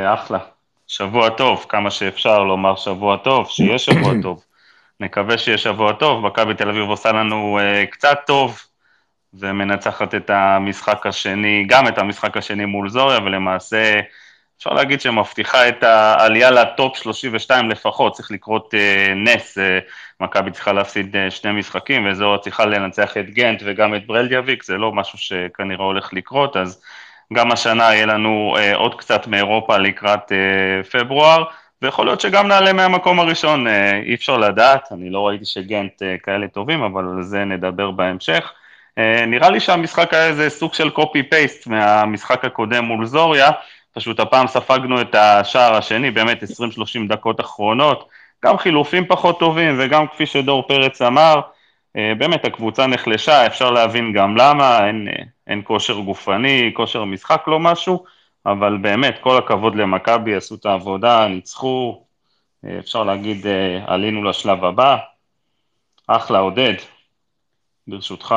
אחלה. שבוע טוב, כמה שאפשר לומר שבוע טוב, שיהיה שבוע טוב. נקווה שיהיה שבוע טוב, מכבי תל אביב עושה לנו קצת טוב, ומנצחת את המשחק השני, גם את המשחק השני מול זוריה, ולמעשה אפשר להגיד שמבטיחה את העלייה לטופ 32 לפחות, צריך לקרות נס, מכבי צריכה להפסיד שני משחקים, וזוריה צריכה לנצח את גנט וגם את ברלדיאביק, זה לא משהו שכנראה הולך לקרות, אז גם השנה יהיה לנו עוד קצת מאירופה לקראת פברואר, ויכול להיות שגם נעלה מהמקום הראשון, אי אפשר לדעת, אני לא ראיתי שגנט כאלה טובים, אבל על זה נדבר בהמשך. נראה לי שהמשחק היה איזה סוג של קופי-פייסט מהמשחק הקודם מול זוריה, פשוט הפעם ספגנו את השער השני, באמת 20-30 דקות אחרונות, גם חילופים פחות טובים, וגם כפי שדור פרץ אמר, באמת הקבוצה נחלשה, אפשר להבין גם למה, אין כושר גופני, כושר משחק לא משהו, אבל באמת כל הכבוד למכבי, עשו את העבודה, ניצחו, אפשר להגיד עלינו לשלב הבא, אחלה עודד, ברשותך.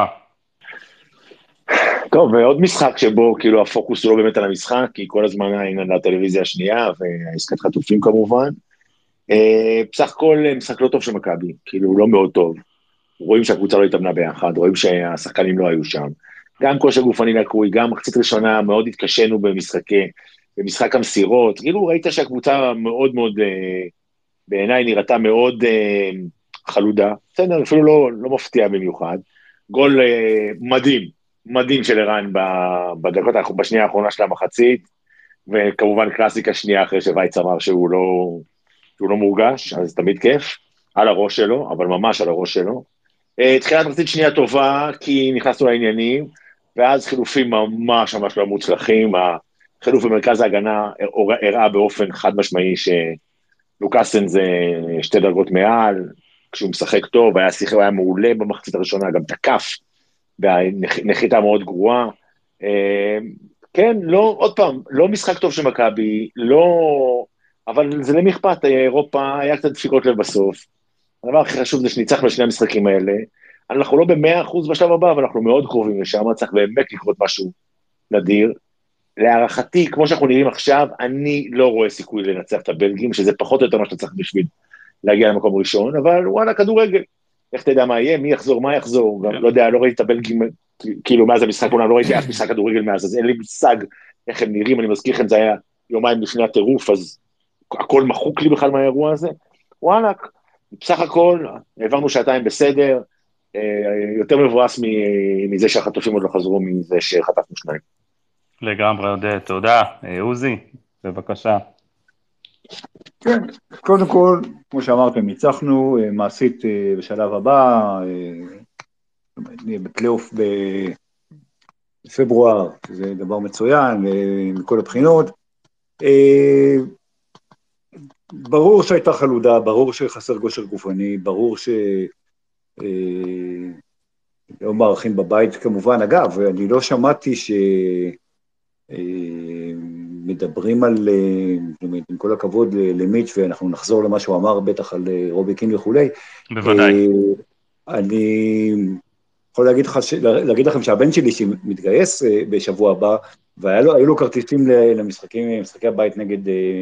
טוב, ועוד משחק שבו כאילו הפוקוס הוא לא באמת על המשחק, כי כל הזמן היינו על הטלוויזיה השנייה, והעסקת חטופים כמובן. בסך הכל משחק לא טוב של מכבי, כאילו לא מאוד טוב. רואים שהקבוצה לא התאמנה ביחד, רואים שהשחקנים לא היו שם. גם כושר גופני לקוי, גם מחצית ראשונה מאוד התקשינו במשחק המסירות. כאילו ראית שהקבוצה מאוד מאוד, בעיניי נראתה מאוד חלודה. בסדר, אפילו לא מפתיע במיוחד. גול מדהים, מדהים של ערן בדקות, בשנייה האחרונה של המחצית, וכמובן קלאסיקה שנייה אחרי שווייץ אמר שהוא לא מורגש, אז תמיד כיף, על הראש שלו, אבל ממש על הראש שלו. תחילת מחצית שנייה טובה, כי נכנסנו לעניינים, ואז חילופים ממש ממש לא מוצלחים, החילוף במרכז ההגנה הראה באופן חד משמעי שלוקאסן זה שתי דרגות מעל, כשהוא משחק טוב, היה מעולה במחצית הראשונה, גם תקף, והנחיתה מאוד גרועה. כן, לא, עוד פעם, לא משחק טוב של מכבי, לא, אבל זה למי אכפת, אירופה היה קצת דפיקות לב בסוף. הדבר הכי חשוב זה שניצחנו לשני המשחקים האלה, אנחנו לא ב100% בשלב הבא, אבל אנחנו מאוד קרובים לשם, צריך באמת לקרות משהו נדיר. להערכתי, כמו שאנחנו נראים עכשיו, אני לא רואה סיכוי לנצח את הבלגים, שזה פחות או יותר מה שאתה צריך בשביל להגיע למקום ראשון, אבל וואלה, כדורגל. איך תדע מה יהיה, מי יחזור, מה יחזור, גם לא יודע, לא ראיתי את הבלגים, כאילו מאז המשחק, לא ראיתי אף משחק כדורגל מאז, אז אין לי מושג איך הם נראים, אני מזכיר לכם, זה היה יומיים לפני הטירוף, אז הכל מחוק לי בכלל מהאירוע הזה. וואלה, בסך הכל, העברנו שעתיים בסדר, יותר מבואס מזה שהחטופים עוד לא חזרו, מזה שחטפנו שניים. לגמרי, עודד, תודה. עוזי, בבקשה. כן, קודם כל, כמו שאמרתם, ניצחנו מעשית בשלב הבא, בפלייאוף בפברואר, שזה דבר מצוין מכל הבחינות. ברור שהייתה חלודה, ברור שחסר כושר גופני, ברור לא מערכים בבית כמובן. אגב, אני לא שמעתי מדברים על, עם כל הכבוד למיץ', ואנחנו נחזור למה שהוא אמר בטח על רובי קין וכולי. בוודאי. אני יכול להגיד לכם שהבן שלי שמתגייס בשבוע הבא, והיו לו כרטיסים למשחקי הבית נגד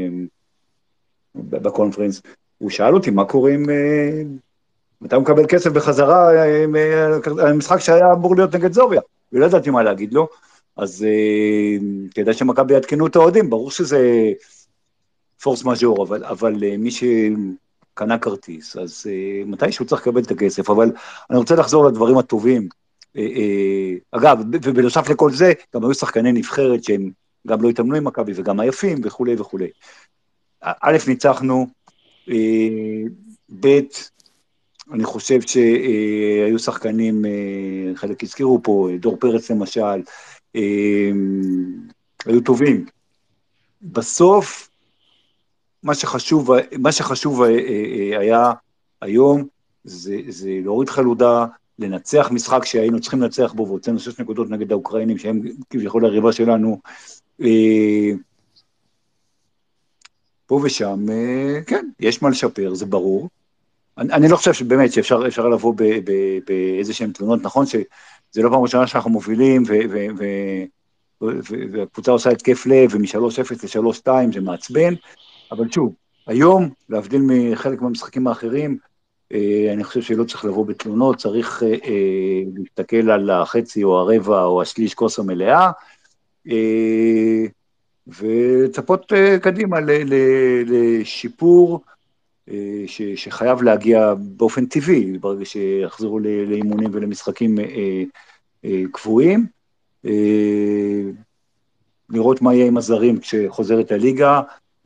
בקונפרנס, הוא שאל אותי מה קורה עם, מתי הוא מקבל כסף בחזרה המשחק שהיה אמור להיות נגד זוריה, ולא ידעתי מה להגיד לו, אז כדאי שמכבי יעדכנו את האוהדים, ברור שזה פורס מז'ור, אבל מי שקנה כרטיס, אז מתי שהוא צריך לקבל את הכסף, אבל אני רוצה לחזור לדברים הטובים. אגב, ובנוסף לכל זה, גם היו שחקני נבחרת שהם גם לא התאמנו עם מכבי, וגם היפים וכו' וכו'. א', ניצחנו, ב', אני חושב שהיו שחקנים, חלק הזכירו פה, דור פרץ למשל, היו טובים. בסוף, מה שחשוב היה היום, זה להוריד חלודה, לנצח משחק שהיינו צריכים לנצח בו, והוצאנו 6 נקודות נגד האוקראינים, שהם כביכול הריבה שלנו, פה ושם, כן, יש מה לשפר, זה ברור. אני לא חושב שבאמת שאפשר לבוא באיזה שהן תלונות, נכון שזה לא פעם ראשונה שאנחנו מובילים, והקבוצה עושה התקף לב, ומ-3-0 ל-3-2 זה מעצבן, אבל שוב, היום, להבדיל מחלק מהמשחקים האחרים, אני חושב שלא צריך לבוא בתלונות, צריך להסתכל על החצי או הרבע או השליש כוס המלאה, וצפות קדימה לשיפור שחייב להגיע באופן טבעי, ברגע שיחזרו לאימונים ולמשחקים קבועים, לראות מה יהיה עם הזרים כשחוזרת הליגה,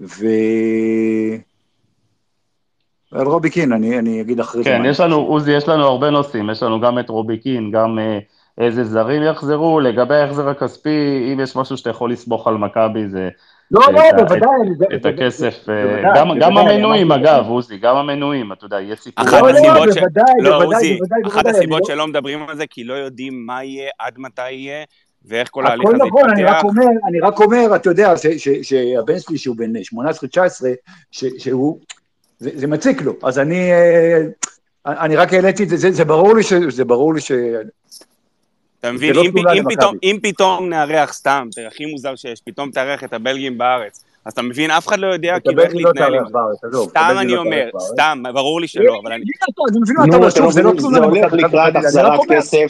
על רוביקין, אני אגיד אחרי זה. כן, עוזי, יש לנו הרבה נושאים, יש לנו גם את רוביקין, גם איזה זרים יחזרו, לגבי ההחזר הכספי, אם יש משהו שאתה יכול לסמוך על מכבי, זה לא, בוודאי. את הכסף, גם המנויים אגב, עוזי, גם המנויים, אתה יודע, יש סיפור. בוודאי. אחת הסיבות שלא מדברים על זה, כי לא יודעים מה יהיה, עד מתי יהיה, ואיך כל ההליך הזה יתפתח. אני רק אומר, אתה יודע, שהבן שלי שהוא בן 18-19, שהוא, זה מציק לו, אז אני רק העליתי את זה, זה ברור לי ש... אתה מבין, אם פתאום נארח סתם, הכי מוזר שיש, פתאום תארח את הבלגים בארץ, אז אתה מבין, אף אחד לא יודע כאילו איך להתנהל עם זה. סתם אני אומר, סתם, ברור לי שלא, אבל אני... זה הולך לקראת החזרת כסף.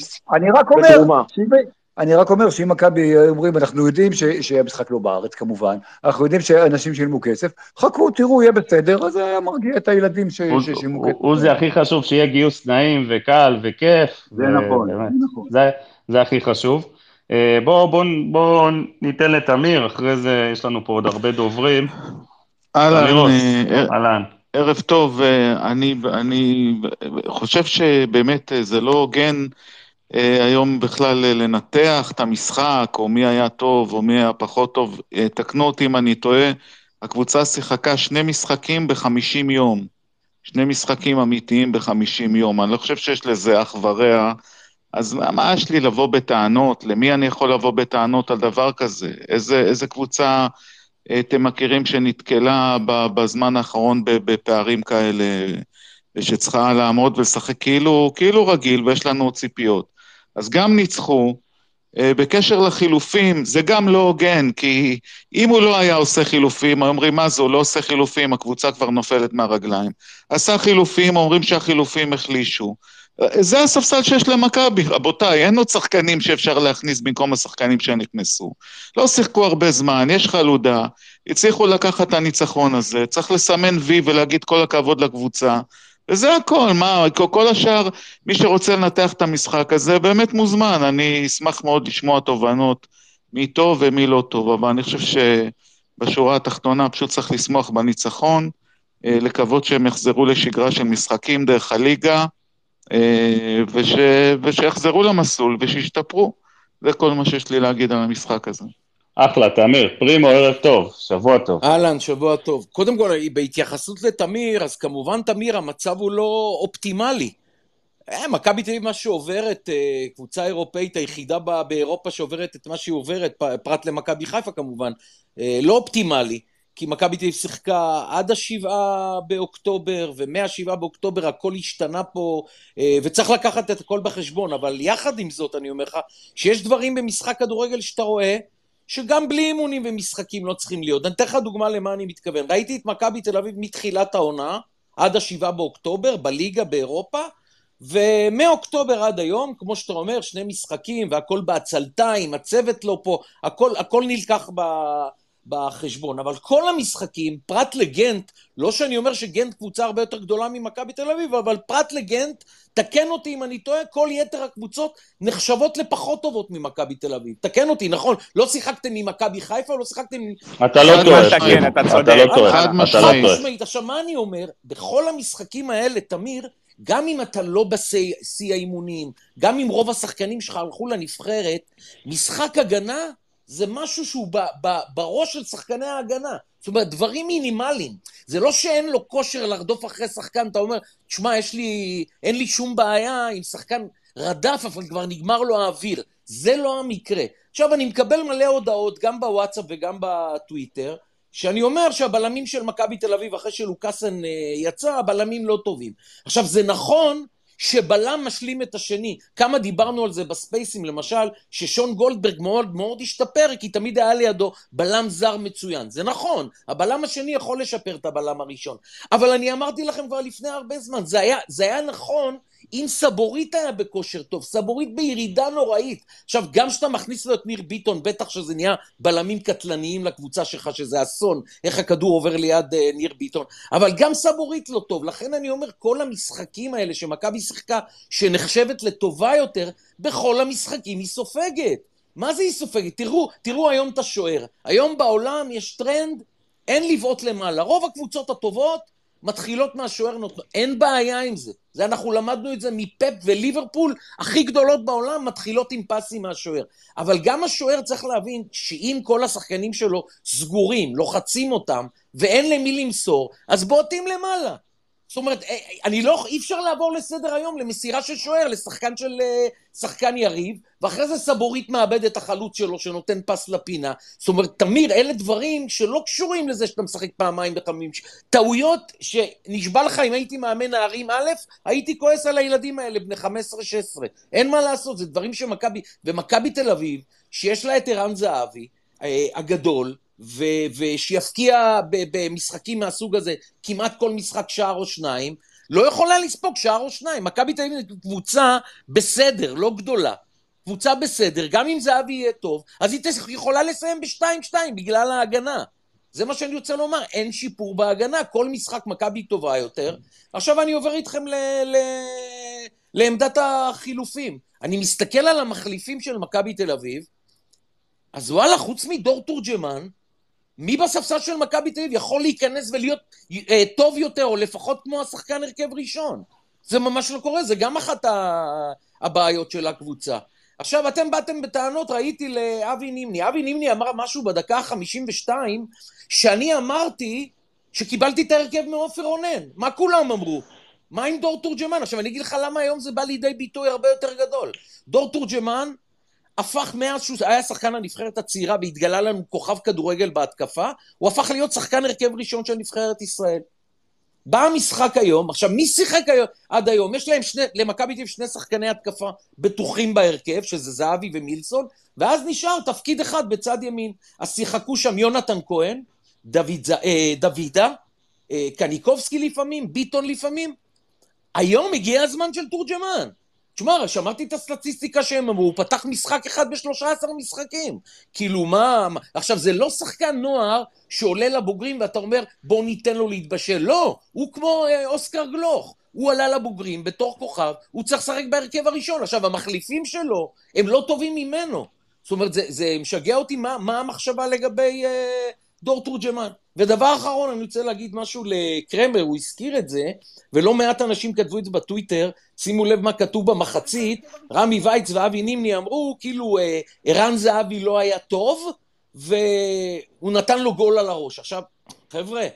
אני רק אומר שאם מכבי אומרים, אנחנו יודעים שהמשחק לא בארץ כמובן, אנחנו יודעים שאנשים שילמו כסף, חכו, תראו, יהיה בסדר, אז זה מרגיע את הילדים ששילמו כסף. עוזי, הכי חשוב שיהיה גיוס נעים וקל וכיף. זה נכון. זה הכי חשוב. בואו ניתן לתמיר, אחרי זה יש לנו פה עוד הרבה דוברים. אהלן, ערב טוב, אני חושב שבאמת זה לא הוגן היום בכלל לנתח את המשחק, או מי היה טוב או מי היה פחות טוב, תקנו אותי אם אני טועה, הקבוצה שיחקה 2 משחקים ב-50 יום, 2 משחקים אמיתיים ב-50 יום, אני לא חושב שיש לזה אח ורע, אז מה יש לי לבוא בטענות? למי אני יכול לבוא בטענות על דבר כזה? איזה קבוצה אתם מכירים שנתקלה בזמן האחרון בפערים כאלה, שצריכה לעמוד ולשחק כאילו רגיל, ויש לנו ציפיות. אז גם ניצחו, בקשר לחילופים, זה גם לא הוגן, כי אם הוא לא היה עושה חילופים, אומרים מה זה, הוא לא עושה חילופים, הקבוצה כבר נופלת מהרגליים. עשה חילופים, אומרים שהחילופים החלישו. זה הספסל שיש למכבי, רבותיי, אין עוד שחקנים שאפשר להכניס במקום השחקנים שנכנסו. לא שיחקו הרבה זמן, יש חלודה, הצליחו לקחת את הניצחון הזה, צריך לסמן וי ולהגיד כל הכבוד לקבוצה, וזה הכל, כל השאר, מי שרוצה לנתח את המשחק הזה, באמת מוזמן, אני אשמח מאוד לשמוע תובנות, מי טוב ומי לא טוב, אבל אני חושב שבשורה התחתונה פשוט צריך לשמוח בניצחון, לקוות שהם יחזרו לשגרה של משחקים דרך הליגה, ושיחזרו למסלול ושישתפרו. זה כל מה שיש לי להגיד על המשחק הזה. אחלה, תמיר, פרימו, ערב טוב, שבוע טוב. אהלן, שבוע טוב. קודם כל, בהתייחסות לתמיר, אז כמובן תמיר, המצב הוא לא אופטימלי. מכבי תל אביב מה שעוברת, קבוצה אירופאית היחידה באירופה שעוברת את מה שהיא עוברת, פרט למכבי חיפה כמובן, לא אופטימלי. כי מכבי תל אביב שיחקה עד 7 באוקטובר, ומ-7 באוקטובר הכל השתנה פה, וצריך לקחת את הכל בחשבון, אבל יחד עם זאת אני אומר לך, שיש דברים במשחק כדורגל שאתה רואה, שגם בלי אימונים ומשחקים לא צריכים להיות. אני אתן לך דוגמה למה אני מתכוון. ראיתי את מכבי תל אביב מתחילת העונה, עד 7 באוקטובר, בליגה באירופה, ומאוקטובר עד היום, כמו שאתה אומר, 2 משחקים, והכל בעצלתיים, הצוות לא פה, הכל נלקח בחשבון, אבל כל המשחקים, פרט לגנט, לא שאני אומר שגנט קבוצה הרבה יותר גדולה ממכבי תל אביב, אבל פרט לגנט, תקן אותי אם אני טועה, כל יתר הקבוצות נחשבות לפחות טובות ממכבי תל אביב. תקן אותי, נכון? לא שיחקתם ממכבי חיפה, או לא שיחקתם... אתה לא טועה, אתה צודק. חד משמעית. עכשיו מה אני אומר? בכל המשחקים האלה, תמיר, גם אם אתה לא בשיא האימונים, גם אם רוב השחקנים שלך הלכו לנבחרת, משחק הגנה זה משהו שהוא בראש של שחקני ההגנה. זאת אומרת, דברים מינימליים. זה לא שאין לו כושר לרדוף אחרי שחקן, אתה אומר, תשמע, אין לי שום בעיה עם שחקן רדף, אבל כבר נגמר לו האוויר. זה לא המקרה. עכשיו, אני מקבל מלא הודעות, גם בוואטסאפ וגם בטוויטר, שאני אומר שהבלמים של מכבי תל אביב, אחרי שלוקאסן יצא, הבלמים לא טובים. עכשיו, זה נכון שבלם משלים את השני. כמה דיברנו על זה בספייסים, למשל, ששון גולדברג מאוד מאוד השתפר, כי תמיד היה לידו בלם זר מצוין. זה נכון, הבלם השני יכול לשפר את הבלם הראשון. אבל אני אמרתי לכם כבר לפני הרבה זמן, זה היה נכון, אם סבורית היה בכושר טוב, סבורית בירידה נוראית. עכשיו, גם שאתה מכניס לו את ניר ביטון, בטח שזה נהיה בלמים קטלניים לקבוצה שלך, שזה אסון, איך הכדור עובר ליד ניר ביטון, אבל גם סבורית לא טוב. לכן אני אומר, כל המשחקים האלה שמכבי שיחקה, שנחשבת לטובה יותר, בכל המשחקים היא סופגת. מה זה היא סופגת? תראו היום את השוער. היום בעולם יש טרנד, אין לבעוט למעלה. רוב הקבוצות הטובות, מתחילות מהשוער נותנות, אין בעיה עם זה. זה אנחנו למדנו את זה מפפ וליברפול, הכי גדולות בעולם, מתחילות עם פסים מהשוער. אבל גם השוער צריך להבין, שאם כל השחקנים שלו סגורים, לוחצים אותם, ואין למי למסור, אז בועטים למעלה. זאת אומרת, אי אפשר לעבור לסדר היום, למסירה של שוער, לשחקן של שחקן יריב, ואחרי זה סבורית מאבד את החלוץ שלו, שנותן פס לפינה. זאת אומרת, תמיר, אלה דברים שלא קשורים לזה שאתה משחק פעמיים בחמים. טעויות שנשבע לך, אם הייתי מאמן נערים א', הייתי כועס על הילדים האלה, בני 15-16. אין מה לעשות, זה דברים שמכבי, ומכבי תל אביב, שיש לה את ערן זהבי, הגדול, ושיפקיע במשחקים מהסוג הזה כמעט כל משחק שער או שניים, לא יכולה לספוג שער או שניים. מכבי תל אביב קבוצה בסדר, לא גדולה, קבוצה בסדר, גם אם זהבי יהיה טוב, אז היא יכולה לסיים ב-2-2 בגלל ההגנה. זה מה שאני רוצה לומר, אין שיפור בהגנה, כל משחק מכבי טובה יותר. עכשיו אני עובר איתכם לעמדת החילופים. אני מסתכל על המחליפים של מכבי תל אביב, אז וואלה, חוץ מדור תורג'מן, מי בספסל של מכבי תל אביב יכול להיכנס ולהיות טוב יותר, או לפחות כמו השחקן הרכב ראשון? זה ממש לא קורה, זה גם אחת הבעיות של הקבוצה. עכשיו, אתם באתם בטענות, ראיתי לאבי נימני. אבי נימני אמר משהו בדקה ה-52, שאני אמרתי שקיבלתי את ההרכב מעופר רונן. מה כולם אמרו? מה עם דור תורג'מן? עכשיו, אני אגיד לך למה היום זה בא לידי ביטוי הרבה יותר גדול. דור תורג'מן הפך מאז שהוא היה שחקן הנבחרת הצעירה והתגלה לנו כוכב כדורגל בהתקפה, הוא הפך להיות שחקן הרכב ראשון של נבחרת ישראל. בא המשחק היום, עכשיו מי שיחק היום, עד היום? יש להם למכבי תל אביב שני שחקני התקפה בטוחים בהרכב, שזה זהבי ומילסון, ואז נשאר תפקיד אחד בצד ימין. אז שיחקו שם יונתן כהן, דוידה, קניקובסקי לפעמים, ביטון לפעמים. היום הגיע הזמן של תורג'מן. תשמע, שמעתי את הסטטיסטיקה שהם אמרו, הוא פתח משחק אחד ב13 משחקים. כאילו מה? עכשיו זה לא שחקן נוער שעולה לבוגרים ואתה אומר בוא ניתן לו להתבשל. לא, הוא כמו אוסקר גלוך. הוא עלה לבוגרים בתור כוכב, הוא צריך לשחק בהרכב הראשון. עכשיו המחליפים שלו הם לא טובים ממנו. זאת אומרת, זה משגע אותי מה המחשבה לגבי דור תורג'מן. ודבר אחרון, אני רוצה להגיד משהו לקרמר, הוא הזכיר את זה, ולא מעט אנשים כתבו את זה בטוויטר, שימו לב מה כתוב במחצית, רמי וייץ ואבי נימני אמרו, כאילו ערן זהבי לא היה טוב, והוא נתן לו גול על הראש. עכשיו, חבר'ה,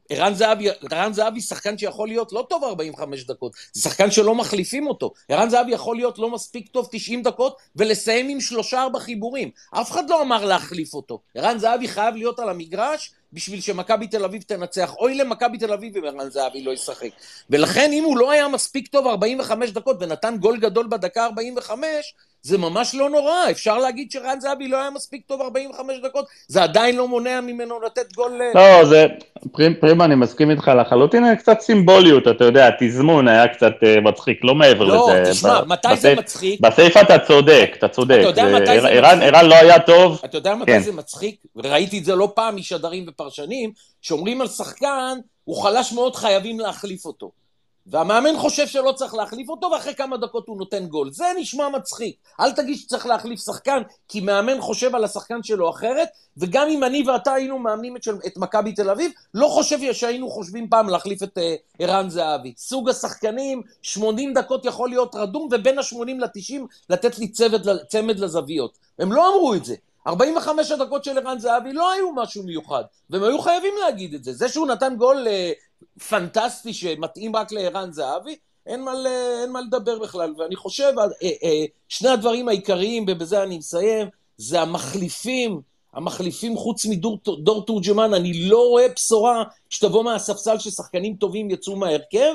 ערן זהבי שחקן שיכול להיות לא טוב 45 דקות, זה שחקן שלא מחליפים אותו. ערן זהבי יכול להיות לא מספיק טוב 90 דקות, ולסיים עם 3-4 חיבורים. אף אחד לא אמר להחליף אותו. ערן זהבי חייב להיות על המגרש, בשביל שמכבי תל אביב תנצח. אוי למכבי תל אביב אם ערן זהבי לא ישחק. ולכן אם הוא לא היה מספיק טוב 45 דקות, ונתן גול גדול בדקה 45, זה ממש לא נורא. אפשר להגיד שרן זהבי לא היה מספיק טוב 45 דקות, זה עדיין לא מונע ממנו לתת גול. לא, זה, פרימה, אני מסכים איתך לחלוטין, קצת סימבוליות, אתה יודע, התזמון היה קצת מצחיק, לא מעבר לזה. לא, תשמע, מתי זה מצחיק? בסעיף אתה צודק, אתה צודק. אתה יודע מתי זה מצחיק? ערן לא היה טוב. אתה יודע מתי זה מצחיק? ראיתי את זה לא פעם משדרים ופרשנים, שאומרים על שחקן, הוא חלש מאוד, חייבים להחליף אותו. והמאמן חושב שלא צריך להחליף אותו, ואחרי כמה דקות הוא נותן גול. זה נשמע מצחיק. אל תגיד שצריך להחליף שחקן, כי מאמן חושב על השחקן שלו אחרת, וגם אם אני ואתה היינו מאמנים את מכבי תל אביב, לא חושב שהיינו חושבים פעם להחליף את ערן זהבי. סוג השחקנים, 80 דקות יכול להיות רדום, ובין ה-80 ל-90 לתת לי צמד לזוויות. הם לא אמרו את זה. 45 הדקות של ערן זהבי לא היו משהו מיוחד, והם היו חייבים להגיד את זה. זה שהוא נתן גול פנטסטי שמתאים רק לערן זהבי, אין מה לדבר בכלל. ואני חושב, שני הדברים העיקריים, ובזה אני מסיים, זה המחליפים חוץ מדור תורג'מן. אני לא רואה בשורה שתבוא מהספסל ששחקנים טובים יצאו מהרכב,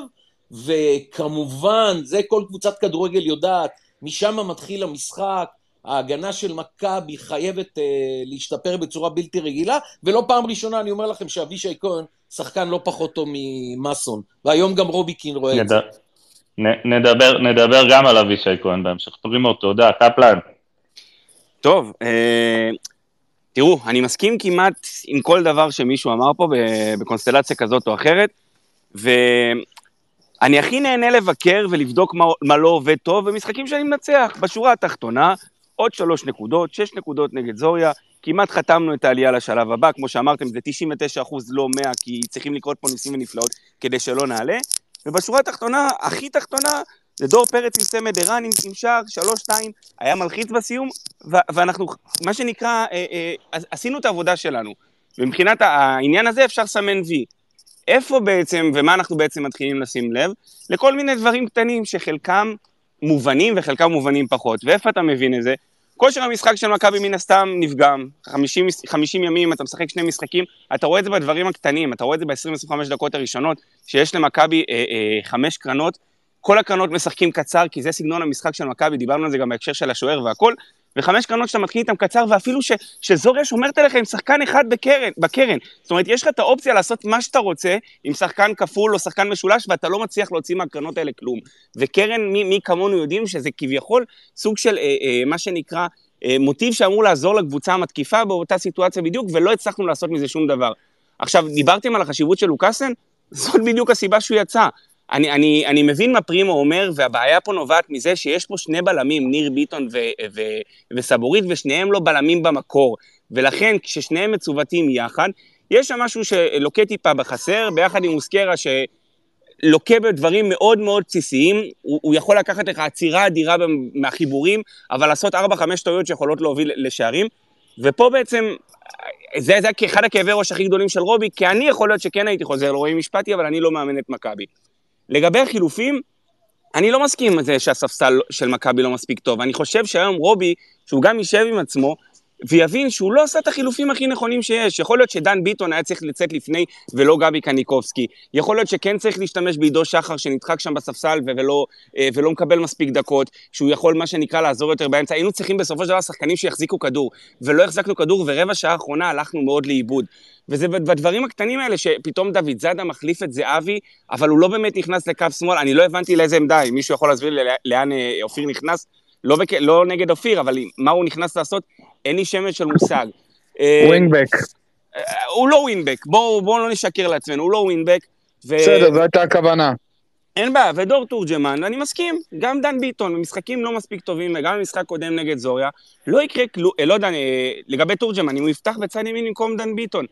וכמובן, זה כל קבוצת כדורגל יודעת, משם מתחיל המשחק, ההגנה של מכבי חייבת להשתפר בצורה בלתי רגילה, ולא פעם ראשונה אני אומר לכם שאבישי כהן שחקן לא פחות טוב ממסון, והיום גם רוביקין רואה את זה. נדבר גם על אבישי כהן בהמשך. פרימו, תודה, קפלן. טוב, תראו, אני מסכים כמעט עם כל דבר שמישהו אמר פה בקונסטלציה כזאת או אחרת, ואני הכי נהנה לבקר ולבדוק מה לא עובד טוב במשחקים שאני מנצח. בשורה התחתונה, עוד 3 נקודות, 6 נקודות נגד זוריה, כמעט חתמנו את העלייה לשלב הבא, כמו שאמרתם, זה 99% לא 100, כי צריכים לקרות פה ניסים ונפלאות כדי שלא נעלה, ובשורה התחתונה, הכי תחתונה, זה דור פרץ עם צמד ערן, עם שער, 3-2, היה מלחיץ בסיום, ואנחנו, מה שנקרא, עשינו את העבודה שלנו. ומבחינת העניין הזה אפשר לסמן וי. איפה בעצם, ומה אנחנו בעצם מתחילים לשים לב? לכל מיני דברים קטנים שחלקם מובנים וחלקם מובנים פחות. ואיפה אתה מבין את זה? כושר המשחק של מכבי מן הסתם נפגם. 50 ימים, אתה משחק 2 משחקים, אתה רואה את זה בדברים הקטנים, אתה רואה את זה ב-20-25 דקות הראשונות, שיש למכבי 5 קרנות, כל הקרנות משחקים קצר, כי זה סגנון המשחק של מכבי, דיברנו על זה גם בהקשר של השוער והכל, ו5 קרנות שאתה מתחיל איתם קצר, ואפילו שזוריה שומרת עליך עם שחקן אחד בקרן. זאת אומרת, יש לך את האופציה לעשות מה שאתה רוצה, עם שחקן כפול או שחקן משולש, ואתה לא מצליח להוציא מהקרנות האלה כלום. וקרן, מי כמונו יודעים שזה כביכול סוג של מה שנקרא מוטיב שאמור לעזור לקבוצה המתקיפה באותה סיטואציה בדיוק, ולא הצלחנו לעשות מזה שום דבר. עכשיו, דיברתם על החשיבות של לוקאסן? זאת בדיוק הסיבה שהוא יצא. אני מבין מה פרימו אומר, והבעיה פה נובעת מזה שיש פה 2 בלמים, ניר ביטון וסבורית, ושניהם לא בלמים במקור, ולכן כששניהם מצוותים יחד, יש שם משהו שלוקה טיפה בחסר, ביחד עם מוסקרה שלוקה בדברים מאוד מאוד בסיסיים, הוא יכול לקחת לך עצירה אדירה מהחיבורים, אבל לעשות 4-5 טעויות שיכולות להוביל לשערים, ופה בעצם זה אחד הכאבי ראש הכי גדולים של רובי, כי אני יכול להיות שכן הייתי חוזר לרובי משפטי, אבל אני לא מאמן את מכבי. לגבי החילופים, אני לא מסכים עם זה שהספסל של מכבי לא מספיק טוב. אני חושב שהיום רובי, שהוא גם יישב עם עצמו, ויבין שהוא לא עושה את החילופים הכי נכונים שיש. יכול להיות שדן ביטון היה צריך לצאת לפני, ולא גבי קניקובסקי. יכול להיות שכן צריך להשתמש בעידו שחר, שנדחק שם בספסל, ולא מקבל מספיק דקות, שהוא יכול מה שנקרא לעזור יותר באמצע. היינו צריכים בסופו של דבר שחקנים שיחזיקו כדור, ולא החזקנו כדור, ורבע שעה האחרונה הלכנו מאוד לאיבוד. וזה בדברים הקטנים האלה, שפתאום דוד זאדה מחליף את זהבי, אבל הוא לא באמת נכנס לקו שמאל. אני לא הבנתי לאיזה עמדה, אם מישהו יכול להסביר לי לאן אופיר נכנס, לא נגד אופיר, אבל מה הוא נכנס לעשות, אין לי שמץ של מושג. ווינגבק. הוא לא ווינגבק, בואו לא נשקר לעצמנו, הוא לא ווינגבק. בסדר, זו הייתה הכוונה. אין בעיה, ודור תורג'מן, אני מסכים, גם דן ביטון, במשחקים לא מספיק טובים, וגם במשחק קודם נגד זוריה, לא יקרה כלום, לא יודע, לגבי תורג'מן, אם הוא יפתח בצד ימין במקום דן ביטון,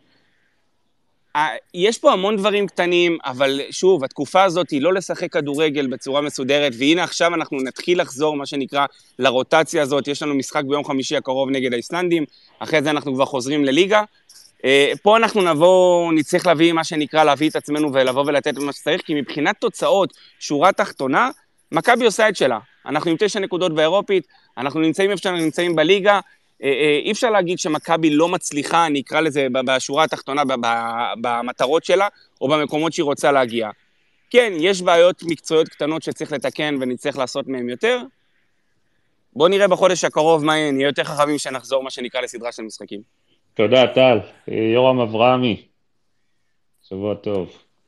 יש פה המון דברים קטנים, אבל שוב, התקופה הזאת היא לא לשחק כדורגל בצורה מסודרת, והנה עכשיו אנחנו נתחיל לחזור, מה שנקרא, לרוטציה הזאת, יש לנו משחק ביום חמישי הקרוב נגד האיסלנדים, אחרי זה אנחנו כבר חוזרים לליגה, פה אנחנו נצטרך להביא מה שנקרא, להביא את עצמנו ולבוא ולתת מה שצריך, כי מבחינת תוצאות, שורה תחתונה, מכבי עושה את שלה, אנחנו עם 9 נקודות באירופית, אנחנו נמצאים איפה שאנחנו נמצאים בליגה, אי אפשר להגיד שמכבי לא מצליחה, אני אקרא לזה בשורה התחתונה, במטרות שלה, או במקומות שהיא רוצה להגיע. כן, יש בעיות מקצועיות קטנות שצריך לתקן ונצטרך לעשות מהן יותר. בואו נראה בחודש הקרוב מה נהיה יותר חכמים שנחזור מה שנקרא לסדרה של משחקים. תודה, טל. יורם אברהמי. שבוע טוב.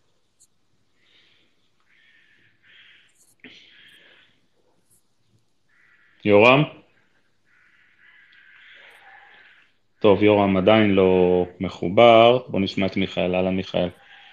יורם? טוב, יורם עדיין לא מחובר. בוא נשמע את מיכאל. הלאה, מיכאל.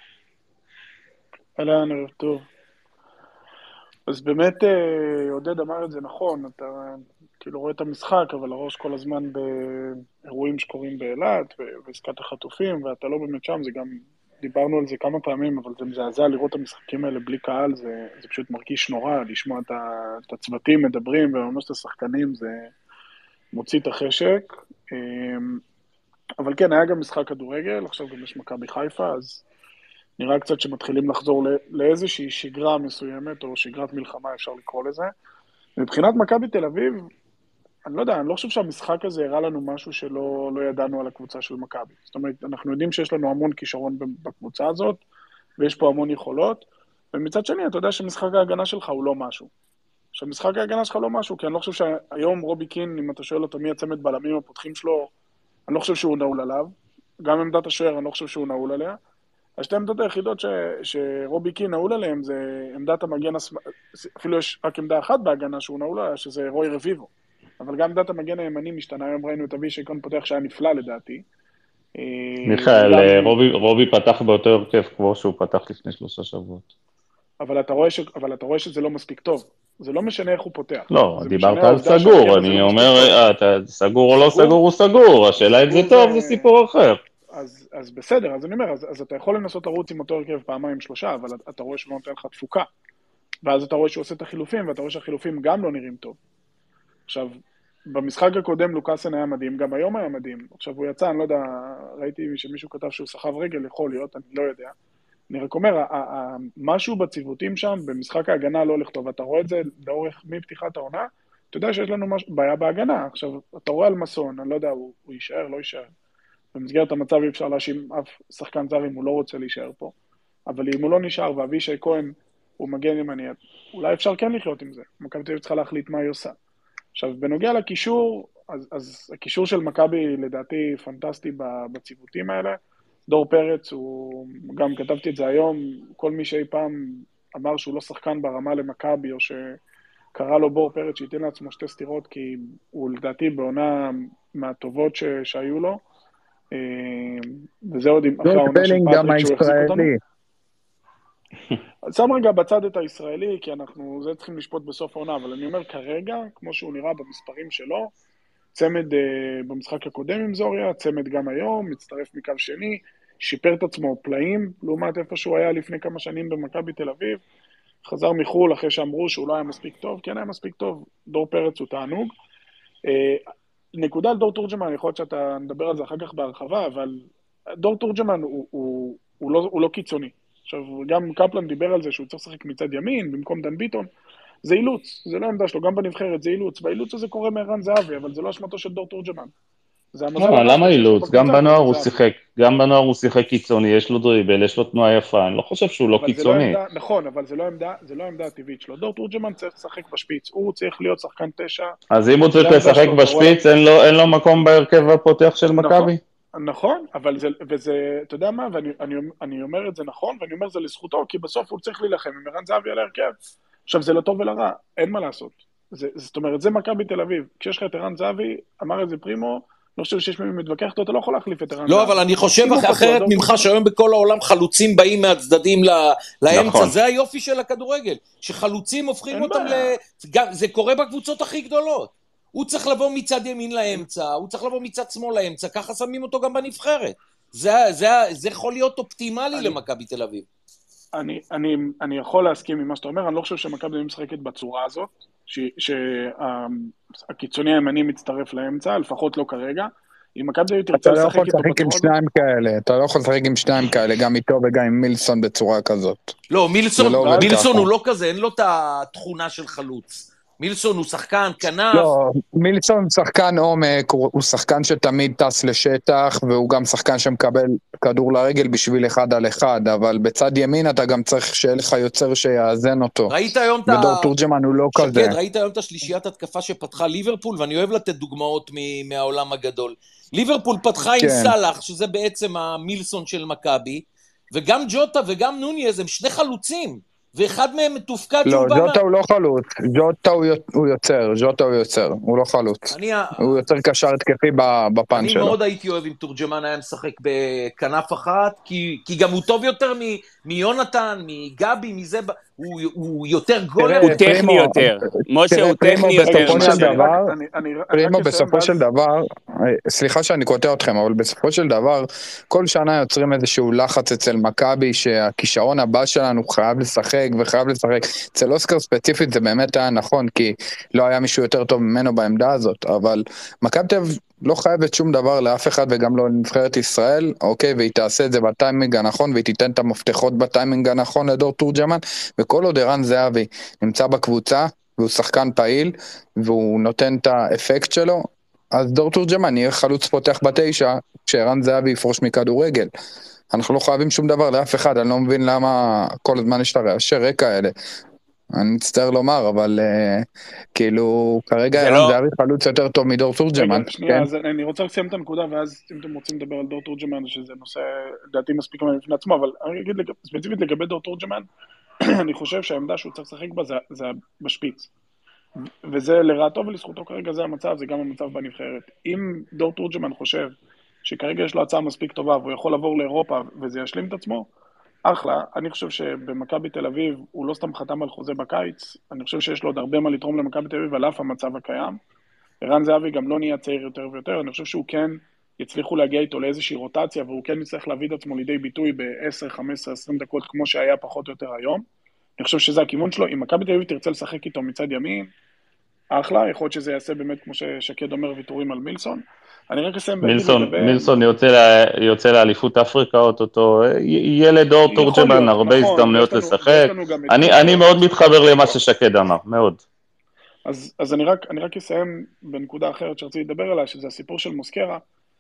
אהלן, ערב טוב. אז באמת, עודד אמר את זה נכון, אתה כאילו רואה את המשחק, אבל הראש כל הזמן באירועים שקורים באילת, ועסקת החטופים, ואתה לא באמת שם, זה גם, דיברנו על זה כמה פעמים, אבל זה מזעזע לראות את המשחקים האלה בלי קהל, זה פשוט מרגיש נורא, לשמוע את הצוותים מדברים, וממש את השחקנים, זה מוציא את החשק. אבל כן, היה גם משחק כדורגל, עכשיו גם יש מכבי חיפה, אז נראה קצת שמתחילים לחזור לאיזושהי שגרה מסוימת, או שגרת מלחמה אפשר לקרוא לזה. מבחינת מכבי תל אביב, אני לא יודע, אני לא חושב שהמשחק הזה הראה לנו משהו שלא ידענו על הקבוצה של מכבי. זאת אומרת, אנחנו יודעים שיש לנו המון כישרון בקבוצה הזאת, ויש פה המון יכולות, ומצד שני, אתה יודע שמשחק ההגנה שלך הוא לא משהו. עכשיו, משחק ההגנה שלך לא משהו, כי אני לא חושב שהיום רובי קין, אם אתה שואל אותו מי הצמד בלמים הפותחים שלו, אני לא חושב שהוא נעול עליו. גם עמדת השוער, אני לא חושב שהוא נעול עליה. השתי עמדות היחידות שרובי קין נעול עליהם, זה עמדת המגן, אפילו יש רק עמדה אחת בהגנה שהוא נעול עליה, שזה רוי רביבו. אבל גם עמדת המגן הימני משתנה, היום ראינו את אבישי קון פותח שהיה נפלא לדעתי. מיכאל, רובי פתח באותו הרכב כמו שהוא פתח לפני 3 שבועות. אבל אתה רואה שזה לא מספיק טוב. זה לא משנה איך הוא פותח. לא, דיברת על סגור, אני אומר, סגור או לא סגור הוא סגור, השאלה אם זה טוב זה סיפור אחר. אז בסדר, אז אני אומר, אז אתה יכול לנסות לרוץ עם אותו הרכב 2-3, אבל אתה רואה שהוא נותן לך תפוקה. ואז אתה רואה שהוא עושה את החילופים, ואתה רואה שהחילופים גם לא נראים טוב. עכשיו, במשחק הקודם לוקאסן היה מדהים, גם היום היה מדהים. עכשיו הוא יצא, אני לא יודע, ראיתי שמישהו כתב שהוא סחב רגל, יכול להיות, אני לא יודע. אני רק אומר, משהו בציוותים שם, במשחק ההגנה לא לכתוב, אתה רואה את זה לאורך מפתיחת העונה, אתה יודע שיש לנו בעיה בהגנה. עכשיו, אתה רואה על מסון, אני לא יודע, הוא יישאר, לא יישאר. במסגרת המצב אי אפשר להאשים אף שחקן זר אם הוא לא רוצה להישאר פה. אבל אם הוא לא נשאר, ואבישי כהן הוא מגן ימני, אולי אפשר כן לחיות עם זה. מכבי תל אביב צריכה להחליט מה היא עושה. עכשיו, בנוגע לקישור, אז הקישור של מכבי לדעתי פנטסטי בציוותים האלה. דור פרץ, הוא גם כתבתי את זה היום, כל מי שאי פעם אמר שהוא לא שחקן ברמה למכבי, או שקרא לו בור פרץ שייתן לעצמו 2 סתירות, כי הוא לדעתי בעונה מהטובות שהיו לו, וזה עוד אחרי העונה של פטריק שהוא החזיק אותנו. שם רגע בצד את הישראלי, כי אנחנו זה צריכים לשפוט בסוף העונה, אבל אני אומר כרגע, כמו שהוא נראה במספרים שלו, צמד במשחק הקודם עם זוריה, צמד גם היום, מצטרף מקו שני, שיפר את עצמו פלאים, לעומת איפה שהוא היה לפני כמה שנים במכבי תל אביב, חזר מחול אחרי שאמרו שהוא לא היה מספיק טוב, כן היה מספיק טוב, דור פרץ הוא תענוג. נקודה על דור תורג'מן, יכול להיות שאתה נדבר על זה אחר כך בהרחבה, אבל דור תורג'מן הוא לא קיצוני. עכשיו, גם קפלן דיבר על זה שהוא צריך לשחק מצד ימין, במקום דן ביטון, זה אילוץ, זה לא עמדה שלו, גם בנבחרת זה אילוץ, והאילוץ הזה קורה מערן זהבי, אבל זה לא אשמתו של דור תורג'מן. למה אילוץ? גם בנוער הוא שיחק קיצוני, יש לו דריבל, יש לו תנועה יפה, אני לא חושב שהוא לא קיצוני. נכון, אבל זה לא עמדה הטבעית שלו. דור תורג'מן צריך לשחק בשפיץ, הוא צריך להיות שחקן 9. אז אם הוא צריך לשחק בשפיץ, אין לו מקום בהרכב הפותח של מכבי? נכון, אבל וזה, אתה יודע מה, ואני אומר את זה נכון, ואני אומר זה לזכותו, כי בסוף הוא צריך להילחם עם ערן זהבי על ההרכב. עכשיו, זה לא טוב ולרע, אין מה לעשות. זאת אומרת, זה מכבי תל אביב. כשיש לך את ערן זהבי, אמר את זה פרימו, לא חושב שיש מי מתווכח, אתה לא יכול להחליף את ערן זהבי. לא, אבל אני חושב אחרת ממך שהיום בכל העולם חלוצים באים מהצדדים לאמצע. זה היופי של הכדורגל, שחלוצים הופכים אותם זה קורה בקבוצות הכי גדולות. הוא צריך לבוא מצד ימין לאמצע, הוא צריך לבוא מצד שמאל לאמצע, ככה שמים אותו גם בנבחרת. זה יכול להיות אופטימלי למכבי תל אביב. אני יכול להסכים עם מה שאתה אומר, אני לא חושב שמכבי תל אביב משחקת בצורה הזאת, שהקיצוני הימני מצטרף לאמצע, לפחות לא כרגע. אם מכבי תל אביב תרצה לשחק איתו בצורה הזאת... אתה לא יכול לשחק עם 2 כאלה, גם איתו וגם עם מילסון בצורה כזאת. לא, מילסון הוא לא כזה, אין לו את התכונה של חלוץ. מילסון הוא שחקן, כנף. לא, מילסון שחקן עומק, הוא שחקן שתמיד טס לשטח, והוא גם שחקן שמקבל כדור לרגל בשביל 1 על 1, אבל בצד ימין אתה גם צריך שיהיה לך יוצר שיאזן אותו. ראית היום ודור תורג'מן הוא לא כזה. ראית היום את השלישיית התקפה שפתחה ליברפול, ואני אוהב לתת דוגמאות מהעולם הגדול. ליברפול פתחה עם סלאח, שזה בעצם המילסון של מכבי, וגם ג'וטה וגם נוניאז הם 2 חלוצים. ואחד מהם מתופקד לא, ג'וטה הוא לא חלוץ, ג'וטה הוא יוצר, הוא לא חלוץ. הוא יוצר קשר התקפי בפן שלו. אני מאוד הייתי אוהב אם תורג'מן היה משחק בכנף אחת, כי גם הוא טוב יותר מיונתן, מגבי, מזה, הוא יותר גולר. הוא טכני יותר. משה הוא טכני יותר. פרימו בסופו של דבר, סליחה שאני קוטע אתכם, אבל בסופו של דבר, כל שנה יוצרים איזשהו לחץ אצל מכבי, שהכישרון הבא שלנו חייב לשחק, אצל אוסקר ספציפית זה באמת היה נכון, כי לא היה מישהו יותר טוב ממנו בעמדה הזאת, אבל מכבי תל אביב לא חייבת שום דבר לאף אחד וגם לא לנבחרת ישראל, אוקיי, והיא תעשה את זה בטיימינג הנכון, והיא תיתן את המפתחות בטיימינג הנכון לדור תורג'מן, וכל עוד ערן זהבי נמצא בקבוצה, והוא שחקן פעיל, והוא נותן את האפקט שלו, אז דור תורג'מן יהיה חלוץ פותח ב9, כשערן זהבי יפרוש מכדורגל. אנחנו לא חייבים שום דבר לאף אחד, אני לא מבין למה כל הזמן יש את הרעשי רקע האלה. אני מצטער לומר, אבל כאילו, כרגע ערן זהבי חלוץ יותר טוב מדור תורג'מן. רגע, שנייה, אז אני רוצה לסיים את הנקודה, ואז אם אתם רוצים לדבר על דור תורג'מן, שזה נושא, לדעתי מספיק בפני עצמו, אבל אני אגיד ספציפית לגבי דור תורג'מן, אני חושב שהעמדה שהוא צריך לשחק בה זה בשפיץ. וזה לרעתו ולזכותו כרגע זה המצב, זה גם המצב בנבחרת. אם דור תורג'מן חושב שכרגע יש לו הצעה מספיק טובה, והוא יכול לעבור לאירופה וזה ישלים את עצמו, אחלה. אני חושב שבמכבי תל אביב הוא לא סתם חתם על חוזה בקיץ, אני חושב שיש לו עוד הרבה מה לתרום למכבי תל אביב על אף המצב הקיים. ערן זהבי גם לא נהיה צעיר יותר ויותר, אני חושב שהוא כן יצליחו להגיע איתו לאיזושהי רוטציה, והוא כן יצטרך להביא את עצמו לידי ביטוי ב-10, 15, 20 דקות כמו שהיה פחות או יותר היום. אני חושב שזה הכיוון שלו. אם מכבי תל אביב תרצה לשחק איתו מצד ימין, אחלה, יכול להיות שזה יעשה באמת, כמו ששקד אומר, ויתורים על מילסון. אני רק אסיים מילסון יוצא לאליפות אפריקה, אותו יהיה לדור תורג'מן הרבה הזדמנויות לשחק. אני מאוד מתחבר למה ששקד אמר, מאוד. אז אני רק אסיים בנקודה אחרת שרציתי לדבר עליה, שזה הסיפור של מוסקרה.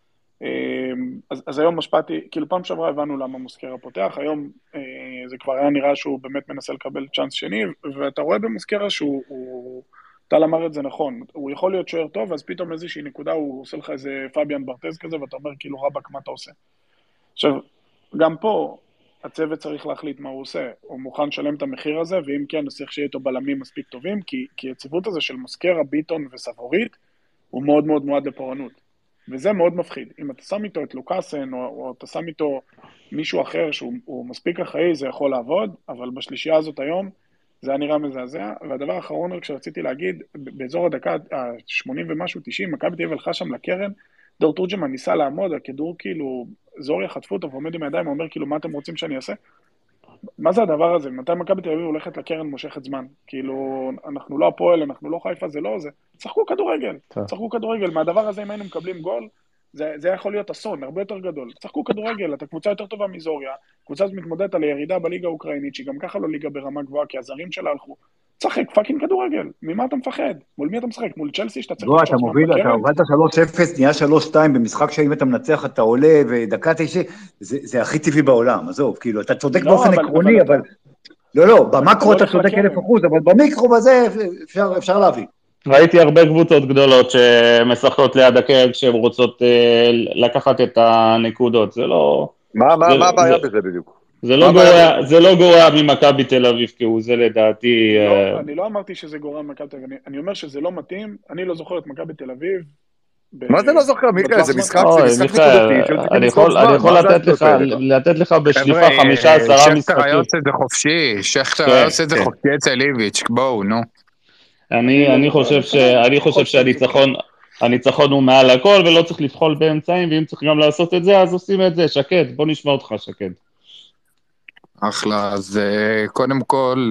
אז היום משפעתי, כאילו פעם שעברה הבנו למה מוסקרה פותח, היום זה כבר היה נראה שהוא באמת מנסה לקבל צ'אנס שני, ואתה רואה במוסקרה שהוא טל אמר את זה נכון, הוא יכול להיות שוער טוב, אז פתאום איזושהי נקודה הוא עושה לך איזה פאביאן ברטז כזה, ואתה אומר כאילו רבק מה אתה עושה. עכשיו, גם פה הצוות צריך להחליט מה הוא עושה, הוא מוכן לשלם את המחיר הזה, ואם כן, צריך שיהיה איתו בלמים מספיק טובים, כי הציוות הזה של מוסקרה, ביטון וסבורית, הוא מאוד מאוד מועד לפורענות. וזה מאוד מפחיד. אם אתה שם איתו את לוקאסן, או אתה שם איתו מישהו אחר שהוא מספיק אחראי, זה יכול לעבוד, אבל בשלישייה הזאת היום, זה היה נראה מזעזע. והדבר האחרון רק שרציתי להגיד, באזור הדקה ה-80 ומשהו, 90, מכבי תל אביב הלכה שם לקרן, דור תורג'מן ניסה לעמוד, הכדור כאילו, זוריה חטפו אותו ועומד עם הידיים, הוא אומר כאילו, מה אתם רוצים שאני אעשה? מה זה הדבר הזה? מתי מכבי תל אביב הולכת לקרן מושכת זמן? כאילו, אנחנו לא הפועל, אנחנו לא חיפה, זה לא זה. צחקו כדורגל, צחקו כדורגל. מהדבר הזה, אם היינו מקבלים גול, זה יכול להיות אסון, הרבה יותר גדול. צחקו כדורגל, אתה קבוצה יותר טובה מזוריה, קבוצה הזאת מתמודדת על הירידה בליגה האוקראינית, שהיא גם ככה לא ליגה ברמה גבוהה, כי הזרים שלה הלכו. צחק, פאקינג כדורגל. ממה אתה מפחד? מול מי אתה משחק? מול צ'לסי שאתה צריך אתה מוביל, אתה הובלת 3-0, נהיה 3-2 במשחק שאם אתה מנצח אתה עולה, ודקה 9, זה הכי טבעי בעולם, עזוב, כאילו, אתה צודק באופן עקרוני, אבל... לא, במקרו אתה צודק 1000%, אבל במיקרו בזה אפשר להביא. ראיתי הרבה קבוצות גדולות שמשחקות ליד הקרן כשהן רוצות לקחת את הנקודות, זה לא... מה הבעיה בזה בדיוק? זה לא גורע ממכבי תל אביב, כי הוא זה לדעתי... אני לא אמרתי שזה גורע ממכבי תל אביב, אני אומר שזה לא מתאים, אני לא זוכר את מכבי תל אביב. מה זה לא זוכר, מיכאל? זה משחק נקודתי. אני יכול לתת לך בשליפה 15 משחקים. שכתר היה עושה את זה חופשי, שכתר היה עושה את זה חופשי אצל ליביץ', בואו, נו. אני חושב שהניצחון הוא מעל הכל, ולא צריך לבחול באמצעים, ואם צריך גם לעשות את זה, אז עושים את זה. שקד, בוא נשמע אותך, שקד. אחלה, אז קודם כל,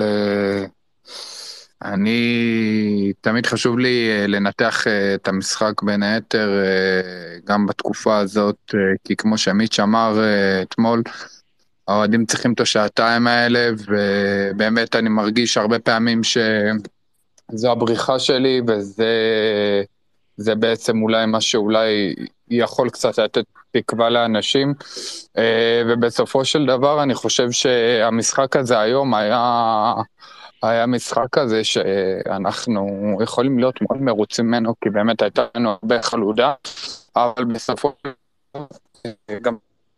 אני תמיד חשוב לי לנתח את המשחק בין היתר, גם בתקופה הזאת, כי כמו שעמית אמר אתמול, האוהדים צריכים את השעתיים האלה, ובאמת אני מרגיש הרבה פעמים שזו הבריחה שלי, וזה בעצם אולי מה שאולי יכול קצת לתת תקווה לאנשים, ובסופו של דבר אני חושב שהמשחק הזה היום היה משחק כזה שאנחנו יכולים להיות מאוד מרוצים ממנו, כי באמת הייתה לנו הרבה חלודה, אבל בסופו של דבר גם...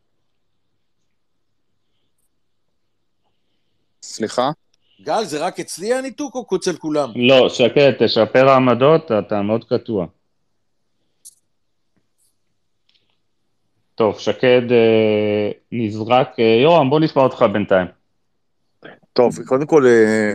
סליחה? גל, זה רק אצלי הניתוק או אצל כולם? לא, שקד, תשפר העמדות, אתה מאוד קטוע. טוב, שקד נזרק. יורם, בוא נשמע אותך בינתיים. טוב, קודם כל,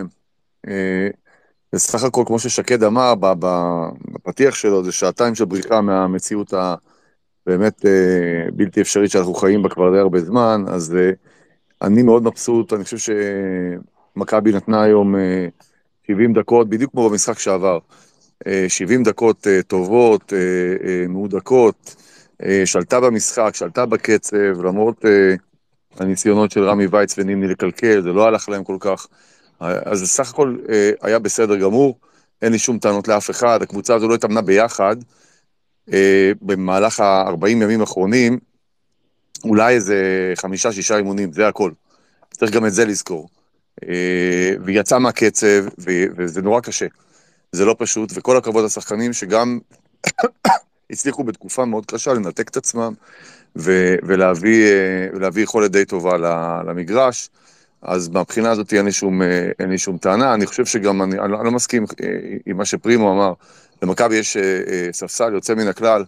בסך הכל, כמו ששקד אמר, בפתיח שלו, זה שעתיים של בריחה מהמציאות הבאמת בלתי אפשרית שאנחנו חיים בה כבר די הרבה זמן, אז אני מאוד מבסוט, אני חושב שמכבי נתנה היום 70 דקות, בדיוק כמו במשחק שעבר, 70 דקות טובות, מעודקות, שלטה במשחק, שלטה בקצב, למרות הניסיונות של רמי וייץ ונימני לקלקל, זה לא הלך להם כל כך, אז בסך הכל היה בסדר גמור, אין לי שום טענות לאף אחד, הקבוצה הזו לא התאמנה ביחד, במהלך ה-40 ימים האחרונים, אולי איזה 5-6 אימונים, זה הכל. צריך גם את זה לזכור. ויצא מהקצב, וזה נורא קשה. זה לא פשוט, וכל הכבוד לשחקנים שגם הצליחו בתקופה מאוד קשה לנתק את עצמם, ולהביא יכולת די טובה למגרש. אז מהבחינה הזאת אין לי שום טענה. אני חושב שגם, אני לא מסכים עם מה שפרימו אמר, למכבי יש ספסל יוצא מן הכלל.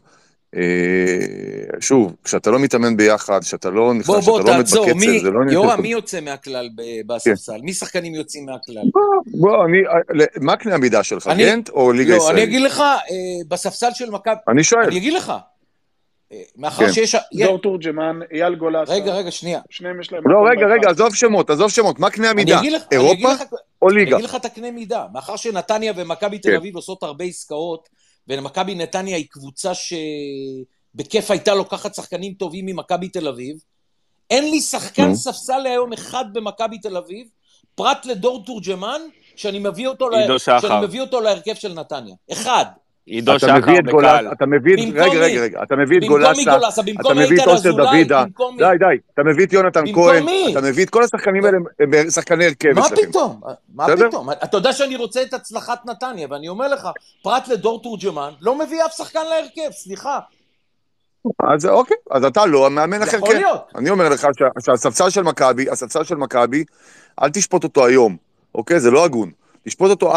שוב, כשאתה לא מתאמן ביחד, כשאתה לא נכנס, שאתה לא עומד בקצב, זה לא נהיה... יורם, מי יוצא מהכלל בספסל? מי שחקנים יוצאים מהכלל? מה קנה המידה שלך, גנט או ליגה ישראלית? אני אגיד לך, בספסל של מכבי... אני שואל. אני אגיד לך. מאחר שיש... דור תורג'מן, אייל גולסה. רגע, שנייה. שניהם יש להם... לא, רגע, עזוב שמות. מה קנה המידה? אירופה או ליגה? אני אגיד לך את הקנה מידה. מאחר שנתניה ומכבי תל אביב עושות הרבה עסקאות, ולמכבי נתניה היא קבוצה שבכיף הייתה לוקחת שחקנים טובים ממכבי תל אביב, אין לי שחקן ספסל להיום אחד במכבי תל אביב, פרט לדור תורג'מן, שאני מביא אותו להרכב של נתניה. אחד. עידו שחר בקל. אתה מביא, רגע, אתה מביא את גולסה, אתה מביא את אושר דוידה, די, אתה מביא את יונתן כהן, אתה מביא את כל השחקנים האלה, הם שחקני הרכב. מה פתאום? אתה יודע שאני רוצה את הצלחת נתניה, ואני אומר לך, פרט לדור תורג'מן, לא מביא אף שחקן להרכב, סליחה. אז אוקיי, אז אתה לא, המאמן אחר כן. אני אומר לך שהספסל של מכבי, אל תשפוט אותו היום, אוקיי? זה לא הגון. לשפוט אותו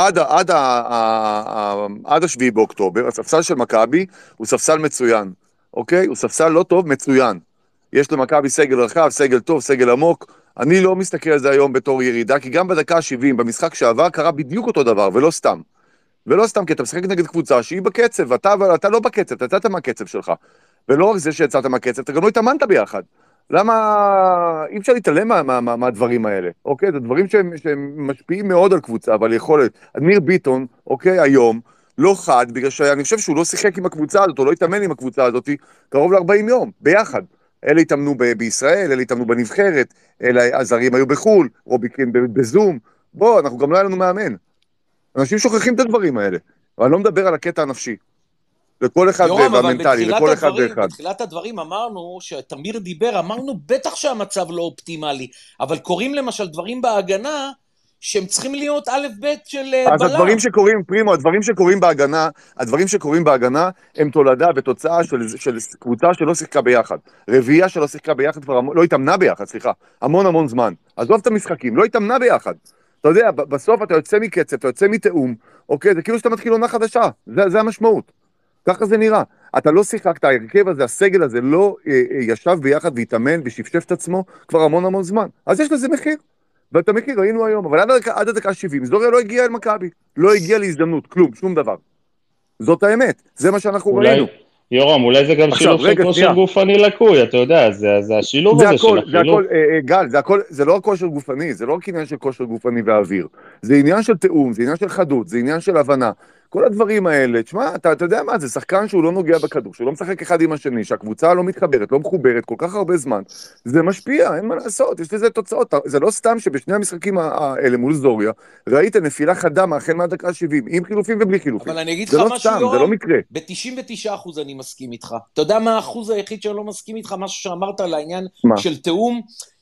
עד 7 באוקטובר, הספסל של מכבי הוא ספסל מצוין, אוקיי? הוא ספסל לא טוב, מצוין. יש למכבי סגל רחב, סגל טוב, סגל עמוק. אני לא מסתכל על זה היום בתור ירידה, כי גם בדקה ה-70, במשחק שעבר, קרה בדיוק אותו דבר, ולא סתם. ולא סתם, כי אתה משחק נגד קבוצה שהיא בקצב, ואתה לא בקצב, אתה יצאת מהקצב שלך. ולא רק זה שיצאת מהקצב, אתה גם לא התאמנת ביחד. למה אי אפשר להתעלם מהדברים האלה, אוקיי? זה דברים שהם משפיעים מאוד על קבוצה, אבל יכולת. ניר ביטון, אוקיי, היום, לא חד, בגלל שאני חושב שהוא לא שיחק עם הקבוצה הזאת, או לא התאמן עם הקבוצה הזאת, קרוב ל-40 יום, ביחד. אלה התאמנו בישראל, אלה התאמנו בנבחרת, אלה הזרים היו בחול, רוביקין בזום. בוא, אנחנו גם לא היה לנו מאמן. אנשים שוכחים את הדברים האלה, אבל אני לא מדבר על הקטע הנפשי. לכל אחד והמנטלי, לכל אחד ואחד. בתחילת הדברים אמרנו, שתמיר דיבר, אמרנו בטח שהמצב לא אופטימלי, אבל קוראים למשל דברים בהגנה, שהם צריכים להיות א' ב' של בלם. אז הדברים שקורים, פרימו, הדברים שקורים בהגנה, הם תולדה ותוצאה של קבוצה שלא שיחקה ביחד. רביעייה שלא שיחקה ביחד, לא התאמנה ביחד, סליחה, המון זמן. עזוב את המשחקים, לא התאמנה ביחד. אתה יודע, בסוף אתה יוצא מקצב, אתה יוצא מתאום, אוקיי, זה כאילו שאתה מתחיל עונה חדשה, זה המשמעות. ככה זה נראה. אתה לא שיחקת, ההרכב הזה, הסגל הזה לא ישב ביחד והתאמן ושפשף את עצמו כבר המון זמן. אז יש לזה מחיר. ואתה מכיר, ראינו היום, אבל עד הדקה 70, זוריה לא הגיע אל מכבי. לא הגיע להזדמנות, כלום, שום דבר. זאת האמת, זה מה שאנחנו ראינו. יורם, אולי זה גם שילוב של כושר גופני לקוי, אתה יודע, זה השילוב הזה של החילוב. גל, זה לא רק כושר גופני, זה לא רק עניין של כושר גופני ואוויר. זה עניין של תאום, זה עניין של חדות, זה עניין של הבנה. כל הדברים האלה, תשמע, אתה יודע מה, זה שחקן שהוא לא נוגע בכדור, שהוא לא משחק אחד עם השני, שהקבוצה לא מתחברת, לא מחוברת כל כך הרבה זמן, זה משפיע, אין מה לעשות, יש לזה תוצאות, זה לא סתם שבשני המשחקים האלה מול זוריה, ראית נפילה חדה מהחל מהדקה ה-70, עם חילופים ובלי חילופים. אבל אני אגיד לך משהו, זה לא מקרה. ב-99% אני מסכים איתך. אתה יודע מה האחוז היחיד שאני לא מסכים איתך, משהו שאמרת על העניין של תאום,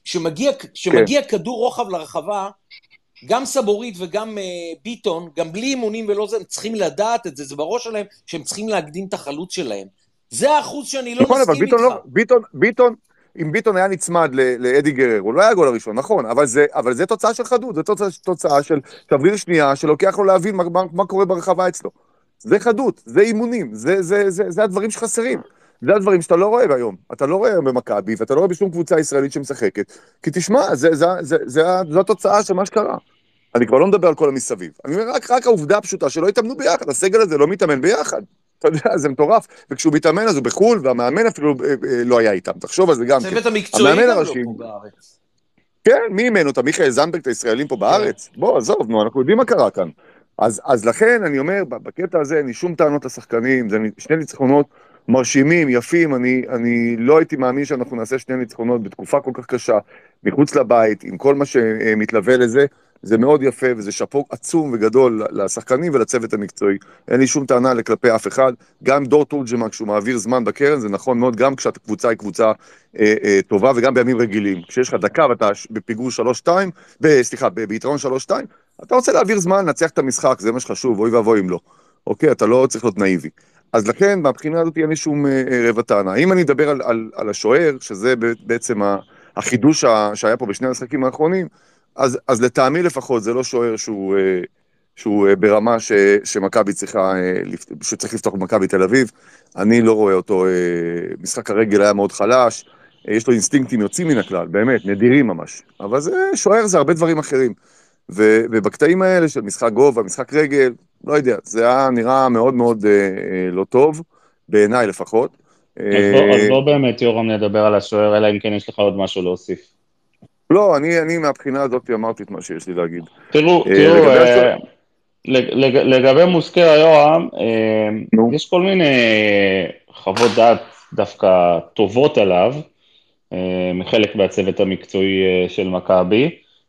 שמגיע כדור רוחב לרחבה, גם סבורית וגם ביטון, גם בלי אימונים ולא זה, הם צריכים לדעת את זה, זה בראש שלהם, שהם צריכים להקדים את החלוץ שלהם. זה האחוז שאני לא מסכים איתך. אם ביטון היה נצמד לאדי גרר, הוא לא היה הגול הראשון, נכון, אבל זה תוצאה של חדות, זה תוצאה של תבריר שנייה, שלוקח לו להבין מה קורה ברחבה אצלו. זה חדות, זה אימונים, זה הדברים שחסרים. זה הדברים שאתה לא רואה היום. אתה לא רואה במכבי, ואתה לא רואה בשום קבוצה ישראלית שמשחקת. כי תשמע, זו התוצאה של מה שקרה. אני כבר לא מדבר על כל המסביב. אני אומר, רק העובדה הפשוטה שלא התאמנו ביחד. הסגל הזה לא מתאמן ביחד. אתה יודע, זה מטורף. וכשהוא מתאמן אז הוא בחול, והמאמן אפילו לא היה איתם. תחשוב על זה גם. צוות המקצועי גם לא פה בארץ. כן, מי אימן אותה? מיכאל זנדברג, את הישראלים פה בארץ? בוא, עזוב, נו, אנחנו יודעים מה קרה כאן. אז לכן, אני אומר, בקטע הזה, אין לי שום טענות לשחקנים, זה שני ניצחונות מרשימים, יפים, אני לא הייתי מאמין שאנחנו נעשה שני ניצחונות בתקופה כל כך קשה, מחוץ לבית, עם כל מה שמתלווה לזה, זה מאוד יפה, וזה שפו עצום וגדול לשחקנים ולצוות המקצועי. אין לי שום טענה לכלפי אף אחד. גם דור תורג'מן, כשהוא מעביר זמן בקרן, זה נכון מאוד, גם כשהקבוצה היא קבוצה טובה, וגם בימים רגילים. כשיש לך דקה ואתה בפיגור 3-2, ביתרון 3-2, אתה רוצה להעביר זמן, לנצח את המשחק, זה מה שחשוב, אוי ואבוי אם לא. אוקיי, אתה לא צריך להיות נאיבי. אז לכן, מהבחינה הזאת אין לי שום רבע טענה. אם אני אדבר על השוער, שזה בעצם החידוש שהיה פה בשני המשחקים האחרונים, אז לטעמי לפחות, זה לא שוער שהוא ברמה שמכבי צריכה, שצריך לפתוח במכבי תל אביב. אני לא רואה אותו, משחק הרגל היה מאוד חלש, יש לו אינסטינקטים יוצאים מן הכלל, באמת, נדירים ממש. אבל שוער זה הרבה דברים אחרים. ובקטעים האלה של משחק גובה, משחק רגל, לא יודע, זה היה נראה מאוד מאוד לא טוב, בעיניי לפחות. אז בוא באמת, יורם, נדבר על השוער, אלא אם כן יש לך עוד משהו להוסיף. לא, אני מהבחינה הזאת אמרתי את מה שיש לי להגיד. תראו, לגבי מוסקרה, יורם, יש כל מיני חוות דעת דווקא טובות עליו, מחלק מהצוות המקצועי של מכבי.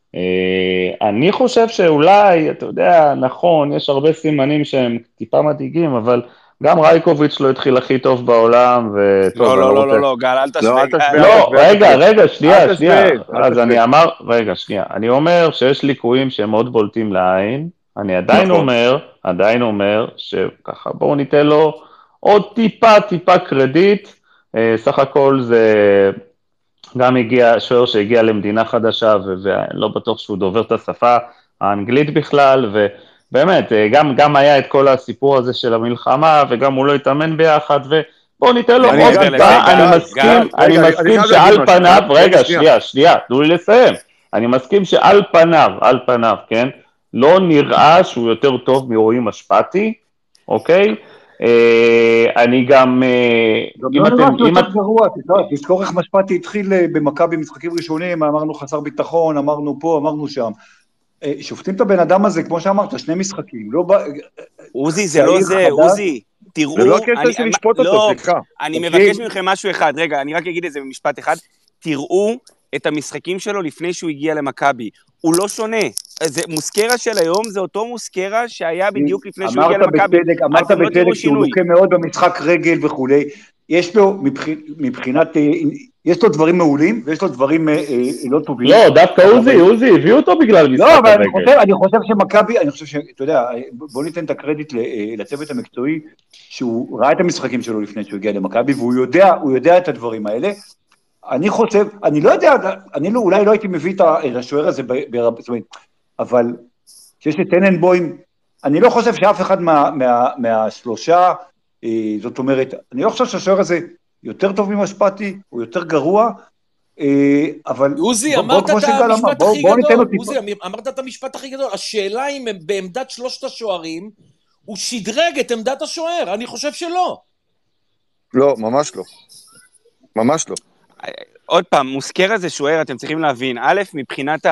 אני חושב שאולי, אתה יודע, נכון, יש הרבה סימנים שהם טיפה מדאיגים, אבל גם רייקוביץ' לא התחיל הכי טוב בעולם, וטוב, לא, גל, אל תשווה. לא, רגע, שנייה, אז אני אומר שיש ליקויים שהם מאוד בולטים לעין, אני עדיין אומר שככה, בואו ניתן לו עוד טיפה קרדיט, סך הכל זה גם שוער שהגיע למדינה חדשה, ולא בטוח שהוא דובר את השפה האנגלית בכלל, ובאמת, גם היה את כל הסיפור הזה של המלחמה, וגם הוא לא התאמן ביחד, ובואו ניתן לו עוד טיפה, אני מסכים שעל פניו, רגע, שנייה, תנו לי לסיים, אני מסכים שעל פניו, כן, לא נראה שהוא יותר טוב מרועי משפטי, אוקיי? אני גם... אם אתה גרוע, תזכור איך משפטי התחיל במכבי במשחקים ראשונים, אמרנו חסר ביטחון, אמרנו פה, אמרנו שם. שופטים את הבן אדם הזה, כמו שאמרת, שני משחקים. עוזי, זה לא זה, עוזי. תראו... זה לא הקשר של לשפוט אותו, סליחה. אני מבקש מכם משהו אחד, רגע, אני רק אגיד את זה במשפט אחד. תראו את המשחקים שלו לפני שהוא הגיע למכבי. הוא לא שונה. מוסקרה של היום זה אותו מוסקרה שהיה בדיוק לפני שהוא הגיע למכבי. אמרת בצדק שהוא לוקה מאוד במשחק רגל וכולי. יש לו מבחינת, יש לו דברים מעולים ויש לו דברים לא טובים. לא, דווקא עוזי, הביאו אותו בגלל משחק הרגל. לא, אבל אני חושב שמכבי, אתה יודע, בוא ניתן את הקרדיט לצוות המקצועי, שהוא ראה את המשחקים שלו לפני שהוא הגיע למכבי, והוא יודע את הדברים האלה. אני חושב, אני לא יודע, אולי לא הייתי מביא את השוער הזה, אבל שיש לי טננבוים, אני לא חושב שאף אחד מהשלושה, זאת אומרת, אני לא חושב שהשוער הזה יותר טוב ממשפטי, הוא יותר גרוע, אבל... עוזי, אמרת את המשפט הכי גדול, השאלה אם בעמדת שלושת השוערים, הוא שדרג את עמדת השוער, אני חושב שלא. לא, ממש לא. ממש לא. עוד פעם, מוסקרה זה שוער, אתם צריכים להבין, א', מבחינת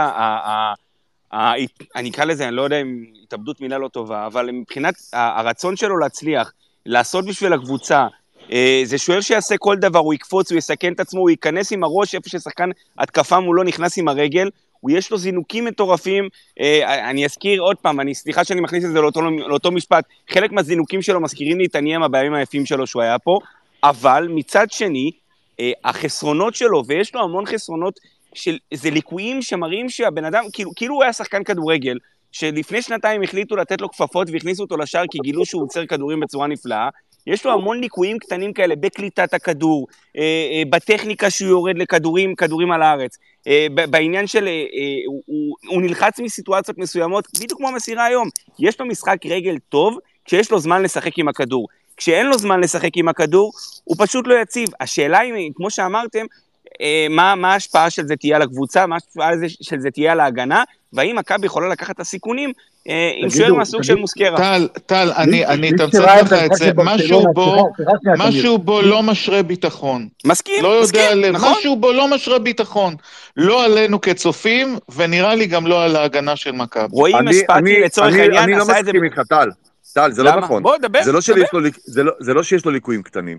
אני אקרא לזה, אני לא יודע אם התאבדות מילה לא טובה, אבל מבחינת הרצון שלו להצליח, לעשות בשביל הקבוצה, זה שוער שיעשה כל דבר, הוא יקפוץ, הוא יסכן את עצמו, הוא ייכנס עם הראש, איפה ששחקן התקפה מולו נכנס עם הרגל, יש לו זינוקים מטורפים, אני אזכיר עוד פעם, סליחה שאני מכניס את זה לאותו משפט, חלק מהזינוקים שלו מזכירים לי את הניהם בימים היפים שלו שהוא היה פה, אבל מצד שני, החסרונות שלו, ויש לו המון חסרונות, זה ליקויים שמראים שהבן אדם, כאילו הוא היה שחקן כדורגל, שלפני שנתיים החליטו לתת לו כפפות והכניסו אותו לשער, כי גילו שהוא עוצר כדורים בצורה נפלאה, יש לו המון ליקויים קטנים כאלה, בקליטת הכדור, בטכניקה שהוא יורד כדורים על הארץ, בעניין של, הוא נלחץ מסיטואציות מסוימות, בדיוק כמו המסירה היום, יש לו משחק רגל טוב, כשיש לו זמן לשחק עם הכדור, כשאין לו זמן לשחק עם הכדור, הוא פשוט לא יציב. השאלה היא, כמו שאמרתם, מה ההשפעה של זה תהיה על הקבוצה, מה ההשפעה של זה תהיה על ההגנה, והאם מכבי יכולה לקחת את הסיכונים, עם שוער מהסוג של מוסקרה. טל, אני אתמצת לך את זה, משהו בו לא משרה ביטחון. מסכים, נכון? משהו בו לא משרה ביטחון. לא עלינו כצופים, ונראה לי גם לא על ההגנה של מכבי. רואים משפטי לצורך העניין, עשה את זה... טל, זה לא נכון. זה לא שיש לו ליקויים קטנים.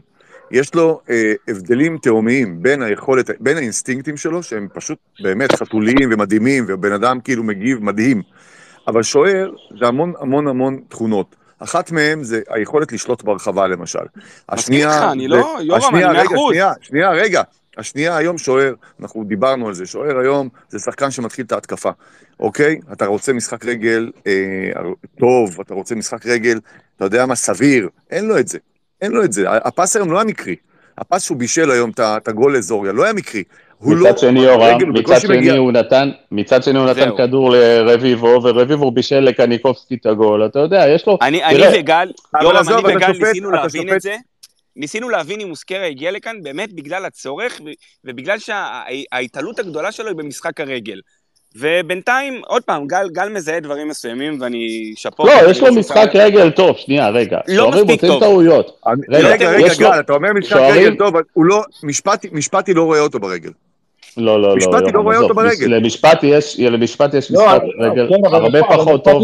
יש לו הבדלים תאומיים בין היכולת, בין האינסטינקטים שלו, שהם פשוט באמת חתוליים ומדהימים, ובן אדם כאילו מגיב מדהים. אבל שוער זה המון המון המון תכונות. אחת מהן זה היכולת לשלוט ברחבה למשל. השנייה, אני לא, יורם, אני 100%. רגע. השנייה היום שוער, אנחנו דיברנו על זה, שוער היום זה שחקן שמתחיל את ההתקפה, אוקיי? אתה רוצה משחק רגל טוב, אתה רוצה משחק רגל, אתה יודע מה, סביר, אין לו את זה. הפס היום לא היה מקרי. הפס שהוא בישל היום את הגול לזוריה, לא היה מקרי. מצד שני יורם, מצד שני הוא נתן כדור לרביבו, ורביבו בישל לקניקובסקי את הגול, אתה יודע, יש לו... אני וגל ניסינו להבין את זה, ניסינו להבין אם מוסקרה הגיע לכאן באמת בגלל הצורך, ובגלל שההתעלות הגדולה שלו היא במשחק הרגל. ובינתיים, עוד פעם, גל מזהה דברים מסוימים, ואני שפור... לא, יש לו משחק רגל טוב, שנייה, רגע. לא מספיק טוב. רגע, גל, אתה אומר משחק רגל טוב, הוא לא, משפטי לא רואה אותו ברגל. לא, משפטי לא רואה אותו ברגל. למשפט יש משחק רגל הרבה פחות טוב,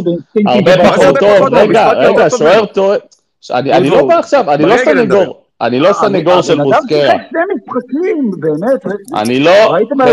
רגע, שוער טוב, אני לא בא עכשיו, אני לא סנגור של מוסקרה. שני משחקים, באמת. אני לא,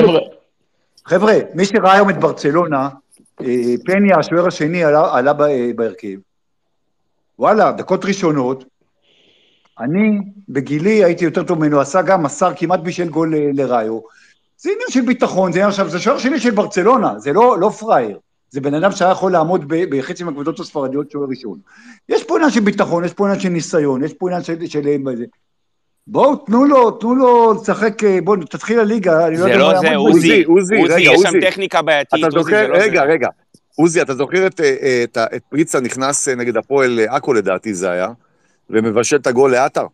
חבר'ה, מי שראה היום את ברצלונה, פניה, השוער השני, עלה בהרכב. וואלה, דקות ראשונות, אני בגילי הייתי יותר טוב ממנו, עשה גם מסר כמעט בשל גול לראיו. זה עניין של ביטחון, זה שוער שני של ברצלונה, זה לא פרייר. זה בן אדם שהיה יכול לעמוד בחצי מהקבוצות הספרדיות שוער ראשון. יש פה עניין של ביטחון, יש פה עניין של ניסיון, יש פה עניין של בואו, תנו לו לשחק, בואו, תתחיל הליגה. זה לא זה, עוזי, יש שם טכניקה בעייתית. רגע, עוזי, אתה זוכר את פריצה נכנס נגד הפועל עכו לדעתי זה היה, ומבשל את הגול לאתר?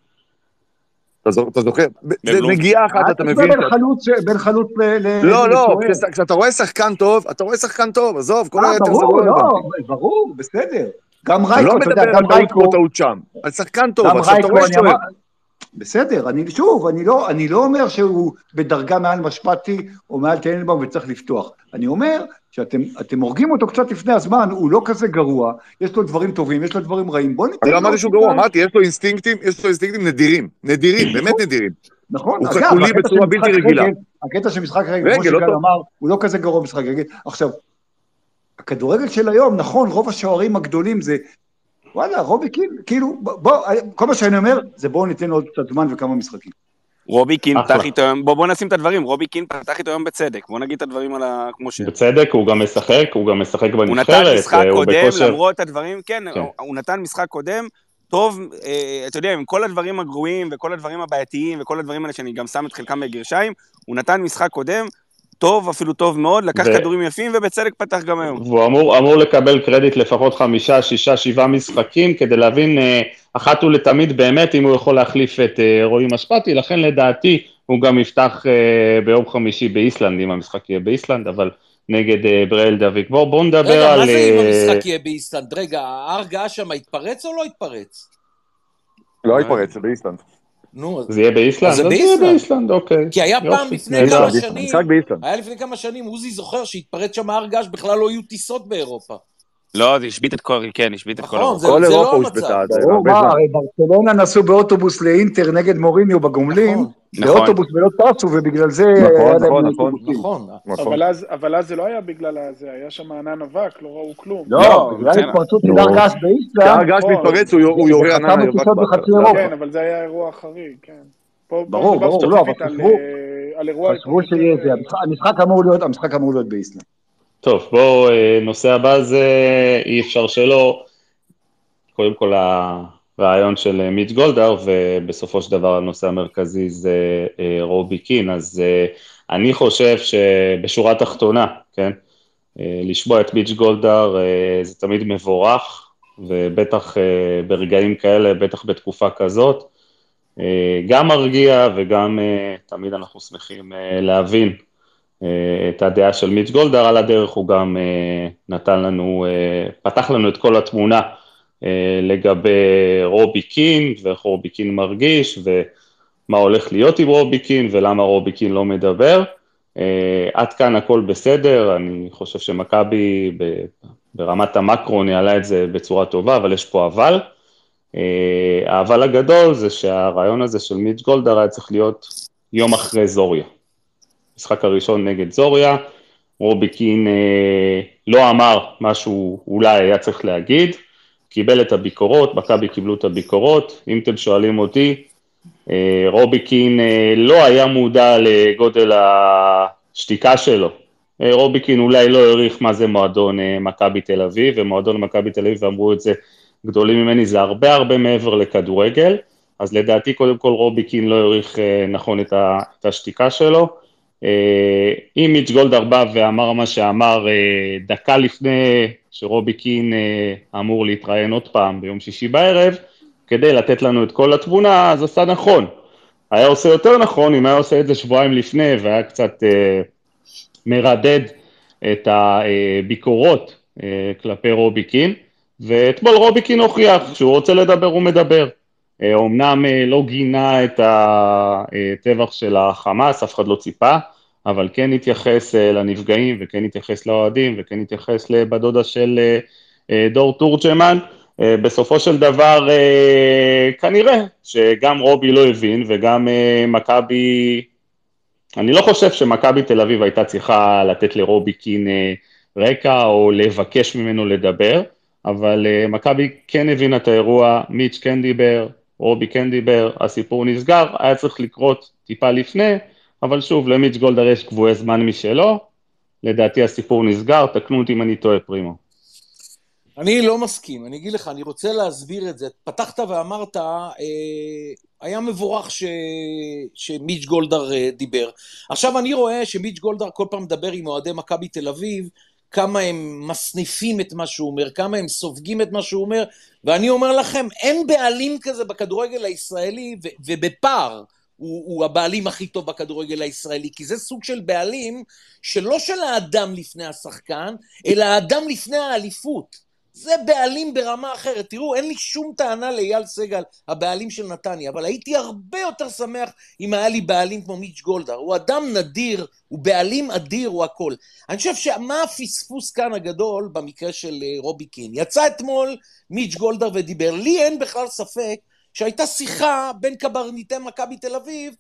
אתה זוכר? זה נגיעה אחת, אתה מבין? בין חלוץ לא, כשאתה רואה שחקן טוב, עזוב, כל היתר זה לא. ברור, בסדר. גם רייקו, לא מדבר על טעות שם, על שחקן טוב, עכשיו אתה רואה שוער. בסדר, אני לא אומר שהוא בדרגה מעל משפטי או מעל טננבאום וצריך לפתוח. אני אומר שאתם הורגים אותו קצת לפני הזמן, הוא לא כזה גרוע, יש לו דברים טובים, יש לו דברים רעים. אני לא אמרתי שהוא גרוע, אמרתי, יש לו אינסטינקטים נדירים, באמת נדירים. נכון, הוא חתולי בצורה בלתי רגילה. הקטע של משחק רגל, כמו שגל אמר, הוא לא כזה גרוע במשחק רגל. עכשיו, הכדורגל של היום, נכון, רוב השוערים הגדולים זה וואלה, רובי קין, כאילו, כל מה שאני אומר, זה בואו ניתן עוד קצת זמן וכמה משחקים. רובי קין פתח איתו היום, בואו נשים את הדברים, רובי קין פתח איתו היום בצדק, בואו נגיד את הדברים על כמו ש... בצדק, הוא גם משחק בנבחרת. הוא נתן משחק קודם, למרות הדברים, כן, הוא נתן משחק קודם, טוב, אתה יודע, עם כל הדברים הגרועים, וכל הדברים הבעייתיים, וכל הדברים האלה שאני גם שם את חלקם בגרשיים, הוא נתן משחק קודם, טוב, אפילו טוב מאוד, לקח כדורים יפים, ובצדק פתח גם היום. והוא אמור לקבל קרדיט לפחות 5, 6, 7 משחקים, כדי להבין אחת ולתמיד באמת, אם הוא יכול להחליף את רועי משפטי, לכן לדעתי הוא גם יפתח ביום חמישי באיסלנד, אם המשחק יהיה באיסלנד, אבל נגד בראל דביק. בואו נדבר על... רגע, מה זה אם המשחק יהיה באיסלנד? רגע, ההרגעה שם התפרץ או לא התפרץ? לא התפרץ, זה באיסלנד. זה יהיה באיסלנד? זה באיסלנד, אוקיי. כי היה פעם לפני כמה שנים, עוזי זוכל שהתפרץ שם הר געש, בכלל לא יהיו טיסות באירופה. לא, זה השבית את כל, כן, השבית את כל אירופה. נכון, זה לא המצב. הרי ברצלונה נסעו באוטובוס לאינטר נגד מוריניו בגומלין, באוטובוס ולא טסו, ובגלל זה... נכון. אבל אז זה לא היה בגלל זה, היה שם ענן אבק, לא ראו כלום. לא, בגלל התפרצות של הר געש באיסלנד. הר געש מתפרץ, הוא יורה ענן אבק. כן, אבל זה היה אירוע חריג, כן. ברור, לא, אבל חשבו שיהיה זה, המשחק אמור להיות באיסלנד. טוב, בואו, נושא הבא זה אי אפשר שלא, קודם כל הרעיון של מיץ' גולדהר, ובסופו של דבר הנושא המרכזי זה רובי קין, אז אני חושב שבשורה תחתונה, כן, לשבוע את מיץ' גולדהר זה תמיד מבורך, ובטח ברגעים כאלה, בטח בתקופה כזאת, גם מרגיע וגם תמיד אנחנו שמחים להבין את הדעה של מיץ' גולדהר. על הדרך הוא גם נתן לנו, פתח לנו את כל התמונה לגבי רובי קין, ואיך רובי קין מרגיש, ומה הולך להיות עם רובי קין, ולמה רובי קין לא מדבר. עד כאן הכל בסדר, אני חושב שמכבי ברמת המקרו ניהלה את זה בצורה טובה, אבל יש פה אבל. אבל הגדול זה שהרעיון הזה של מיץ' גולדהר היה צריך להיות יום אחרי זוריה. המשחק הראשון נגד זוריה, רובי קין לא אמר מה שהוא אולי היה צריך להגיד, קיבל את הביקורות, מכבי קיבלו את הביקורות, אם אתם שואלים אותי, רובי קין לא היה מודע לגודל השתיקה שלו, רובי קין אולי לא העריך מה זה מועדון מכבי תל אביב, ומועדון מכבי תל אביב אמרו את זה גדולים ממני, זה הרבה הרבה מעבר לכדורגל, אז לדעתי קודם כל רובי קין לא העריך נכון את השתיקה שלו, אם מיץ' גולדהר בא ואמר מה שאמר דקה לפני שרובי קין אמור להתראיין עוד פעם ביום שישי בערב, כדי לתת לנו את כל התמונה, אז עשה נכון. היה עושה יותר נכון אם היה עושה את זה שבועיים לפני, והיה קצת מרדד את הביקורות כלפי רובי קין, ואתמול רובי קין הוכיח שהוא רוצה לדבר הוא מדבר. אמנם לא גינה את הטבח של החמאס, אף אחד לא ציפה, אבל כן התייחס לנפגעים, וכן התייחס לאוהדים, וכן התייחס לבדודה של דור תורג'מן. בסופו של דבר, כנראה שגם רובי לא הבין, וגם מכבי, אני לא חושב שמכבי תל אביב הייתה צריכה לתת לרובי קין רקע, או לבקש ממנו לדבר, אבל מכבי כן הבינה את האירוע, מיץ' כן דיבר, רובי כן דיבר, הסיפור נסגר, היה צריך לקרות טיפה לפני, אבל שוב, למיץ' גולדהר יש קבועי זמן משלו, לדעתי הסיפור נסגר, תקנו אותי אם אני טועה פרימו. אני לא מסכים, אני אגיד לך, אני רוצה להסביר את זה, פתחת ואמרת, היה מבורך שמיץ' גולדהר דיבר, עכשיו אני רואה שמיץ' גולדהר כל פעם מדבר עם אוהדי מכבי תל אביב, כמה הם מסניפים את מה שהוא אומר, כמה הם סופגים את מה שהוא אומר, ואני אומר לכם, אין בעלים כזה בכדורגל הישראלי, ובפער, הוא הבעלים הכי טוב בכדורגל הישראלי, כי זה סוג של בעלים, שלא של האדם לפני השחקן, אלא האדם לפני האליפות. זה בעלים ברמה אחרת. תראו, אין לי שום טענה לאייל סגל, הבעלים של נתניה, אבל הייתי הרבה יותר שמח אם היה לי בעלים כמו מיץ' גולדהר. הוא אדם נדיר, הוא בעלים אדיר, הוא הכל. אני חושב שמה הפספוס כאן הגדול במקרה של רובי קין? יצא אתמול מיץ' גולדהר ודיבר. לי אין בכלל ספק שהייתה שיחה בין קברניטי מכבי תל אביב,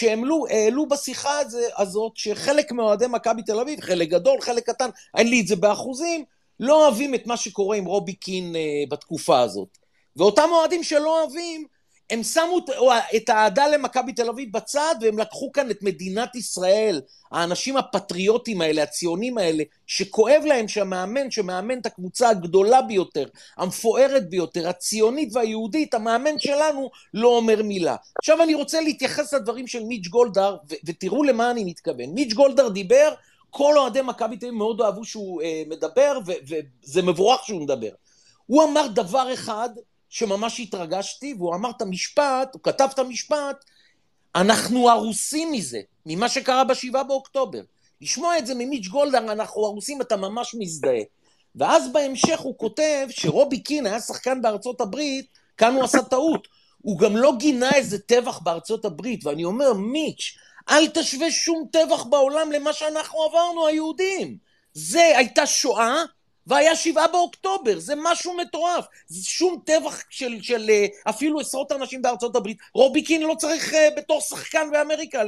שהעלו בשיחה הזאת שחלק מאוהדי מכבי תל אביב, חלק גדול, חלק קטן, אין לי את זה באחוזים, לא אוהבים את מה שקורה עם רובי קין בתקופה הזאת. ואותם אוהדים שלא אוהבים, הם שמו את האהדה למכבי תל אביב בצד, והם לקחו כאן את מדינת ישראל, האנשים הפטריוטים האלה, הציונים האלה, שכואב להם שהמאמן, שמאמן את הקבוצה הגדולה ביותר, המפוארת ביותר, הציונית והיהודית, המאמן שלנו לא אומר מילה. עכשיו אני רוצה להתייחס לדברים של מיץ' גולדהר, ותראו למה אני מתכוון. מיץ' גולדהר דיבר, כל אוהדי מכבי תל אביב מאוד אהבו שהוא מדבר, וזה מבורך שהוא מדבר. הוא אמר דבר אחד שממש התרגשתי, והוא אמר את המשפט, הוא כתב את המשפט, אנחנו הרוסים מזה, ממה שקרה ב7 באוקטובר. לשמוע את זה ממיץ' גולדהר, אנחנו הרוסים, אתה ממש מזדהה. ואז בהמשך הוא כותב שרובי קין היה שחקן בארצות הברית, כאן הוא עשה טעות. הוא גם לא גינה איזה טבח בארצות הברית, ואני אומר, מיץ', אל תשווה שום טבח בעולם למה שאנחנו עברנו, היהודים. זה הייתה שואה, והיה 7 באוקטובר, זה משהו מטורף, זה שום טבח של אפילו עשרות אנשים בארצות הברית, רובי קין לא צריך בתור שחקן באמריקה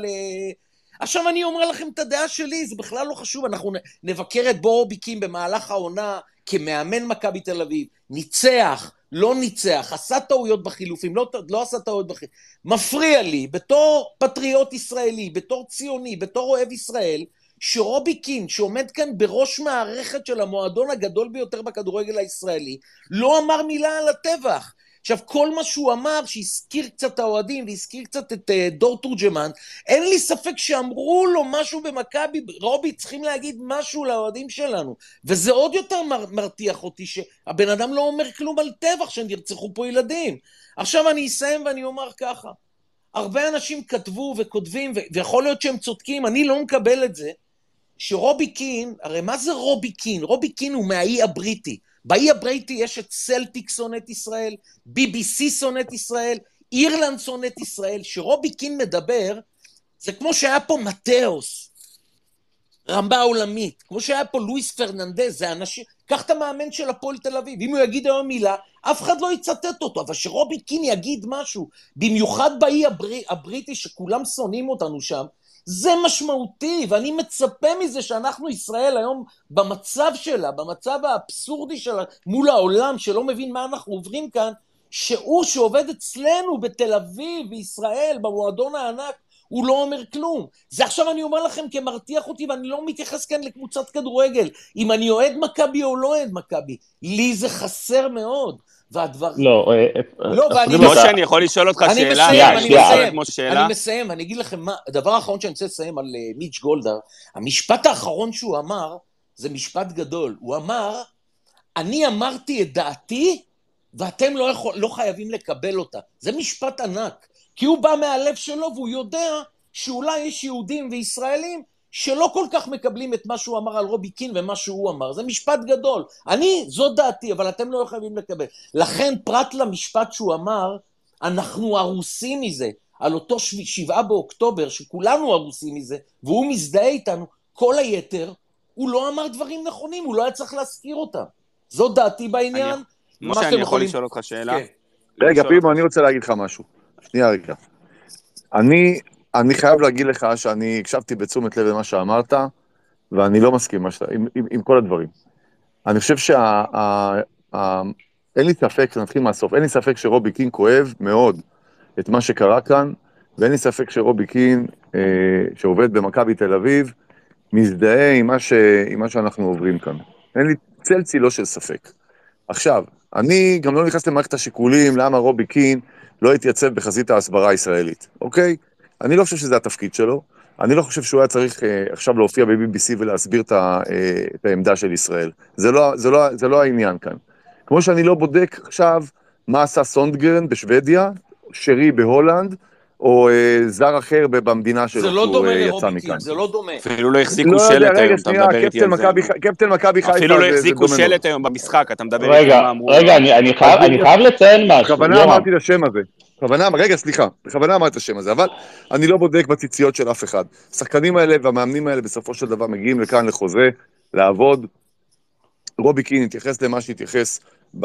עכשיו אני אומר לכם את הדעה שלי, זה בכלל לא חשוב, אנחנו נבקר את רובי קין במהלך העונה, כמאמן מכבי תל אביב, ניצח, לא ניצח, עשה טעויות בחילופים, לא עשה טעויות בחילופים, מפריע לי, בתור פטריוט ישראלי, בתור ציוני, בתור אוהב ישראל, שרובי קין, שעומד כאן בראש מערכת של המועדון הגדול ביותר בכדורגל הישראלי, לא אמר מילה על הטבח. עכשיו, כל מה שהוא אמר, שהזכיר קצת האוהדים, והזכיר קצת את דור תורג'מן, אין לי ספק שאמרו לו משהו במכבי, רובי צריכים להגיד משהו לאוהדים שלנו, וזה עוד יותר מרתיח אותי, שהבן אדם לא אומר כלום על טבח, שנרצחו פה ילדים. עכשיו אני אסיים ואני אומר ככה, הרבה אנשים כתבו וכותבים, ויכול להיות שהם צודקים, אני לא מקבל את זה, שרובי קין, הרי מה זה רובי קין? רובי קין הוא מהאי הבריטי, באי הבריטי יש את סלטיק שונאת ישראל, BBC שונאת ישראל, אירלנד שונאת ישראל, שרובי קין מדבר, זה כמו שהיה פה מתאוס, רמבה עולמית, כמו שהיה פה לואיס פרננדז, זה אנשים, קח את המאמן של הפועל תל אביב, אם הוא יגיד היום מילה, אף אחד לא יצטט אותו, אבל שרובי קין יגיד משהו, במיוחד באי הבריטי שכולם שונאים אותנו שם, זה משמעותי, ואני מצפה מזה שאנחנו ישראל היום במצב שלה, במצב האבסורדי שלה מול העולם, שלא מבין מה אנחנו עוברים כאן, שהוא שעובד אצלנו בתל אביב, בישראל, במועדון הענק, הוא לא אומר כלום. זה עכשיו אני אומר לכם כמרתיח אותי, ואני לא מתייחס כאן לקבוצת כדורגל, אם אני אוהד מכבי או לא אוהד מכבי, לי זה חסר מאוד. לא, שאני יכול לשאול אותך שאלה. אני מסיים, אני אגיד לכם מה, הדבר האחרון שאני רוצה לסיים על מיץ' גולדהר, המשפט האחרון שהוא אמר, זה משפט גדול, הוא אמר, אני אמרתי את דעתי, ואתם לא חייבים לקבל אותה. זה משפט ענק, כי הוא בא מהלב שלו, והוא יודע שאולי יש יהודים וישראלים, שלא כל כך מקבלים את מה שהוא אמר על רובי קין ומה שהוא אמר. זה משפט גדול. זו דעתי, אבל אתם לא חייבים לקבל. לכן, פרט למשפט שהוא אמר, אנחנו הרוסים מזה, על אותו 7 באוקטובר, שכולנו הרוסים מזה, והוא מזדהה איתנו, כל היתר, הוא לא אמר דברים נכונים, הוא לא היה צריך להזכיר אותם. זו דעתי בעניין. משה, אני יכול לשאול אותך שאלה? רגע, פימו, אני רוצה להגיד לך משהו. שנייה רגע. אני חייב להגיד לך שאני הקשבתי בתשומת לב למה שאמרת, ואני לא מסכים עם כל הדברים. אני חושב אין לי ספק, נתחיל מהסוף, אין לי ספק שרובי קין כואב מאוד את מה שקרה כאן, ואין לי ספק שרובי קין, שעובד במכבי תל אביב, מזדהה עם מה שאנחנו עוברים כאן. אין לי צל צילו של ספק. עכשיו, אני גם לא נכנס למערכת השיקולים, למה רובי קין לא התייצב בחזית ההסברה הישראלית, אוקיי? אני לא חושב שזה התפקיד שלו, אני לא חושב שהוא היה צריך עכשיו להופיע ב-BBC ולהסביר את העמדה של ישראל. זה לא העניין כאן. כמו שאני לא בודק עכשיו מה עשה סונדגרן בשוודיה, שרי בהולנד, או זר אחר במדינה שלו. זה לא דומה לרובי קין, זה לא דומה. אפילו לא החזיקו שלט היום, אתה מדבר איתי על זה. קפטן מכבי חיפה. אפילו לא החזיקו שלט היום במשחק, אתה מדבר איתי על מה אמרו. רגע, אני חייב לציין משהו. בכוונה אמרתי את השם הזה. רגע, סליחה, בכוונה אמרתי את השם הזה, אבל אני לא בודק בציציות של אף אחד. השחקנים האלה והמאמנים האלה בסופו של דבר מגיעים לכאן לחוזה, לעבוד. רובי קין התייחס למה שהתייחס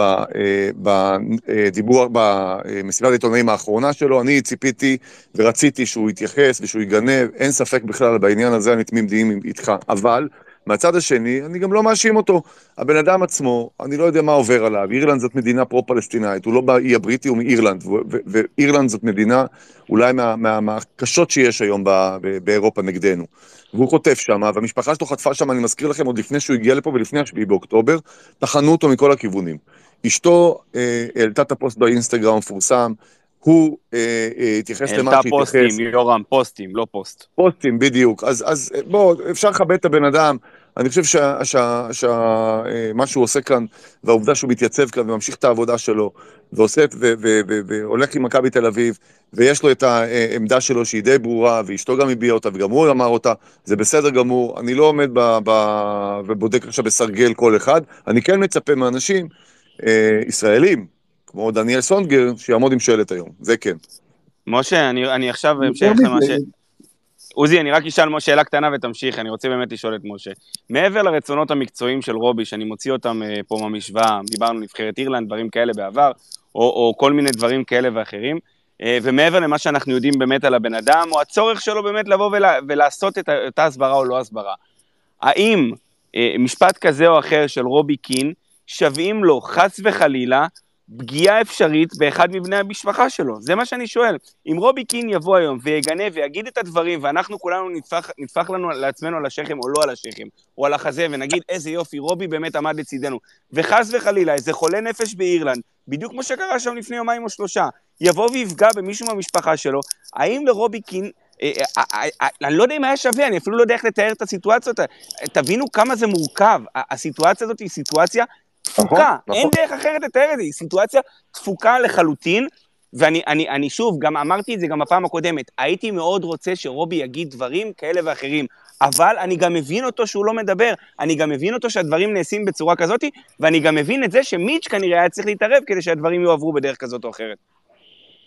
בדיבור, במסיבת העיתונאים האחרונה שלו. אני ציפיתי ורציתי שהוא יתייחס ושהוא יגנב, אין ספק בכלל בעניין הזה, אני תמים דעים איתך, אבל מהצד השני, אני גם לא מאשים אותו. הבן אדם עצמו, אני לא יודע מה עובר עליו. אירלנד זאת מדינה פרו-פלסטינאית, הוא לא באי הבריטי, הוא מאירלנד, ואירלנד זאת מדינה אולי מהקשות שיש היום באירופה נגדנו. והוא חוטף שם, והמשפחה שלו חטפה שם, אני מזכיר לכם, עוד לפני שהוא הגיע לפה ולפני 7 באוקטובר, תחנו אותו מכל הכיוונים. אשתו העלתה את הפוסט באינסטגרם המפורסם, הוא התייחס למה שהתייחס. העלתה פוסטים, יורם, פוסטים, לא פוסט. פוסטים, בדיוק. אז בוא, אפשר לכבד את הבן אדם. אני חושב שמה שהוא עושה כאן, והעובדה שהוא מתייצב כאן וממשיך את העבודה שלו, ועושה והולך עם מכבי תל אביב, ויש לו את העמדה שלו שהיא די ברורה, ואשתו גם הביעה אותה, וגם הוא אמר אותה, זה בסדר גמור. אני לא עומד ובודק עכשיו בסרגל כל אחד. אני כן מצפה מאנשים ישראלים, כמו דניאל סונדגרן, שיעמוד עם שלט היום. זה כן. משה, אני עכשיו המשך למה עוזי, אני רק אשאל שאלה קטנה ותמשיך, אני רוצה באמת לשאול את משה. מעבר לרצונות המקצועיים של רובי, שאני מוציא אותם פה מהמשוואה, דיברנו נבחרת אירלנד, דברים כאלה בעבר, או כל מיני דברים כאלה ואחרים, ומעבר למה שאנחנו יודעים באמת על הבן אדם, או הצורך שלו באמת לבוא ולעשות את אותה הסברה או לא הסברה. האם משפט כזה או אחר של רובי קין, שווים לו חס וחלילה, פגיעה אפשרית באחד מבני המשפחה שלו? זה מה שאני שואל. אם רובי קין יבוא היום ויגנה ויגיד את הדברים, ואנחנו כולנו נטפח לנו לעצמנו על השכם או לא על השכם, או על החזה, ונגיד איזה יופי, רובי באמת עמד לצידנו, וחס וחלילה, איזה חולה נפש באירלנד, בדיוק כמו שקרה שם לפני 2 או 3, יבוא ויפגע במישהו מהמשפחה שלו, האם לרובי קין, אני לא יודע אם היה שווה, אני אפילו לא יודע איך לתאר את הסיטואציות, תבינו כמה זה מורכב, הסיטואציה הזאת היא סיטואציה תפוקה, אין דרך אחרת לתאר את זה, היא סיטואציה תפוקה לחלוטין, ואני שוב, גם אמרתי את זה גם בפעם הקודמת, הייתי מאוד רוצה שרובי יגיד דברים כאלה ואחרים, אבל אני גם מבין אותו שהוא לא מדבר, אני גם מבין אותו שהדברים נעשים בצורה כזאת, ואני גם מבין את זה שמיץ' כנראה היה צריך להתערב כדי שהדברים יועברו בדרך כזאת או אחרת.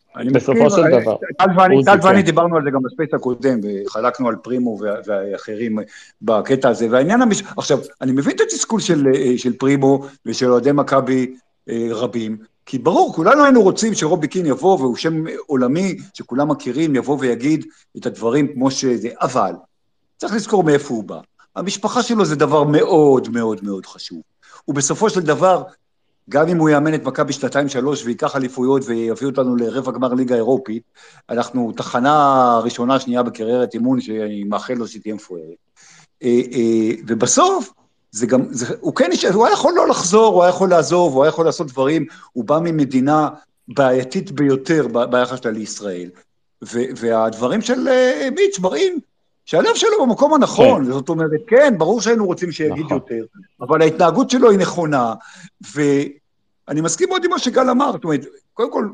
בסופו של דבר. טל ואני דיברנו על זה גם בספייס הקודם, וחלקנו על פרימו ואחרים בקטע הזה, והעניין עכשיו, אני מבין את התסכול של פרימו ושל אוהדי מכבי רבים, כי ברור, כולנו היינו רוצים שרובי קין יבוא, והוא שם עולמי שכולם מכירים, יבוא ויגיד את הדברים כמו שזה, אבל צריך לזכור מאיפה הוא בא. המשפחה שלו זה דבר מאוד מאוד מאוד חשוב. ובסופו של דבר, גם אם הוא יאמן את מכבי 2-3 ויקח אליפויות ויביא אותנו לרבע גמר ליגה אירופית, אנחנו תחנה ראשונה, שנייה בקריירת אימון, שאני מאחל לו שתהיה מפוארת. ובסוף, הוא היה יכול לא לחזור, הוא היה יכול לעזוב, הוא היה יכול לעשות דברים, הוא בא ממדינה בעייתית ביותר ביחס שלה לישראל. והדברים של מיץ' מראים, שהלב שלו במקום הנכון, זאת אומרת, כן, ברור שהיינו רוצים שיגיד יותר, אבל ההתנהגות שלו היא נכונה, ואני מסכים מאוד עם מה שגל אמר, זאת אומרת, קודם כל,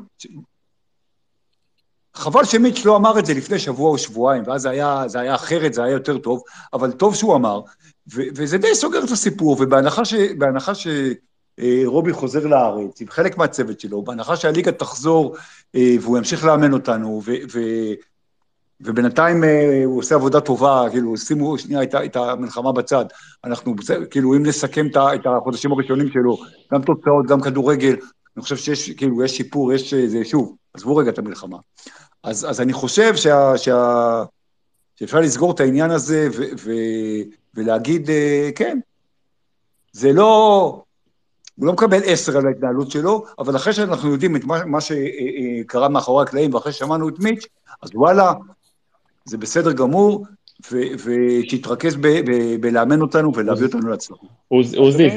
חבל שמיץ' לא אמר את זה לפני שבוע או שבועיים, ואז זה היה אחרת, זה היה יותר טוב, אבל טוב שהוא אמר, וזה די סוגר את הסיפור, ובהנחה שרובי חוזר לארץ, עם חלק מהצוות שלו, בהנחה שהליגה תחזור, והוא ימשיך לאמן אותנו, ובינתיים הוא עושה עבודה טובה, כאילו, שימו שנייה את המלחמה בצד, אנחנו, כאילו, אם נסכם את החודשים הראשונים שלו, גם תוצאות, גם כדורגל, אני חושב שיש, כאילו, יש שיפור, יש זה, שוב, עזבו רגע את המלחמה. אז אני חושב שאפשר לסגור את העניין הזה, ולהגיד, כן, זה לא, הוא לא מקבל 10 על ההתנהלות שלו, אבל אחרי שאנחנו יודעים את מה שקרה מאחורי הקלעים, ואחרי ששמענו את מיץ', אז וואלה, זה בסדר גמור, ושתתרכז בלאמן אותנו ולהביא אותנו להצלחה. עוזי,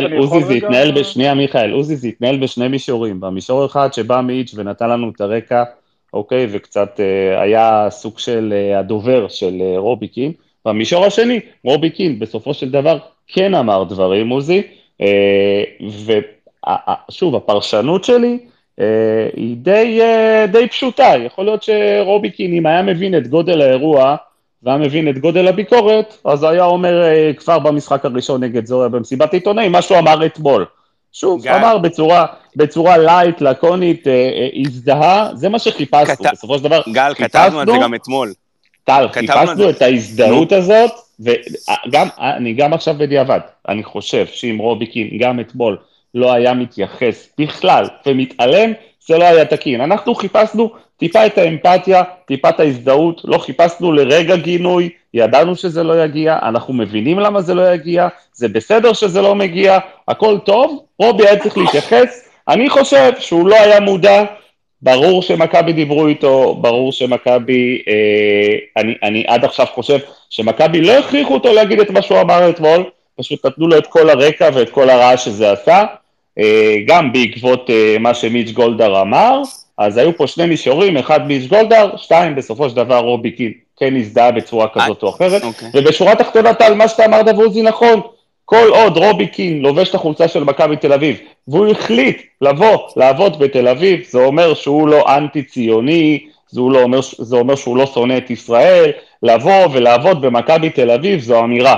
זה התנהל בשני מישורים. במישור אחד שבא מיץ' ונתן לנו את הרקע, אוקיי, וקצת היה סוג של הדובר של רובי קין. במישור השני, רובי קין בסופו של דבר כן אמר דברים, עוזי, ושוב, הפרשנות שלי, היא די פשוטה, יכול להיות שרובי קין, אם היה מבין את גודל האירוע, והיה מבין את גודל הביקורת, אז היה אומר כבר במשחק הראשון נגד זוריה במסיבת עיתונאים, מה שהוא אמר אתמול. שוב, אמר בצורה לייט, לקונית, הזדהה, זה מה שחיפשנו, בסופו של דבר. גל, כתבנו את זה גם אתמול. חיפשנו את ההזדהות הזאת, ואני גם עכשיו בדיעבד, אני חושב שאם רובי קין גם אתמול לא היה מתייחס בכלל ומתעלם, זה לא היה תקין. אנחנו חיפשנו טיפה את האמפתיה, טיפה את ההזדהות, לא חיפשנו לרגע גינוי, ידענו שזה לא יגיע, אנחנו מבינים למה זה לא יגיע, זה בסדר שזה לא מגיע, הכל טוב, רובי היה צריך להתייחס, אני חושב שהוא לא היה ברור שמכבי דיברו איתו, ברור שמכבי, אני עד עכשיו חושב שמכבי לא הכריחו אותו להגיד את מה שהוא אמר אתמול, פשוט נתנו לו את כל הרקע ואת כל הרעש שזה עשה, גם בעקבות מה שמיץ' גולדהר אמר, אז היו פה שני מישורים, אחד מיץ' גולדהר, 2 בסופו של דבר רובי קין כן הזדהה בצורה כזאת או אחרת, ובשורה תחתונה על מה שאתה אמרת ועוזי נכון, כל עוד רובי קין לובש את החולצה של מכבי תל אביב, והוא החליט לבוא לעבוד בתל אביב, זה אומר שהוא לא אנטי ציוני, זה אומר שהוא לא שונא את לבוא ולעבוד במכבי תל אביב, זו אמירה.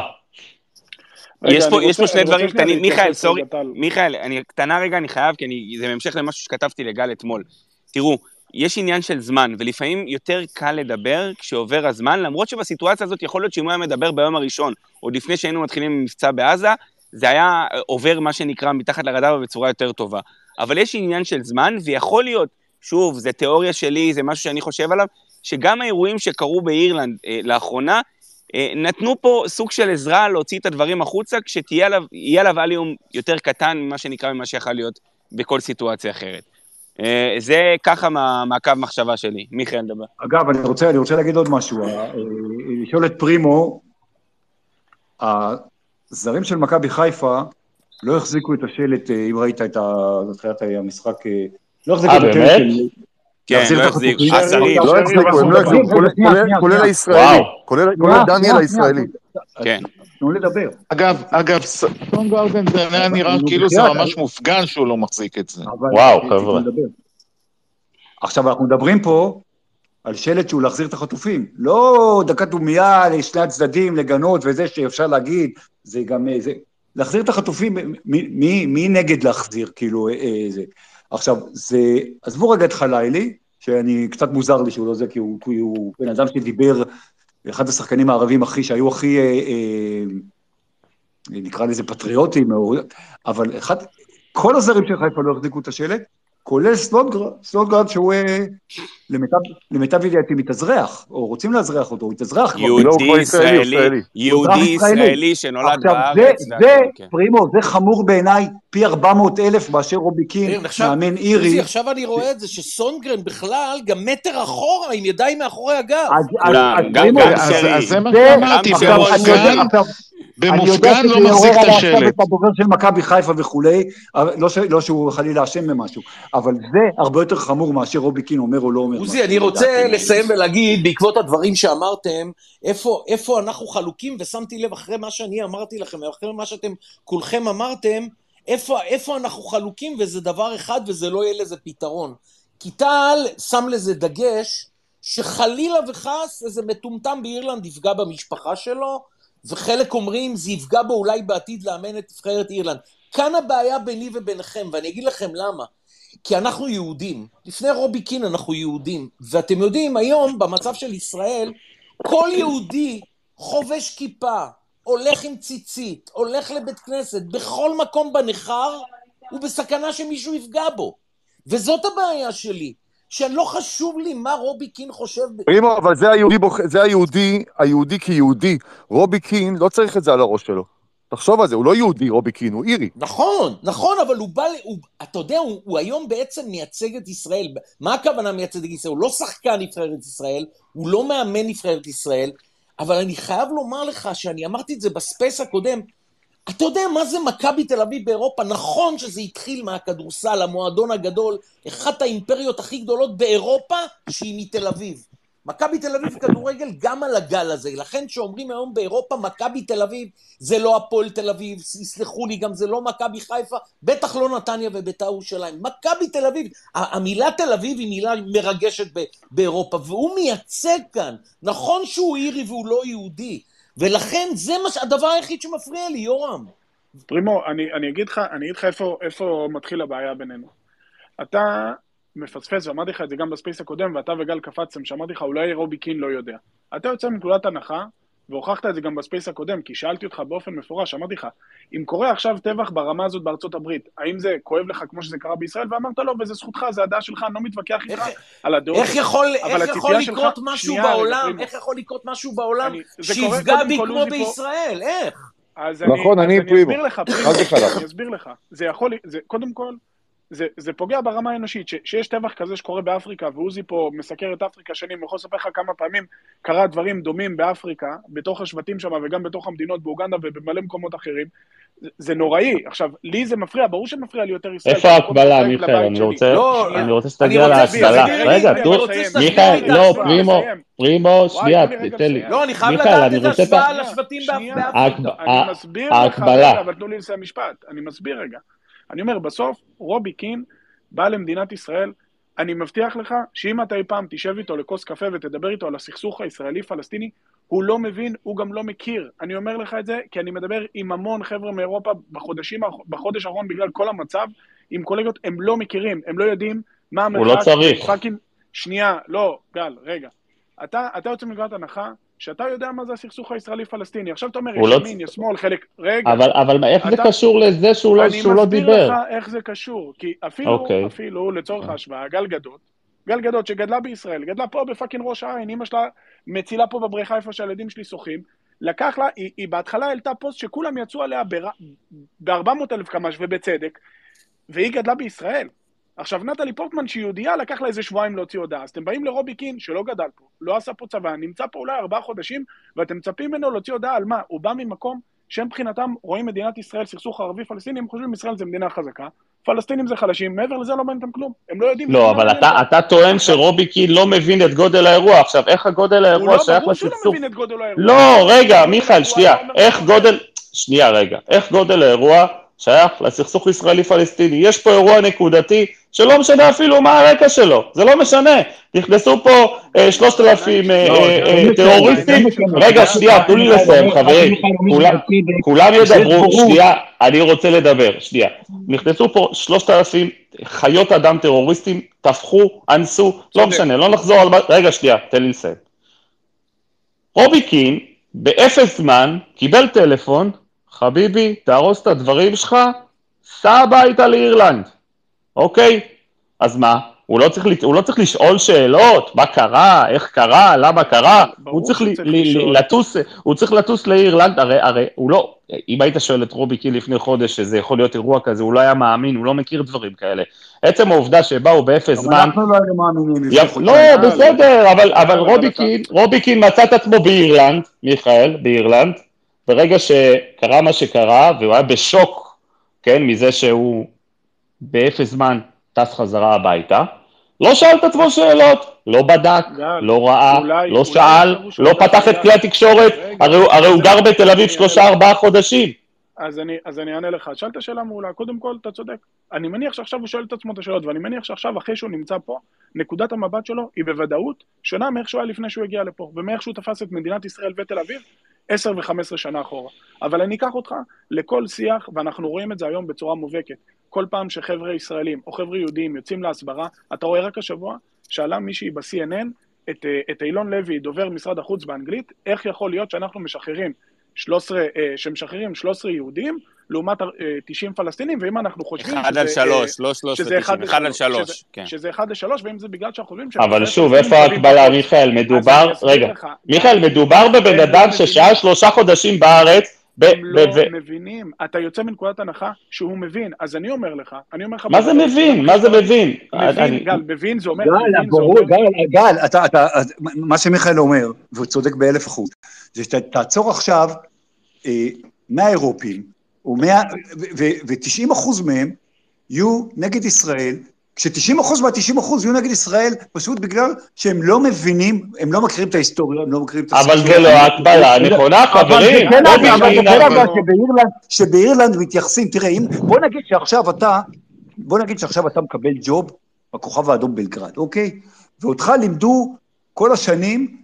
יש פה שני דברים קטנים, מיכאל, אני קטנה רגע, אני חייב, כי זה בהמשך למשהו שכתבתי לגל אתמול. תראו, יש עניין של זמן, ולפעמים יותר קל לדבר כשעובר הזמן, למרות שבסיטואציה הזאת יכול להיות שאם הוא היה מדבר ביום הראשון, עוד לפני שהיינו מתחילים עם מבצע בעזה, זה היה עובר מה שנקרא מתחת לרדאר בצורה יותר טובה. אבל יש עניין של זמן, ויכול להיות, שוב, זה תיאוריה שלי, זה משהו שאני חושב עליו, שגם האירועים שקרו באירלנד לאחרונה, נתנו פה סוג של עזרה להוציא את הדברים החוצה, כשיהיה עליו אליום יותר קטן ממה שנקרא ממה שיכול להיות בכל סיטואציה אחרת. זה ככה מהקו מחשבה שלי. מיכאל דבר. אגב, אני רוצה להגיד עוד משהו. לשאול את פרימו, הזרים של מכבי חיפה לא החזיקו את השלט, אם ראית את המשחק, לא החזיקו את השלט של... כן, לא החזיקו. לא החזיקו, כולל הישראלי, כולל דניאל הישראלי. כן. תנו לדבר. אגב, סון גרדן זה היה נראה כאילו זה ממש מופגן שהוא לא מחזיק את זה. וואו, חבר'ה. עכשיו, אנחנו מדברים פה על שלט שהוא להחזיר את החטופים. לא דקת דומיה לשני הצדדים, לגנות וזה שאפשר להגיד, זה גם זה. להחזיר את החטופים, מי נגד להחזיר, כאילו, זה. עכשיו, עזבו רגע את חלילי, שאני קצת מוזר לי שהוא לא זה, כי הוא בן אדם שדיבר, אחד השחקנים הערבים שהיו הכי, נקרא לזה פטריוטים, אבל כל הזרים של חיפה לא החזיקו את השלט, כולל סלוטגרד שהוא למיטב ידיעתי מתאזרח, או רוצים לאזרח אותו, הוא התאזרח. יהודי ישראלי שנולד בארץ. זה, פרימו, זה חמור בעיניי פי 400,000 מאשר רובי קין, מאמן אירי. עכשיו אני רואה את זה שסונגרן בכלל גם מטר אחורה, עם ידיים מאחורי הגב. אז זה מה שאמרתי, במופגן לא מחזיק את השלט. הדובר של מכבי חיפה וכולי, לא שהוא חלילה אשם במשהו, אבל זה הרבה יותר חמור מאשר רובי קין אומר או לא אומר. עוזי, אני רוצה לסיים ולהגיד, בעקבות הדברים שאמרתם, איפה אנחנו חלוקים, ושמתי לב אחרי מה שאני אמרתי לכם, אחרי מה שאתם כולכם אמרתם, איפה אנחנו חלוקים, וזה דבר אחד, וזה לא יהיה לזה פתרון. כי טל שם לזה דגש, שחלילה וחס איזה מטומטם באירלנד יפגע במשפחה שלו, וחלק אומרים זה יפגע בו אולי בעתיד לאמן את נבחרת אירלנד. כאן הבעיה ביני וביניכם, ואני אגיד לכם למה. כי אנחנו יהודים, לפני רובי קין אנחנו יהודים, ואתם יודעים היום במצב של ישראל, כל יהודי חובש כיפה, הולך עם ציצית, הולך לבית כנסת, בכל מקום בנחר, הוא בסכנה שמישהו יפגע בו. וזאת הבעיה שלי. שלא חשוב לי מה רובי קין חושב. פרימו, אבל זה היהודי כיהודי. רובי קין לא צריך את זה על הראש שלו. תחשוב על זה, הוא לא יהודי, רובי קין, הוא אירי. נכון, אבל הוא בא, אתה יודע, הוא היום בעצם מייצג את ישראל. מה הכוונה מייצג את ישראל? הוא לא שחקן נבחרת ישראל, הוא לא מאמן נבחרת ישראל, אבל אני חייב לומר לך שאני אמרתי את זה בספייס הקודם, אתה יודע מה זה מכבי תל אביב באירופה? נכון שזה התחיל מהכדורסל, המועדון הגדול, אחת האימפריות הכי גדולות באירופה, שהיא מתל אביב. מכבי תל אביב כדורגל גם על הגל הזה, לכן שאומרים היום באירופה, מכבי תל אביב, זה לא הפועל תל אביב, יסלחו לי, גם זה לא מכבי חיפה, בטח לא נתניה ובית"ר ירושלים. מכבי תל אביב, המילה תל אביב היא מילה מרגשת באירופה, והוא מייצג כאן. נכון שהוא אירי והוא לא יהודי, ולכן זה הדבר היחיד שמפריע לי, יורם. פרימו, אני אגיד לך איפה מתחיל הבעיה בינינו. אתה מפספס, ואמרתי לך את זה גם בספייס הקודם, ואתה וגל קפצתם, שאמרתי לך, אולי רובי קין לא יודע. אתה יוצא מנקודת הנחה, והוכחת את זה גם בספייס הקודם, כי שאלתי אותך באופן מפורש, אמרתי לך, אם קורה עכשיו טבח ברמה הזאת בארצות הברית, האם זה כואב לך כמו שזה קרה בישראל? ואמרת לו, וזה זכותך, זה הדעה שלך, אני לא מתווכח איתך על הדעות. איך יכול לקרות משהו בעולם, שיפגע בי כמו בישראל? איך? נכון, אני פרימו. אני אסביר לך. זה יכול, קודם כל, זה פוגע ברמה האנושית, שיש טבח כזה שקורה באפריקה, ועוזי פה מסקר את אפריקה שנים, אני יכול לספר לך כמה פעמים קרה דברים דומים באפריקה, בתוך השבטים שם וגם בתוך המדינות, באוגנדה ובמלא מקומות אחרים, זה נוראי. עכשיו, לי זה מפריע, ברור שמפריע לי יותר ישראל. איפה ההקבלה, מיכאל? אני רוצה שתגיע להקבלה. רגע, מיכאל, לא, פרימו, שנייה, תן לי. לא, אני חייב לדעת את השוואה על השבטים באפריקה. אני מסביר לך רגע, אבל תנו לי לסיים משפט. אני מסביר רגע. אני אומר, בסוף, רובי קין בא למדינת ישראל, אני מבטיח לך שאם אתה אי פעם תשב איתו לכוס קפה ותדבר איתו על הסכסוך הישראלי-פלסטיני, הוא לא מבין, הוא גם לא מכיר. אני אומר לך את זה, כי אני מדבר עם המון חבר'ה מאירופה בחודש האחרון בגלל כל המצב, עם קולגות, הם לא מכירים, הם לא יודעים מה המרחק. הוא לא צריך. שנייה, לא, גל, רגע. אתה יוצא מנקודת הנחה, שאתה יודע מה זה הסכסוך הישראלי-פלסטיני. עכשיו אתה אומר, יש ימין, יש שמאל, חלק, רגע. אבל איך זה קשור לזה שהוא לא דיבר? אני מסביר לך איך זה קשור, כי אפילו לצורך ההשוואה, גל גדות שגדלה בישראל, גדלה פה בפאקינג ראש העין, אמא שלה מצילה פה בבריכה איפה שהילדים שלי שוחים, לקח לה, היא בהתחלה העלתה פוסט שכולם יצאו עליה ב-400,000 קמ"ש ובצדק, והיא גדלה בישראל. עכשיו נטלי פורטמן שהיא יהודייה, לקח לה איזה שבועיים להוציא הודעה, אז אתם באים לרובי קין שלא גדל פה, לא עשה פה צבא, נמצא פה אולי 4 חודשים, ואתם מצפים ממנו להוציא הודעה על מה? הוא בא ממקום שהם מבחינתם רואים מדינת ישראל, סכסוך ערבי-פלסטיני, הם חושבים ישראל זה מדינה חזקה, פלסטינים זה חלשים, מעבר לזה לא מעניין כלום, הם לא יודעים... לא, אבל אתה טוען שרובי קין לא מבין את גודל האירוע, עכשיו איך הגודל האירוע שייך לסכסוך? לא, רגע, מיכאל, שנייה, איך גודל האירוע שייך לסכסוך ישראלי-פלסטיני? יש פה אירוע נקודתי שלא משנה אפילו מה הרקע שלו, זה לא משנה, נכנסו פה 3,000 טרוריסטים, רגע שנייה, תנו לי לסיים חברים, כולם ידברו, שנייה, אני רוצה לדבר, שנייה, נכנסו פה 3,000 חיות אדם טרוריסטים, תפחו, אנסו, לא משנה, לא נחזור על... רגע, שנייה, תן לי לסיים. רובי קין, באפס זמן, קיבל טלפון, חביבי, תהרוס את הדברים שלך, סע הביתה לאירלנד. אוקיי? אז מה? הוא לא צריך לשאול שאלות, מה קרה, איך קרה, למה קרה, הוא צריך לטוס לאירלנד, הרי הוא לא, אם היית שואל את רובי קין לפני חודש שזה יכול להיות אירוע כזה, הוא לא היה מאמין, הוא לא מכיר דברים כאלה. עצם העובדה שבאו באפס זמן... אנחנו לא היינו מאמינים. לא, בסדר, אבל רובי קין מצא את עצמו באירלנד, מיכאל, באירלנד, ברגע שקרה מה שקרה, והוא היה בשוק, כן, מזה שהוא באפס זמן טס חזרה הביתה, לא שאל את עצמו שאלות, לא בדק, לא ראה, לא שאל, לא פתח את כלי התקשורת, הרי הוא גר בתל אביב 3-4 חודשים. אז אני אענה לך, שאלת שאלה מעולה, קודם כל אתה צודק, אני מניח שעכשיו הוא שואל את עצמו את השאלות, ואני מניח שעכשיו אחרי שהוא נמצא פה, נקודת המבט שלו היא בוודאות שונה מאיך שהוא היה לפני שהוא הגיע לפה, ומאיך שהוא תפס את מדינת ישראל ותל אביב 10 ו-15 שנה אחורה. אבל אני אקח אותך לכל שיח, ואנחנו רואים את זה היום בצורה מובהקת. כל פעם שחבר'ה ישראלים או חבר'ה יהודים יוצאים להסברה, אתה רואה רק השבוע שעלה מישהי ב-CNN את אילון לוי, דובר משרד החוץ באנגלית, איך יכול להיות שאנחנו משחררים 13 יהודים, לעומת 90 פלסטינים, ואם אנחנו חושבים 1-3, לא 3, שזה 1-3, ואם זה בגלל שאנחנו חושבים... אבל שוב, איפה ההקבלה, מיכאל? מדובר בבן אדם ששעה 3 חודשים בארץ, הם לא מבינים, אתה יוצא מנקודת הנחה שהוא מבין, אז אני אומר לך, מה זה מבין? גל, מבין זה אומר... גל, מה שמיכאל אומר, והוא צודק ב1,000%, זה שאתה תעצור עכשיו 100 אירופים, ו-90% מהם יהיו נגד ישראל, כש-90% מה-90% יהיו נגד ישראל, פשוט בגלל שהם לא מבינים, הם לא מכירים את ההיסטוריה, הם לא מכירים את אבל זה לא ההקבלה נכונה, חברים. אבל שבאירלנד מתייחסים, תראה, בוא נגיד שעכשיו אתה מקבל ג'וב בכוכב האדום בלגרד, אוקיי? ואותך לימדו כל השנים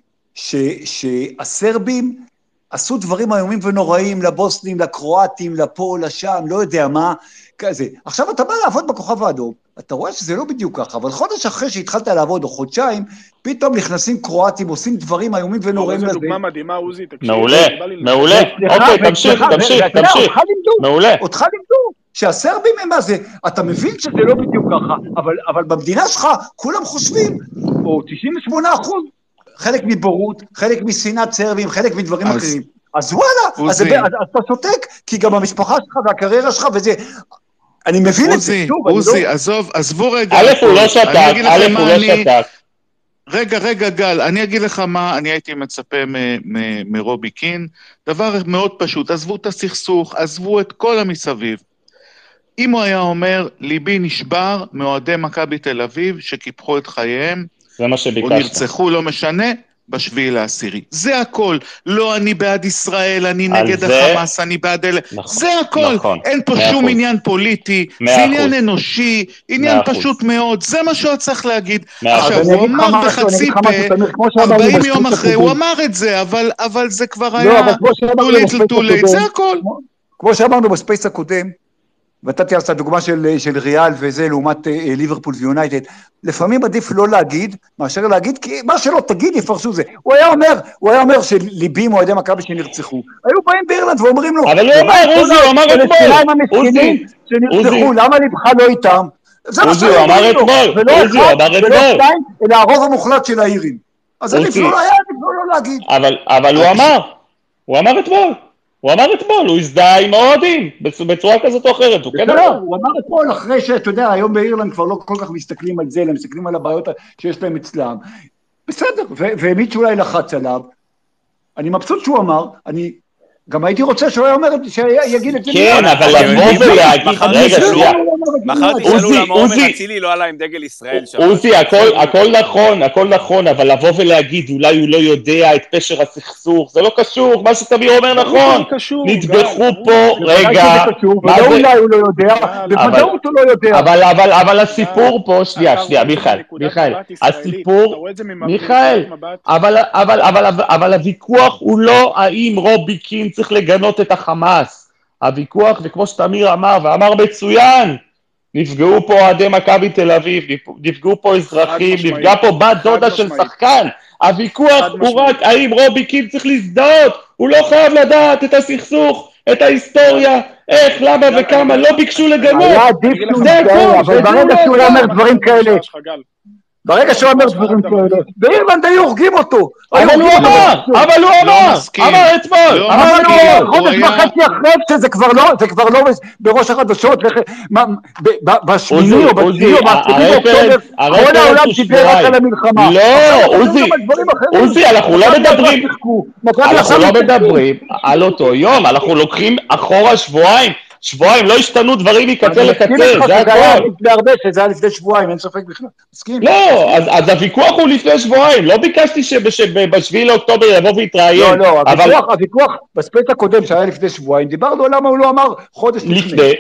שהסרבים עשו דברים איומים ונוראים לבוסנים, לקרואטים, לפה, לשם, לא יודע מה, כזה. עכשיו אתה בא לעבוד בכוכב האדום, אתה רואה שזה לא בדיוק ככה, אבל חודש אחרי שהתחלת לעבוד, או חודשיים, פתאום נכנסים קרואטים, עושים דברים איומים ונוראים לזה. זו דוגמה מדהימה, עוזי, תקשיב. מעולה. אוקיי, תמשיך. מעולה. אותך לימדו שהסרבים הם מה זה, אתה מבין שזה לא בדיוק ככה, אבל במדינה שלך כולם חושבים, או 98%, חלק מבורות, חלק משנאת סרבים, חלק מדברים אחרים. אז וואלה, אז אתה שותק, כי גם המשפחה שלך והקריירה שלך וזה... אני מבין את זה, עוזי, עזבו רגע. הוא לא שתק. רגע, גל, אני אגיד לך מה אני הייתי מצפה מרובי קין, דבר מאוד פשוט, עזבו את הסכסוך, עזבו את כל המסביב. אם הוא היה אומר, ליבי נשבר מאוהדי מכבי תל אביב, שקיפחו את חייהם, זה מה שביקשת. או נרצחו, לא משנה, ב7/10. זה הכל. לא אני בעד ישראל, אני נגד החמאס, אני בעד אלה. זה הכל. אין פה שום עניין פוליטי, זה עניין אנושי, עניין פשוט מאוד. זה מה שהוא צריך להגיד. עכשיו, הוא אמר בחצי פה, 40 יום אחרי, הוא אמר את זה, אבל זה כבר היה too late, זה הכל. כמו שאמרנו בספייס הקודם, ונתתי אז את הדוגמה של ריאל וזה לעומת ליברפול ויונייטד, לפעמים עדיף לא להגיד, מאשר להגיד, כי מה שלא תגיד יפרשו זה. הוא היה אומר שליבים או עדי מכבי שנרצחו. היו באים באירלנד ואומרים לו, אבל הוא אמר אתמול. שנרצחו, למה ליבך לא איתם? עוזי, הוא אמר אתמול. ולא שתיים, אלא הרוב המוחלט של האירים. אז עדיף לא להגיד. אבל הוא אמר אתמול. הוא הזדהה עם האוהדים, בצורה כזאת או אחרת, הוא כן אמר. הוא אמר אתמול אחרי שאתה יודע, היום באירלנד כבר לא כל כך מסתכלים על זה, אלא מסתכלים על הבעיות שיש להם אצלם. בסדר, ומי שאולי לחץ עליו, אני מבסוט שהוא אמר, אני גם הייתי רוצה שהוא יגיד את זה. כן, אבל לבוא ולהגיד, רגע, שנייה. מחר תשאלו למה עומר אצילי לא עלה עם דגל ישראל. עוזי, הכל נכון, אבל לבוא ולהגיד, אולי הוא לא יודע את פשר הסכסוך, זה לא קשור, מה שתמיר אומר נכון. נטבחו פה, רגע. אולי הוא לא יודע, בוודאות הוא לא יודע. אבל הסיפור פה, שנייה, מיכאל, הסיפור, מיכאל, אבל הוויכוח הוא לא האם רובי קין צריך לגנות את החמאס. הוויכוח, וכמו שתמיר אמר, ואמר מצוין, נפגעו פה אוהדי מכבי תל אביב, נפגעו פה אזרחים, נפגע פה בת דודה של שחקן. הוויכוח הוא רק האם רובי קין צריך להזדהות, הוא לא חייב לדעת את הסכסוך, את ההיסטוריה, איך, למה וכמה, לא ביקשו לגנות. זה הכל, אבל ברגע שהוא אומר דברים כאלה, ברגע שהוא אומר דברים כאלה, באירלנד היו הורגים אותו. אבל הוא אמר אתמול. אבל הוא חודש וחצי אחרי שזה כבר לא בראש החדשות, בשמיני או בציני או בעשירי באוקטובר, כל העולם דיבר רק על המלחמה. לא, עוזי, אנחנו לא מדברים על אותו יום, אנחנו לוקחים אחורה שבועיים, לא השתנו דברים מקצה לקצה, זה הכל. זה היה לפני שבועיים, אין ספק בכלל. מסכים? לא, אז הוויכוח הוא לפני שבועיים, לא ביקשתי שבשביעי לאוקטובר יבוא ויתראיין. לא, הוויכוח בספייט הקודם שהיה לפני שבועיים, דיברנו למה הוא לא אמר חודש לפני.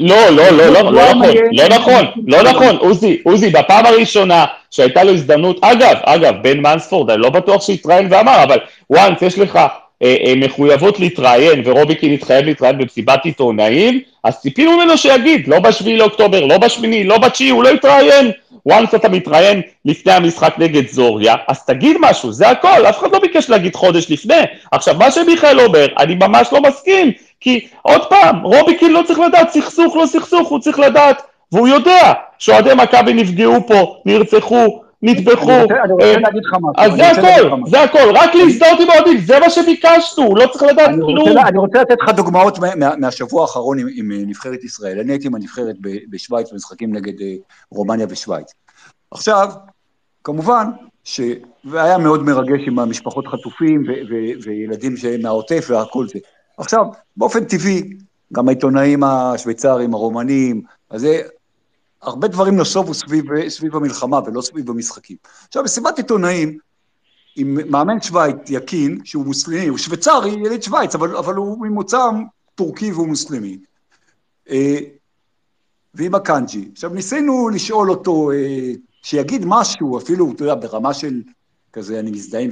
לא נכון, עוזי, בפעם הראשונה שהייתה לו הזדמנות, אגב, בן מנספורד, אני לא בטוח שהתראיין ואמר, אבל וואנס, יש לך מחויבות להתראיין, ורובי קין התחייב להתראיין במסיבת עיתונאים, אז ציפינו ממנו שיגיד, לא בשביעי לאוקטובר, לא בשמיני, לא בתשיעי, הוא לא יתראיין. once אתה מתראיין לפני המשחק נגד זוריה, אז תגיד משהו, זה הכל, אף אחד לא ביקש להגיד חודש לפני. עכשיו, מה שמיכאל אומר, אני ממש לא מסכים, כי עוד פעם, רובי קין לא צריך לדעת, סכסוך לא סכסוך, הוא צריך לדעת, והוא יודע שאוהדי מכבי נפגעו פה, נרצחו, נטבחו, אז זה הכל, רק להזדהות עם אוהדים, זה מה שביקשנו, לא צריך לדעת כלום. אני רוצה לתת לך דוגמאות מהשבוע האחרון עם נבחרת ישראל, אני הייתי עם הנבחרת בשוויץ, משחקים נגד רומניה ושוויץ. עכשיו, כמובן, והיה מאוד מרגש עם המשפחות חטופים וילדים מהעוטף והכל זה. עכשיו, באופן טבעי, גם העיתונאים השוויצרים, הרומנים, אז זה הרבה דברים נוספו סביב המלחמה ולא סביב המשחקים. עכשיו, מסיבת עיתונאים, עם מאמן שווייץ, יקין, שהוא מוסלמי, הוא שוויצרי, ילד שווייץ, אבל הוא ממוצא טורקי והוא מוסלמי. ועם הקנג'י. עכשיו, ניסינו לשאול אותו, שיגיד משהו, אפילו, אתה יודע, ברמה של כזה, אני מזדהה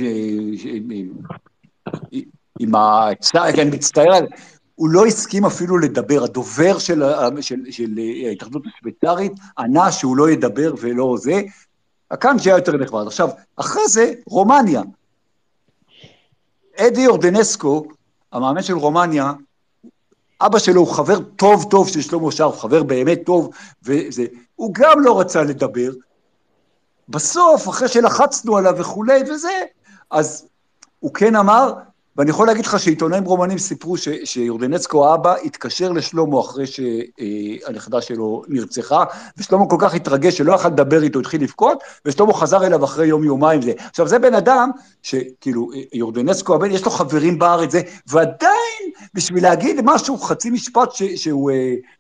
עם אני מצטער על... הוא לא הסכים אפילו לדבר, הדובר של ההתאחדות השוויצרית ענה שהוא לא ידבר ולא זה, הקנג'י היה יותר נחמד. עכשיו, אחרי זה, רומניה. אדי יורדנסקו, המאמן של רומניה, אבא שלו הוא חבר טוב של שלמה שרף, חבר באמת טוב, הוא גם לא רצה לדבר. בסוף, אחרי שלחצנו עליו וכולי וזה, אז הוא כן אמר, ואני יכול להגיד לך שעיתונאים רומנים סיפרו שיורדנסקו האבא התקשר לשלמה אחרי שהנכדה שלו נרצחה, ושלמה כל כך התרגש שלא יכול לדבר איתו, התחיל לבכות, ושלמה חזר אליו אחרי יום-יומיים זה. עכשיו זה בן אדם שכאילו יורדנסקו הבן, יש לו חברים בארץ זה, ועדיין בשביל להגיד משהו חצי משפט שהוא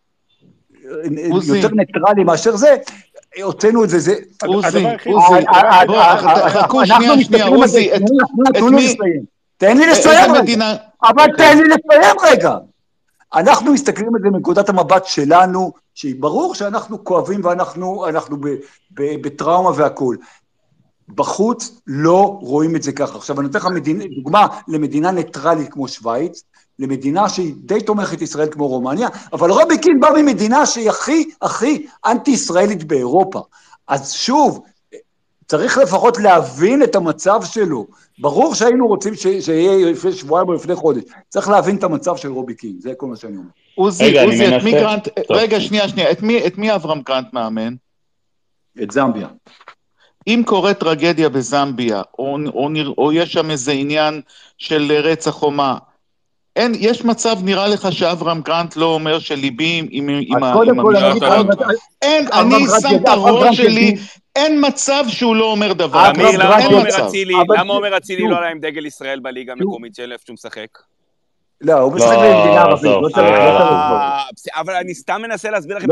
יותר ניטרלי מאשר זה, הוצאנו את זה. עוזי, חכו שנייה, עוזי, תן לי לסיים רגע, אבל תן לי לסיים רגע. אנחנו מסתכלים על זה מנקודת המבט שלנו, שהיא ברור שאנחנו כואבים ואנחנו בטראומה והכל. בחוץ לא רואים את זה ככה. עכשיו אני נותן לך דוגמה למדינה ניטרלית כמו שוויץ, למדינה שהיא די תומכת ישראל כמו רומניה, אבל רובי קין בא ממדינה שהיא הכי אנטי-ישראלית באירופה. אז שוב, צריך לפחות להבין את המצב שלו. ברור שהיינו רוצים שיהיה לפני שבועיים או לפני חודש. צריך להבין את המצב של רובי קין, זה כל מה שאני אומר. עוזי, את מי גרנט, רגע, שנייה, את מי אברהם גרנט מאמן? את זמביה. אם קורה טרגדיה בזמביה, או יש שם איזה עניין של רצח או מה, יש מצב, נראה לך שאברהם גרנט לא אומר שליבי עם המשפחות? אני שם את הראש שלי, אין מצב שהוא לא אומר דבר. למה אומר אצילי לא עלה עם דגל ישראל בליגה המקומית של איפה שהוא משחק? לא, הוא משחק במדינה ערבית. אבל אני סתם מנסה להסביר לכם. לא,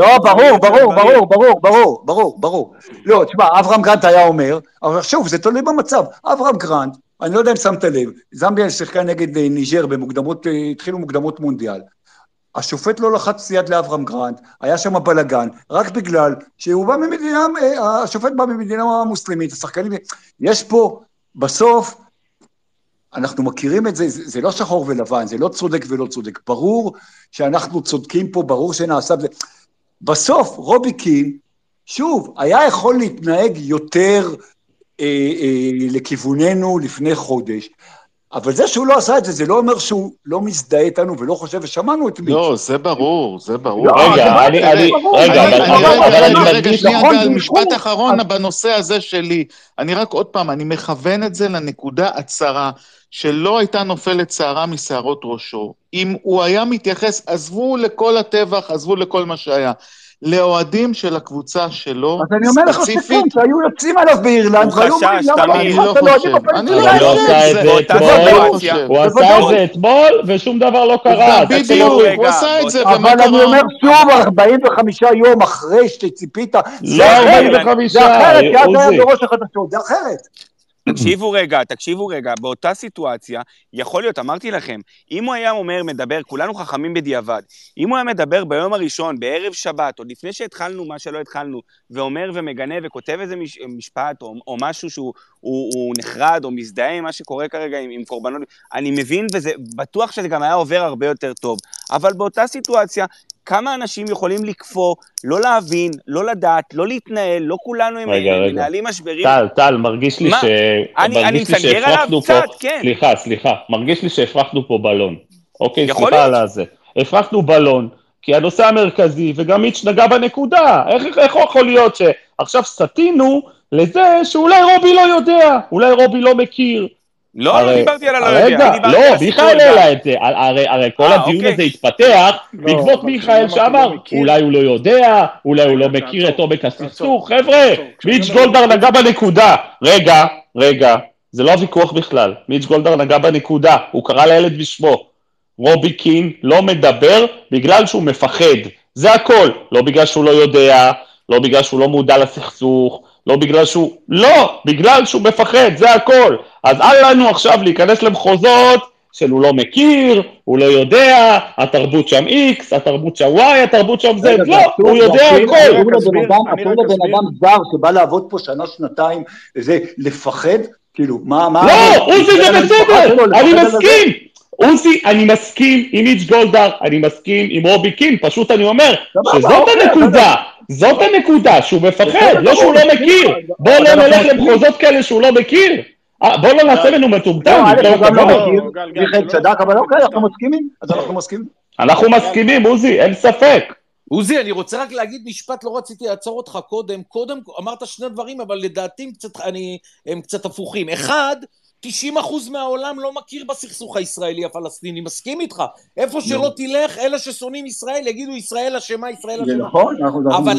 ברור. לא, תשמע, אברהם גרנט היה אומר, אבל שוב, זה תלוי במצב. אברהם גרנט, אני לא יודע אם שמת לב, זמביה שיחקה נגד ניג'ר במוקדמות, התחילו מוקדמות מונדיאל. השופט לא לחץ יד לאברהם גרנט, היה שם בלגן, רק בגלל שהוא בא ממדינה, השופט בא ממדינה מוסלמית, השחקנים, יש פה, בסוף, אנחנו מכירים את זה, זה לא שחור ולבן, זה לא צודק ולא צודק, ברור שאנחנו צודקים פה, ברור שנעשה, בסוף רובי קין, שוב, היה יכול להתנהג יותר לכיווננו לפני חודש, אבל זה שהוא לא עשה את זה, זה לא אומר שהוא לא מזדהה איתנו ולא חושב, ושמענו את מיץ'. לא, זה ברור, זה ברור. רגע, שנייה, גל, משפט אחרון בנושא הזה שלי. אני רק עוד פעם, אני מכוון את זה לנקודה הצרה, שלא הייתה נופלת שערה משערות ראשו. אם הוא היה מתייחס, עזבו לכל הטבח, עזבו לכל מה שהיה. לאוהדים של הקבוצה שלו, אז אני אומר לך שכן, שהיו יוצאים עליו באירלנד, הוא חשש, אני לא חושב. הוא עשה את זה אתמול, ושום דבר לא קרה. בדיוק, הוא עשה את זה, ומה אבל אני אומר שוב, 45 יום אחרי שציפית, לא 45, זה אחרת, כי אז היה בראש החדשות, זה אחרת. תקשיבו רגע, באותה סיטואציה, יכול להיות, אמרתי לכם, אם הוא היה אומר, מדבר, כולנו חכמים בדיעבד, אם הוא היה מדבר ביום הראשון, בערב שבת, או לפני שהתחלנו מה שלא התחלנו, ואומר ומגנה וכותב איזה משפט, או משהו שהוא נחרד, או מזדהה עם מה שקורה כרגע עם קורבנות, אני מבין, וזה בטוח שזה גם היה עובר הרבה יותר טוב, אבל באותה סיטואציה, כמה אנשים יכולים לקפוא, לא להבין, לא לדעת, לא להתנהל, לא כולנו הם מנהלים משברים. טל, מרגיש לי שהפרחנו פה, סליחה, מרגיש לי שהפרחנו פה בלון. אוקיי, סליחה על זה. הפרחנו בלון, כי הנושא המרכזי, וגם מיץ' נגע בנקודה, איך יכול להיות שעכשיו סתינו לזה שאולי רובי לא יודע, אולי רובי לא מכיר. לא דיברתי על הלא יודע. לא, מיכאל העלה את זה, הרי כל הדיון הזה התפתח, בעקבות מיכאל שאמר, אולי הוא לא יודע, אולי הוא לא מכיר את עומק הסכסוך, חבר'ה, מיץ' גולדהר נגע בנקודה, רגע, זה לא הוויכוח בכלל, מיץ' גולדהר נגע בנקודה, הוא קרא לילד בשמו, רובי קין לא מדבר בגלל שהוא מפחד, זה הכל, לא בגלל שהוא לא יודע, לא בגלל שהוא לא מודע לסכסוך, בגלל שהוא מפחד, זה הכל. אז אל לנו עכשיו להיכנס למחוזות של הוא לא מכיר, הוא לא יודע, התרבות שם X, התרבות שם Y, התרבות שם Z, לא, הוא יודע הכל. אפילו לבן אדם זר שבא לעבוד פה שנה, שנתיים, זה לפחד, כאילו, מה... לא, עוזי זה בסדר, אני מסכים עם מיץ' גולדהר, אני מסכים עם רובי קין, פשוט אני אומר זאת הנקודה, שהוא מפחד, לא שהוא לא מכיר, בוא לא נלך למחוזות כאלה שהוא לא מכיר, בוא לא נעשה לנו מטומטם. הוא גם לא מכיר, מיכאל צדק, אבל אוקיי, אנחנו מסכימים, אז אנחנו מסכימים, עוזי, אין ספק. עוזי, אני רוצה רק להגיד משפט, לא רציתי לעצור אותך קודם, אמרת שני דברים, אבל לדעתי הם קצת הפוכים. אחד, 90% מהעולם לא מכיר בסכסוך הישראלי הפלסטיני, מסכים איתך, איפה שלא תלך, אלה ששונאים ישראל יגידו ישראל אשמה, ישראל אשמה, אבל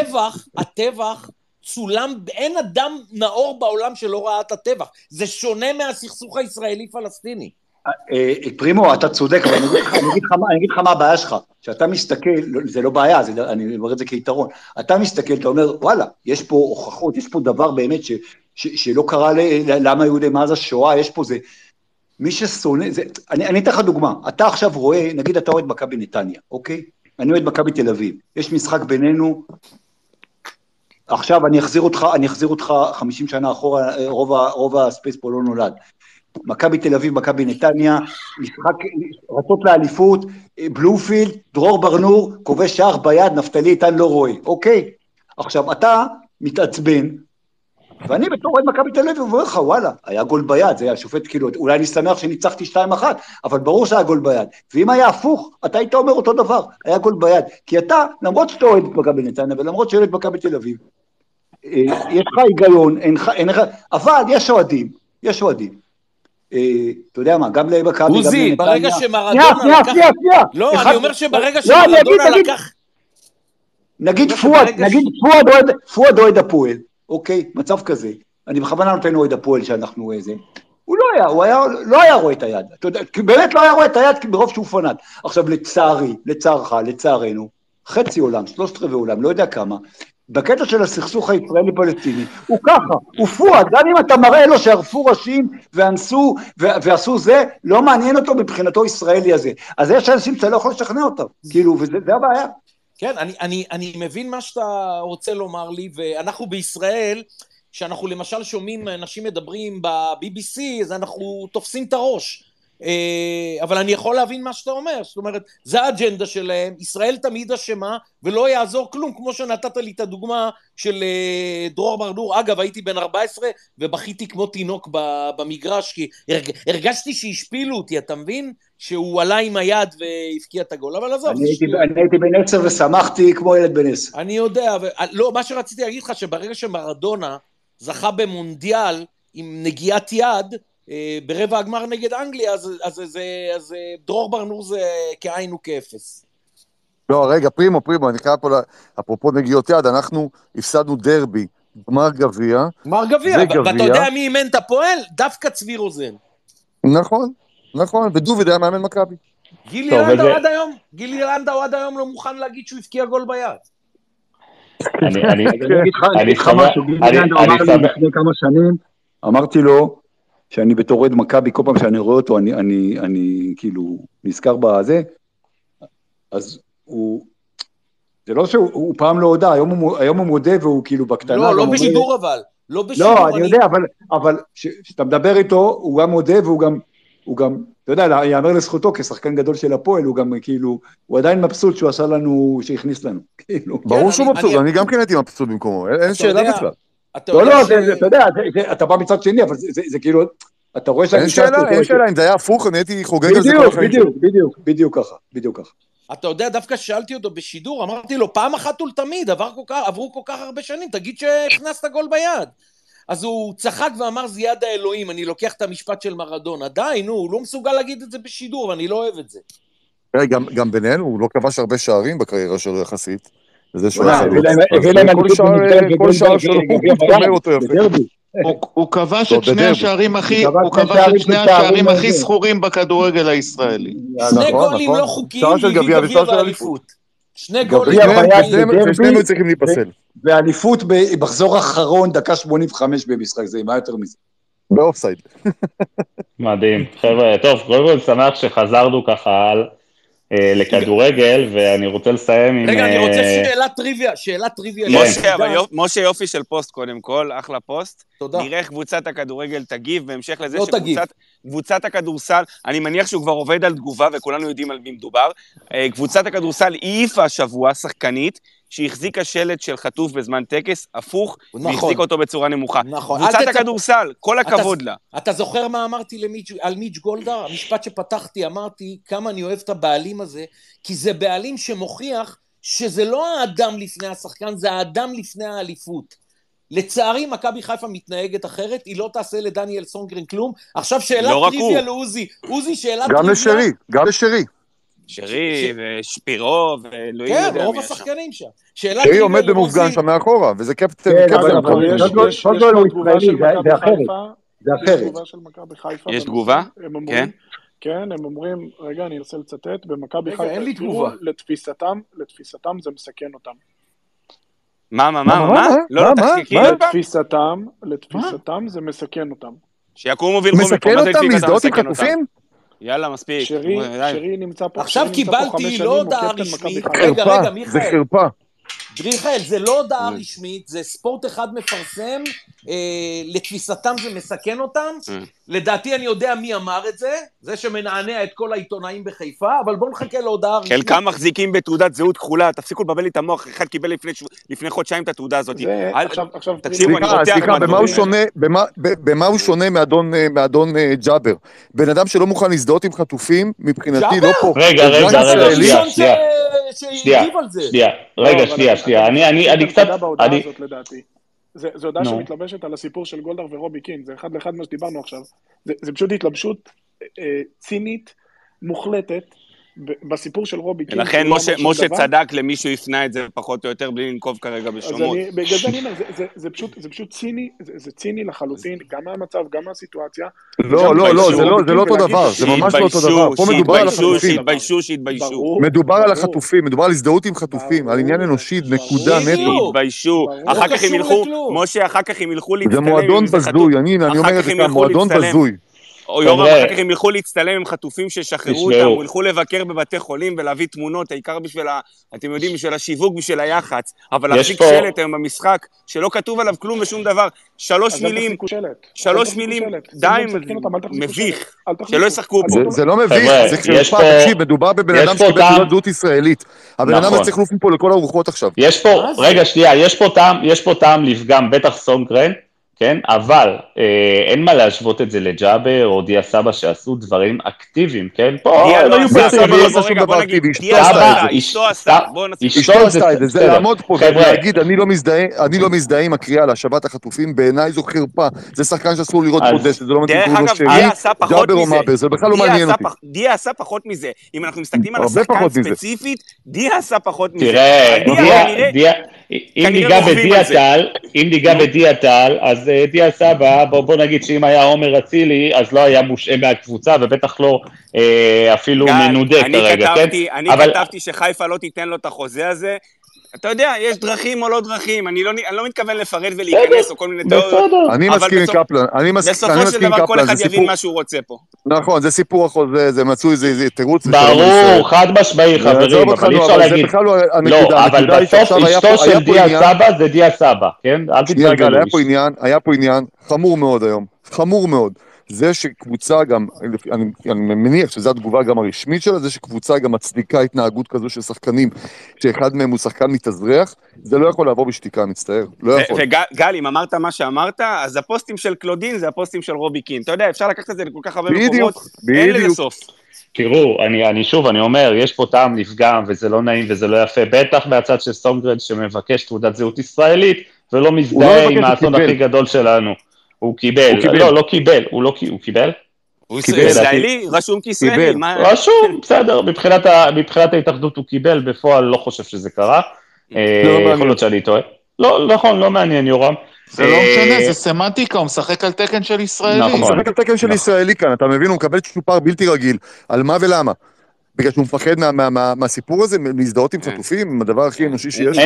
הטבח צולם, אין אדם נאור בעולם שלא ראה את הטבח, זה שונה מהסכסוך הישראלי פלסטיני. פרימו, אתה צודק, אבל אני אגיד לך מה הבעיה שלך, שאתה מסתכל, זה לא בעיה, אני אומר את זה כיתרון, אתה מסתכל, אתה אומר, וואלה, יש פה הוכחות, יש פה דבר באמת שלא קרה לעם היהודי מאז השואה, יש פה זה, מי ששונא, אני אתן לך דוגמה, אתה עכשיו רואה, נגיד אתה אוהד מכבי נתניה, אוקיי? אני אוהד מכבי תל אביב, יש משחק בינינו, עכשיו אני אחזיר אותך 50 שנה אחורה, רוב הספייס פה לא נולד, מכבי תל אביב, מכבי נתניה, משחק רצות לאליפות, בלומפילד, דרור ברנור, כובש שער ביד, נפתלי איתן לא רואה, אוקיי? עכשיו אתה מתעצבן, ואני בתור אוהד מכבי תל אביב אומר לך, וואלה, היה גול ביד, זה היה שופט כאילו, אולי אני שמח שניצחתי 2-1, אבל ברור שהיה גול ביד, ואם היה הפוך, אתה היית אומר אותו דבר, היה גול ביד, כי אתה, למרות שאתה אוהד מכבי נתניה, ולמרות שאוהד מכבי תל אביב, יש לך היגיון, אין לך, אבל יש אוהדים, אתה יודע מה, גם למכבי, עוזי, ברגע שמרדונה לקח... לא, אני אומר שברגע שמרדונה לקח... נגיד פואד אוהד הפועל, אוקיי, מצב כזה, אני בכוונה נותן אוהד הפועל שאנחנו איזה, הוא לא היה רואה את היד, באמת לא היה רואה את היד ברוב שהוא פנאט, עכשיו לצערנו, חצי עולם, 3/4 עולם, לא יודע כמה, בקטע של הסכסוך הישראלי-פלסטיני, הוא ככה, הוא פואד, גם אם אתה מראה לו שערפו ראשים ואנסו ועשו זה, לא מעניין אותו מבחינתו ישראלי הזה. אז יש אנשים שאתה לא יכול לשכנע אותם, כאילו, וזה הבעיה. כן, אני מבין מה שאתה רוצה לומר לי, ואנחנו בישראל, שאנחנו למשל שומעים אנשים מדברים ב-BBC, אז אנחנו תופסים את הראש. אבל אני יכול להבין מה שאתה אומר, זאת אומרת, זה האג'נדה שלהם, ישראל תמיד אשמה, ולא יעזור כלום, כמו שנתת לי את הדוגמה של דרור ברדור, אגב, הייתי בן 14, ובכיתי כמו תינוק במגרש, כי הרגשתי שהשפילו אותי, אתה מבין? שהוא עלה עם היד והפקיע את הגול, אבל עזוב. אני הייתי בן 10 ושמחתי כמו ילד בן 10. אני יודע, לא, מה שרציתי להגיד לך, שברגע שמרדונה זכה במונדיאל עם נגיעת יד, ברבע הגמר נגד אנגליה, אז דרור ברנור זה כעין וכאפס. לא, רגע, פרימו, אני חייב פה, אפרופו נגיעות יד, אנחנו הפסדנו דרבי, גמר גביע. גמר גביע, ואתה יודע מי אימן את הפועל? דווקא צבי רוזן. נכון, ודוביד היה מאמן מכבי. גילי לנדאו עד היום לא מוכן להגיד שהוא הפקיע גול ביד. אני אגיד לך משהו, גילי לנדאו אמר לי לפני כמה שנים, אמרתי לו, שאני בתור אוהד מכבי, כל פעם שאני רואה אותו, אני כאילו נזכר בזה, אז זה לא שהוא פעם לא הודע, היום הוא מודה והוא כאילו בקטנה. לא בשידור אבל, לא בשידור. לא, אני יודע, אבל כשאתה מדבר איתו, הוא גם מודה והוא גם, אתה יודע, יאמר לזכותו כשחקן גדול של הפועל, הוא גם כאילו, הוא עדיין מבסוט שהוא עשה לנו, שהכניס לנו. ברור שהוא מבסוט, אני גם כן הייתי מבסוט במקומו, אין שאלה בכלל. לא, אתה יודע, אתה בא מצד שני, אבל זה כאילו, אתה רואה שאני... אין שאלה, אם זה היה הפוך, אני הייתי חוגג על זה כל החיים. בדיוק ככה. אתה יודע, דווקא שאלתי אותו בשידור, אמרתי לו, פעם אחת ולתמיד, עברו כל כך הרבה שנים, תגיד שהכנסת גול ביד. אז הוא צחק ואמר, זה יד האלוהים, אני לוקח את המשפט של מרדונה. די, נו, הוא לא מסוגל להגיד את זה בשידור, ואני לא אוהב את זה. גם בינינו, הוא לא כבש הרבה שערים בקריירה שלו יחסית. כל שער שלו הוא מתקומר אותו יפה. הוא כבש את שני השערים הכי זכורים בכדורגל הישראלי. שני גולים לא חוקיים גביע ואליפות. שני גולים. ושנינו צריכים להיפסל. ואליפות במחזור אחרון, דקה 85 במשחק, זה מה יותר מזה. באופסייד. מדהים. חבר'ה, טוב, קודם כל שמח שחזרנו ככה לכדורגל, ואני רוצה לסיים עם... רגע, אני רוצה שאלה טריוויה. משה, יופי של פוסט קודם כל, אחלה פוסט. תודה. נראה איך קבוצת הכדורגל תגיב, בהמשך לזה שקבוצת הכדורסל, אני מניח שהוא כבר עובד על תגובה, וכולנו יודעים על מי מדובר. קבוצת הכדורסל העיפה השבוע, שחקנית, שהחזיקה שלט של חטוף בזמן טקס, הפוך, והחזיק אותו בצורה נמוכה. קבוצת הכדורסל, כל הכבוד לה. אתה זוכר מה אמרתי על מיץ' גולדהר? המשפט שפתחתי, אמרתי כמה אני אוהב את הבעלים הזה, כי זה בעלים שמוכיח שזה לא האדם לפני השחקן, זה האדם לפני האליפות. לצערי, מכבי חיפה מתנהגת אחרת, היא לא תעשה לדניאל סונגרן כלום. עכשיו שאלה טריוויה לעוזי. עוזי, שאלה טריוויה. גם לשרי. שרי ושפירו ואלוהים יודע מי. כן, רוב השחקנים שם. שרי עומד במופגן שם מאחורה, וזה קפטן. יש תגובה של מכבי חיפה. יש תגובה? כן. כן, הם אומרים, רגע, אני אנסה לצטט, במכבי חיפה, אין לי תגובה. לתפיסתם זה מסכן אותם. מה? לא, תחכי. לתפיסתם זה מסכן אותם. שיקומו וילכו מפה. מסכן אותם? להזדהות עם חטופים? יאללה, מספיק. שרי נמצא פה. עכשיו קיבלתי לא הודעה רשמית. רגע, מיכאל. זה חרפה. מיכאל, זה לא הודעה רשמית, זה ספורט אחד מפרסם, לתפיסתם זה מסכן אותם, לדעתי אני יודע מי אמר את זה, זה שמנענע את כל העיתונאים בחיפה, אבל בואו נחכה להודעה רשמית. חלקם מחזיקים בתעודת זהות כחולה, תפסיקו לבבל לי את המוח, אחד קיבל לפני חודשיים את התעודה הזאת. תקשיבו, אני רותח מהדברים. במה הוא שונה מאדון ג'אבר? בן אדם שלא מוכן להזדהות עם חטופים, מבחינתי לא פה. רגע, שנייה, אני קצת... זו הודעה שמתלבשת על הסיפור של גולדהר ורובי קין, זה אחד לאחד מה שדיברנו עכשיו, זה פשוט התלבשות צינית, מוחלטת, בסיפור של רובי קין. ולכן משה צדק למישהו יפנה את זה פחות או יותר בלי לנקוב כרגע בשומות. בגלל זה אני אומר, זה פשוט ציני, זה ציני לחלוטין, גם מהמצב, גם מהסיטואציה. לא, זה לא אותו דבר, זה ממש לא אותו דבר. פה מדובר על החטופים. שהתביישו. מדובר על החטופים, מדובר על הזדהות עם חטופים, על עניין אנושי, נקודה נטו. התביישו. אחר כך הם ילכו, משה, אחר כך הם ילכו זה מועדון בזוי, אני אומר את זה כאן, מועדון בזוי. או יורם, אחר כך הם ילכו להצטלם עם חטופים ששחררו אותם, או ילכו לבקר בבתי חולים ולהביא תמונות, העיקר בשביל, אתם יודעים, בשביל השיווק, בשביל היח"צ, אבל להחזיק שלט היום במשחק, שלא כתוב עליו כלום ושום דבר, שלוש מילים, די, מביך, שלא ישחקו פה. זה לא מביך, זה חרפה, תקשיב, מדובר בבן אדם שקיבל תעודת זהות ישראלית. הבן אדם צריך לוף פה לכל הרוחות עכשיו. רגע, שנייה, יש פה טעם לפגם, בטח סונגרן, כן, אבל אין מה להשוות את זה לג'אבר או דיה סבא שעשו דברים אקטיביים, כן, פה דיה סבא לא עשה שום דבר אקטיבי, אשתו עשתה את זה, זה לעמוד פה ולהגיד אני לא מזדהה עם הקריאה להשבת החטופים, בעיניי זו חרפה, זה שחקן שאסור לראות פה דשא, זה לא מתאים קוראים לו שני, ג'אבר או מאבר, זה בכלל לא מעניין אותי. דיה עשה פחות מזה, אם אנחנו מסתכלים על השחקן ספציפית, דיה עשה פחות מזה. תראה, אם ניגע בדיה טל, אז דיה סבא, בוא נגיד שאם היה עומר אצילי, אז לא היה מושעה מהקבוצה, ובטח לא אפילו מנודה כרגע, כן? אני כתבתי שחיפה לא תיתן לו את החוזה הזה, אתה יודע, יש דרכים או לא דרכים, אני לא מתכוון לפרט ולהיכנס או כל מיני תיאוריות. אני מסכים עם קפלן. בסופו של דבר כל אחד יבין מה שהוא רוצה פה. נכון, זה סיפור החוזה, זה מצוי, זה תירוץ. ברור, חד משמעי חברים, אבל אי אפשר להגיד. לא, אבל בסוף אשתו של דיה סבא זה דיה סבא, כן? אל תתרגלו. היה פה עניין חמור מאוד היום, חמור מאוד. זה שקבוצה גם, אני מניח שזו התגובה גם הרשמית שלה, זה שקבוצה גם מצדיקה התנהגות כזו של שחקנים, שאחד מהם הוא שחקן מתאזרח, זה לא יכול לעבור בשתיקה, מצטער, לא יכול. וגל, אם אמרת מה שאמרת, אז הפוסטים של קלודין זה הפוסטים של רובי קין, אתה יודע, אפשר לקחת את זה לכל כך הרבה מקומות, אין לזה סוף. תראו, אני אומר, יש פה טעם לפגם, וזה לא נעים וזה לא יפה, בטח מהצד של סונגרן שמבקש תעודת זהות ישראלית, ולא מזדהה עם האסון הכי גדול שלנו. הוא קיבל, לא קיבל, הוא קיבל? הוא ישראלי, רשום כישראלי. רשום, בסדר, מבחינת ההתאחדות הוא קיבל, בפועל לא חושב שזה קרה, יכול להיות שאני טועה. לא, נכון, לא מעניין יורם. זה לא משנה, זה סמנטיקה, הוא משחק על תקן של ישראלי. הוא משחק על תקן של ישראלי כאן, אתה מבין, הוא מקבל צ'ופר בלתי רגיל, על מה ולמה? בגלל שהוא מפחד מהסיפור הזה, להזדהות עם חטופים, הדבר הכי אנושי שיש.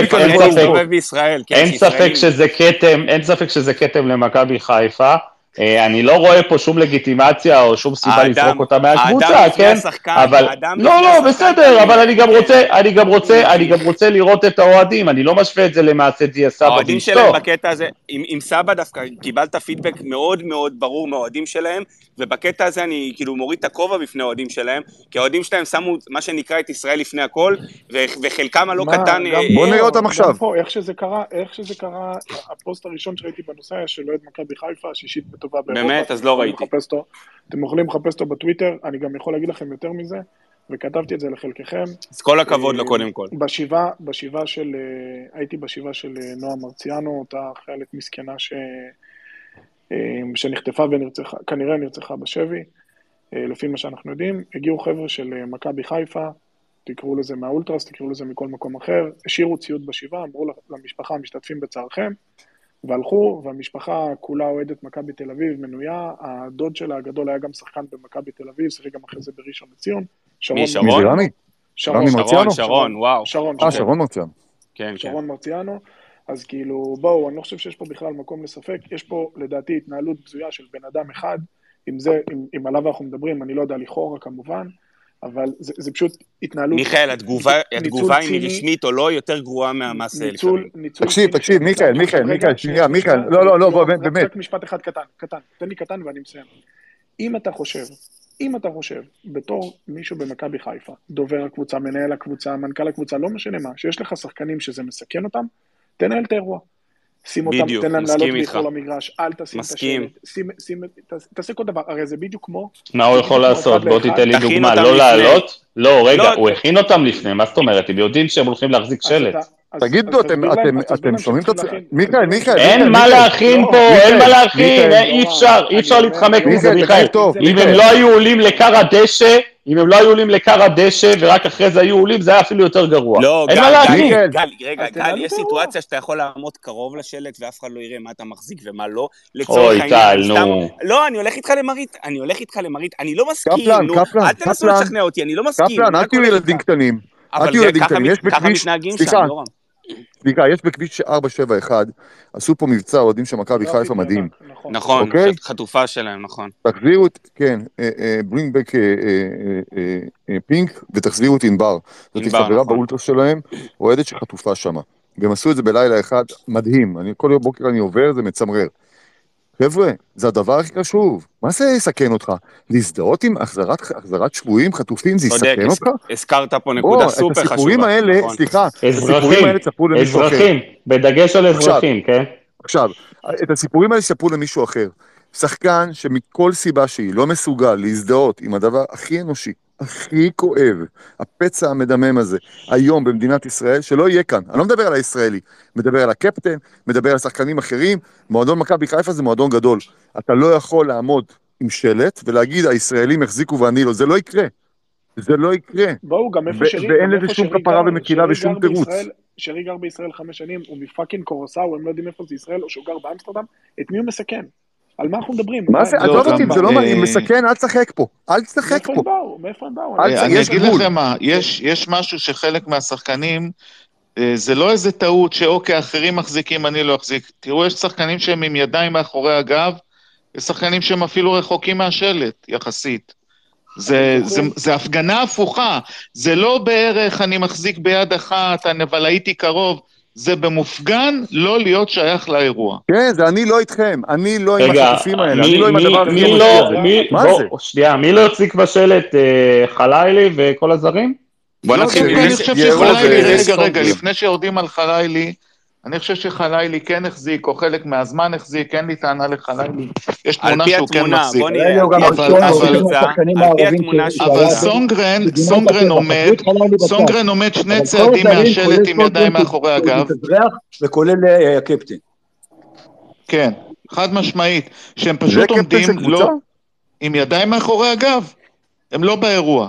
אין ספק שזה כתם למכבי חיפה, אני לא רואה פה שום לגיטימציה או שום סיבה לזרוק אותה מהקבוצה, כן? אבל, לא, בסדר, אבל אני גם רוצה לראות את האוהדים, אני לא משווה את זה למעשה דיה סבא. האוהדים שלהם בקטע הזה, עם סבא דווקא קיבלת פידבק מאוד מאוד ברור מהאוהדים שלהם, ובקטע הזה אני כאילו מוריד את הכובע בפני האוהדים שלהם, כי האוהדים שלהם שמו מה שנקרא את ישראל לפני הכל, וחלקם הלא קטן... בוא נראה אותם עכשיו. איך שזה קרה, הפוסט הראשון שראיתי בנושא היה של אוהד מכבי חיפה, השישית בטובה באירופה. באמת, אז לא ראיתי. אתם יכולים לחפש אותו בטוויטר, אני גם יכול להגיד לכם יותר מזה, וכתבתי את זה לחלקכם. אז כל הכבוד לו קודם כל. הייתי בשבעה של נועה מרציאנו, אותה חיילת מסכנה שנחטפה ונרצחה, כנראה נרצחה בשבי, לפי מה שאנחנו יודעים. הגיעו חבר'ה של מכבי חיפה, תקראו לזה מהאולטרס, תקראו לזה מכל מקום אחר, השאירו ציוד בשבעה, אמרו למשפחה משתתפים בצערכם, והלכו, והמשפחה כולה אוהדת מכבי תל אביב, מנויה, הדוד שלה הגדול היה גם שחקן במכבי תל אביב, שיחק גם אחרי זה בראשון לציון. מי שרון? שרון, וואו. שרון מרציאנו. כן, שרון מרציאנו. אז כאילו, בואו, אני לא חושב שיש פה בכלל מקום לספק, יש פה לדעתי התנהלות בזויה של בן אדם אחד, אם עליו אנחנו מדברים, אני לא יודע לכאורה כמובן, אבל זה פשוט התנהלות... מיכאל, התגובה אם היא רשמית או לא, יותר גרועה מהמעשה. תקשיב, מיכאל, שנייה, מיכאל, לא, באמת. רק משפט אחד קטן, תן לי קטן ואני מסיים. אם אתה חושב, בתור מישהו במכבי חיפה, דובר הקבוצה, מנהל הקבוצה, מנכ"ל הקבוצה, לא משנה מה, שיש לך שחקנים שזה מסכן אותם, תנהל את האירוע. שים אותם, תן להם לעלות באיחור למגרש, אל תשים את השלט, תעשה כל דבר, הרי זה בדיוק כמו... מה הוא יכול לעשות? בוא תיתן לי דוגמה, לא לעלות? לא, רגע, הוא הכין אותם לפני, מה זאת אומרת? הם יודעים שהם הולכים להחזיק שלט. תגידו, אתם שומעים את זה? מיכאל. אין מה להכין פה, אין מה להכין, אי אפשר להתחמק מזה, מיכאל. אם הם לא היו עולים לקר הדשא, אם הם לא היו עולים לקר הדשא, ורק אחרי זה היו עולים, זה היה אפילו יותר גרוע. לא, גל, יש סיטואציה שאתה יכול לעמוד קרוב לשלט, ואף אחד לא יראה מה אתה מחזיק ומה לא. אוי, טל, נו. לא, אני הולך איתך למרית, אני לא מסכים, נו, אל תנסו לשכנע אותי, אני לא מסכים. קפלן, אל תהיו ילדים קטנים. אבל ככה מתנהגים שם, יורם. סליחה, יש בכביש 471, עשו פה מבצע, אוהדים של מכבי חיפה מדהים. נכון, חטופה שלהם, נכון. תחזירו את, כן, bring back pink, ותחזירו את ענבר. זאת חברה באולטרס שלהם, אוהדת שחטופה שמה. והם עשו את זה בלילה אחד מדהים. כל יום בוקר אני עובר, זה מצמרר. חבר'ה, זה הדבר הכי חשוב. מה זה יסכן אותך? להזדהות עם החזרת שבויים, חטופים, זה יסכן אותך? הזכרת פה נקודה סופר חשובה. את הסיפורים האלה, סליחה, הסיפורים האלה צפו למישהו אחר. אזרחים, בדגש על אזרחים, כן? עכשיו, את הסיפורים האלה צפו למישהו אחר. שחקן שמכל סיבה שהיא לא מסוגל להזדהות עם הדבר הכי אנושי, הכי כואב, הפצע המדמם הזה, היום במדינת ישראל, שלא יהיה כאן. אני לא מדבר על הישראלי, מדבר על הקפטן, מדבר על שחקנים אחרים. מועדון מכבי חיפה זה מועדון גדול. אתה לא יכול לעמוד עם שלט ולהגיד הישראלים החזיקו ואני לא, זה לא יקרה. זה לא יקרה. בואו, גם איפה שרי, ואין לזה שום כפרה ומקילה ושום תירוץ. שרי גר בישראל 5 שנים, הוא מפאקינג קורוסאו, הם לא יודעים איפה זה ישראל, או שהוא גר באמסטרדם, את מי הוא מסכן? על מה אנחנו מדברים? מה זה? עזוב אותי, זה לא מסכן, אל תשחק פה. אל תשחק פה. מאיפה הם באו? אני אגיד לכם מה, יש משהו שחלק מהשחקנים, זה לא איזה טעות שאוקיי, אחרים מחזיקים, אני לא אחזיק. תראו, יש שחקנים שהם עם ידיים מאחורי הגב, יש שחקנים שהם אפילו רחוקים מהשלט, יחסית. זה הפגנה הפוכה, זה לא בערך אני מחזיק ביד אחת, אבל הייתי קרוב, זה במופגן לא להיות שייך לאירוע. כן, זה אני לא איתכם, אני לא עם החטופים האלה, אני לא עם הדבר הכי אנושי הזה. מה זה? שנייה, מי לא הציג בשלט חלילי וכל הזרים? בוא נתחיל. אני חושב שחלילי, רגע, לפני שיורדים על חלילי, אני חושב שחלילי כן החזיק, או חלק מהזמן החזיק, אין לי טענה לחלילי. יש תמונה שהוא כן מחזיק. בוא נראה, אבל סונגרן עומד 2 צעדים מהשלט עם ידיים מאחורי הגב. וכולל הקפטן. כן, חד משמעית, שהם פשוט עומדים עם ידיים מאחורי הגב. הם לא באירוע.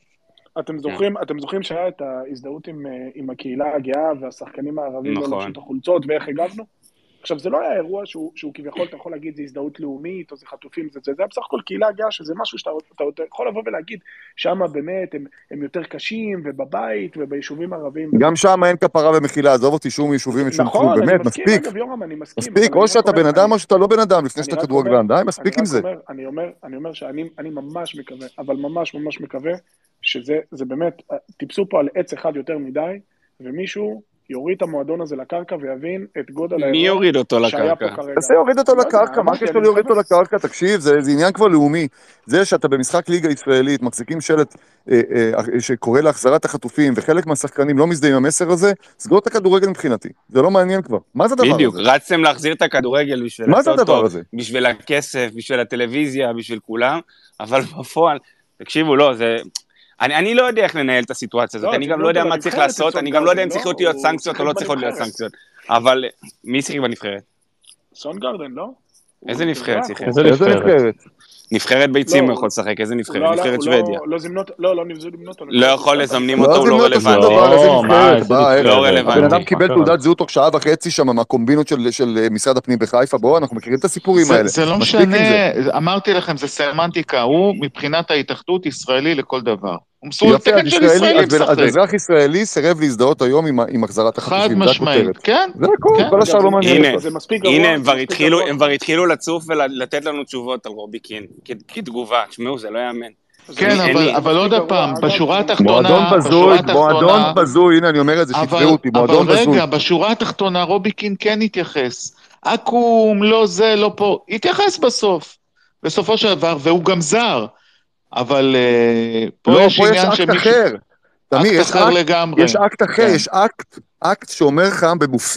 אתם זוכרים שהיה את ההזדהות עם הקהילה הגאה והשחקנים הערבים ולבשו את החולצות ואיך הגבנו? עכשיו, זה לא היה אירוע שהוא כביכול, אתה יכול להגיד, זה הזדהות לאומית, או זה חטופים, זה היה בסך הכל קהילה הגאה, שזה משהו שאתה יכול לבוא ולהגיד, שם באמת הם יותר קשים, ובבית, וביישובים ערבים. גם שם אין כפרה ומחילה, עזוב אותי שום יישובים ושום כלום, באמת, מספיק. מספיק, או שאתה בן אדם או שאתה לא בן אדם, לפני שאתה כדורגלן, די, מספיק עם זה. אני אומר שאני ממש מקווה, אבל ממש ממש מקווה, שזה באמת, טיפסו פה על עץ אחד יותר מדי, ומישהו יוריד את המועדון הזה לקרקע ויבין את גודל האירוע. מי יוריד אותו לקרקע? זה יוריד אותו לקרקע, מה הקשר להוריד אותו לקרקע? תקשיב, זה עניין כבר לאומי. זה שאתה במשחק ליגה ישראלית, מחזיקים שלט שקורא להחזרת החטופים, וחלק מהשחקנים לא מזדהים עם המסר הזה, סגור את הכדורגל מבחינתי. זה לא מעניין כבר. מה זה הדבר הזה? בדיוק, רצתם להחזיר את הכדורגל בשביל מה זה הדבר הזה? בשביל הכסף, בשביל הטלוויזיה, בשביל כולם, אבל בפועל, תקשיבו, לא, זה... אני לא יודע איך לנהל את הסיטואציה הזאת, אני גם לא יודע מה צריך לעשות, אני גם לא יודע אם צריכות להיות סנקציות או לא צריכות להיות סנקציות, אבל מי שיחק בנבחרת? סונגרדן, לא? איזה נבחרת שיחק? איזה נבחרת? נבחרת ביצים הוא יכול לשחק, איזה נבחרת? נבחרת שוודיה. לא נבזו למנות אותו. לא יכול לזמנים אותו, הוא לא רלוונטי. לא רלוונטי. הבן אדם קיבל תעודת זהות תוך שעה וחצי שם מהקומבינות של משרד הפנים בחיפה, בואו, אנחנו מכירים את הסיפורים האלה. זה לא משנה, אמרתי לכם, זה סמנטיקה, הוא מבחינת ההתאחדות ישראלי לכל דבר. הוא מסור לתקן של ישראלי משחק. אז אזרח ישראלי סירב להזדהות היום עם החזרת החטופים. חד משמעית, כן. זה הכל, כל השאר לא מעניין. הנה, הם כבר התחילו לצוף ולתת לנו תשובות על רובי קין, כתגובה, תשמעו, זה לא יאמן. כן, אבל עוד הפעם, בשורה התחתונה... מועדון בזוי, הנה אני אומר את זה, שתפגעו אותי, מועדון בזוי. אבל רגע, בשורה התחתונה רובי קין כן התייחס. אקום, לא זה, לא פה, התייחס בסופו של דבר, והוא גם זר. אבל פה יש עניין שמישהו... אקט אחר לגמרי. יש אקט אחר, יש אקט שאומר לך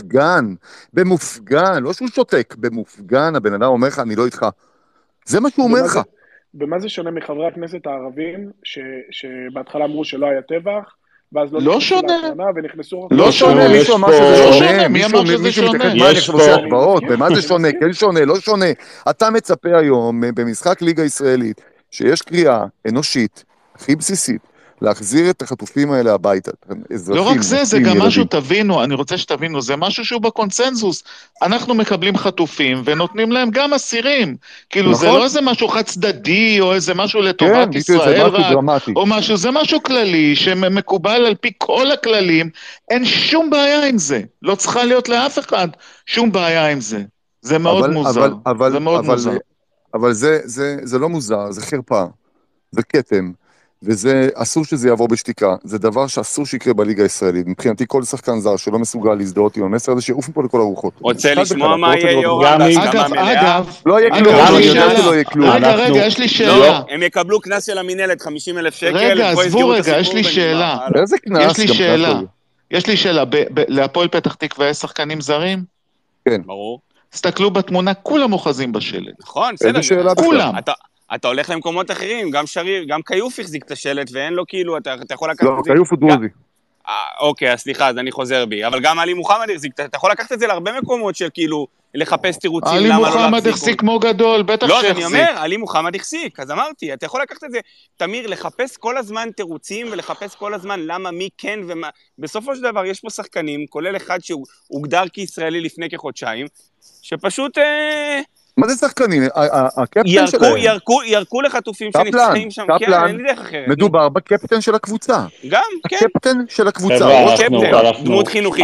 במופגן, לא שהוא שותק, במופגן, הבן אדם אומר לך, אני לא איתך. זה מה שהוא אומר לך. במה זה שונה מחברי הכנסת הערבים, שבהתחלה אמרו שלא היה טבח, ואז לא שונה. לא שונה, מישהו אמר שזה שונה, מישהו מתייחס מה אני עושה הצבעות, במה זה שונה, כן שונה, לא שונה. אתה מצפה היום במשחק ליגה ישראלית, שיש קריאה אנושית, הכי בסיסית, להחזיר את החטופים האלה הביתה. לא רק זה, זה גם משהו, תבינו, אני רוצה שתבינו, זה משהו שהוא בקונצנזוס. אנחנו מקבלים חטופים ונותנים להם גם אסירים. כאילו זה לא איזה משהו חד צדדי, או איזה משהו לטובת ישראל רק, או משהו, זה משהו כללי שמקובל על פי כל הכללים, אין שום בעיה עם זה. לא צריכה להיות לאף אחד שום בעיה עם זה. זה מאוד מוזר. זה מאוד מוזר. אבל זה לא מוזר, זה חרפה, זה קטם. וזה אסור שזה יעבור בשתיקה, זה דבר שאסור שיקרה בליגה הישראלית. מבחינתי כל שחקן זר שלא מסוגל להזדהות עם המסר הזה, שיעוף פה לכל הרוחות. רוצה לשמוע מה יהיה יורם? אגב, לא יהיה כלום. רגע, יש לי שאלה. הם יקבלו קנס של המנהלת, 50,000 שקל. רגע, עזבו רגע, יש לי שאלה. איזה קנס? יש לי שאלה, להפועל פתח תקווה יש שחקנים זרים? כן. ברור. תסתכלו בתמונה, כולם מוחזים בשלט. נכון, בסדר. כולם. אתה הולך למקומות אחרים, גם שריר, גם קיוף החזיק את השלט, ואין לו כאילו, אתה יכול לקחת את זה... לא, קיוף הוא דרוזי. אוקיי, סליחה, אז אני חוזר בי. אבל גם עלי מוחמד החזיק, אתה יכול לקחת את זה להרבה מקומות של כאילו, לחפש תירוצים, למה לא להחזיק. עלי מוחמד החזיק כמו גדול, בטח שהחזיק. לא, אני אומר, עלי מוחמד החזיק, אז אמרתי, אתה יכול לקחת את זה, תמיר, לחפש כל הזמן תירוצים, ולחפש כל הזמן למה, מי כן ומה... בסופו של דבר, יש פה שחקנים, כולל אחד שהוא הוגדר כישראלי לפני כחודשיים, שפשוט... מה זה שחקנים? הקפטן שלהם. ירקו לחטופים שנמצאים שם. כן, אין לי דרך אחרת. מדובר בקפטן של הקבוצה. גם, כן. הקפטן של הקבוצה. דמות חינוכית.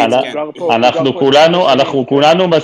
אנחנו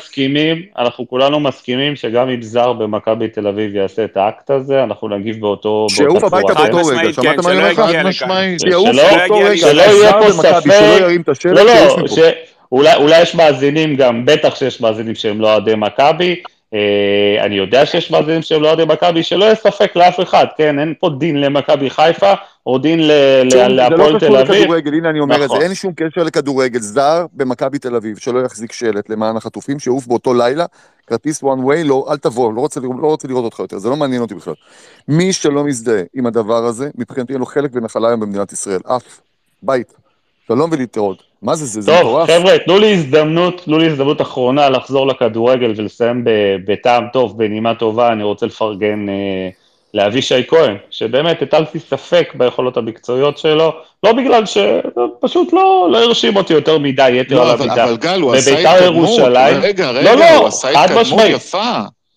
כולנו מסכימים שגם אם זר במכבי תל אביב יעשה את האקט הזה, אנחנו נגיב באותו... שיעוף הביתה באותו רגע. שמעת מה אני אומר לך? חד משמעית. שיעוף באותו רגע. שלא יהיה פה ספק. שלא ירים את השלט. אולי יש מאזינים גם, בטח שיש מאזינים שהם לא אוהדי מכבי, אני יודע שיש מאזינים שהם לא אוהדי מכבי, שלא יהיה ספק לאף אחד, כן, אין פה דין למכבי חיפה, או דין להפועל תל אביב. לכדורגל, הנה אני אומר את זה, אין שום קשר לכדורגל, זר במכבי תל אביב, שלא יחזיק שלט למען החטופים, שעוף באותו לילה, כרטיס one way, לא, אל תבוא, לא רוצה לראות אותך יותר, זה לא מעניין אותי בכלל. מי שלא מזדהה עם הדבר הזה, מבחינתי אין לו חלק ונחלה היום במדינת ישראל, אף בית, שלום ולהתראות. מה זה? זה טוב, חבר'ה, תנו לי הזדמנות אחרונה לחזור לכדורגל ולסיים בטעם טוב, בנימה טובה. אני רוצה לפרגן לאבישי כהן, שבאמת הטלתי ספק ביכולות המקצועיות שלו, לא בגלל שפשוט לא הרשים אותי יותר מדי, יתר על המידה. אבל גל, הוא עשה התקדמות, רגע, הוא עשה התקדמות יפה.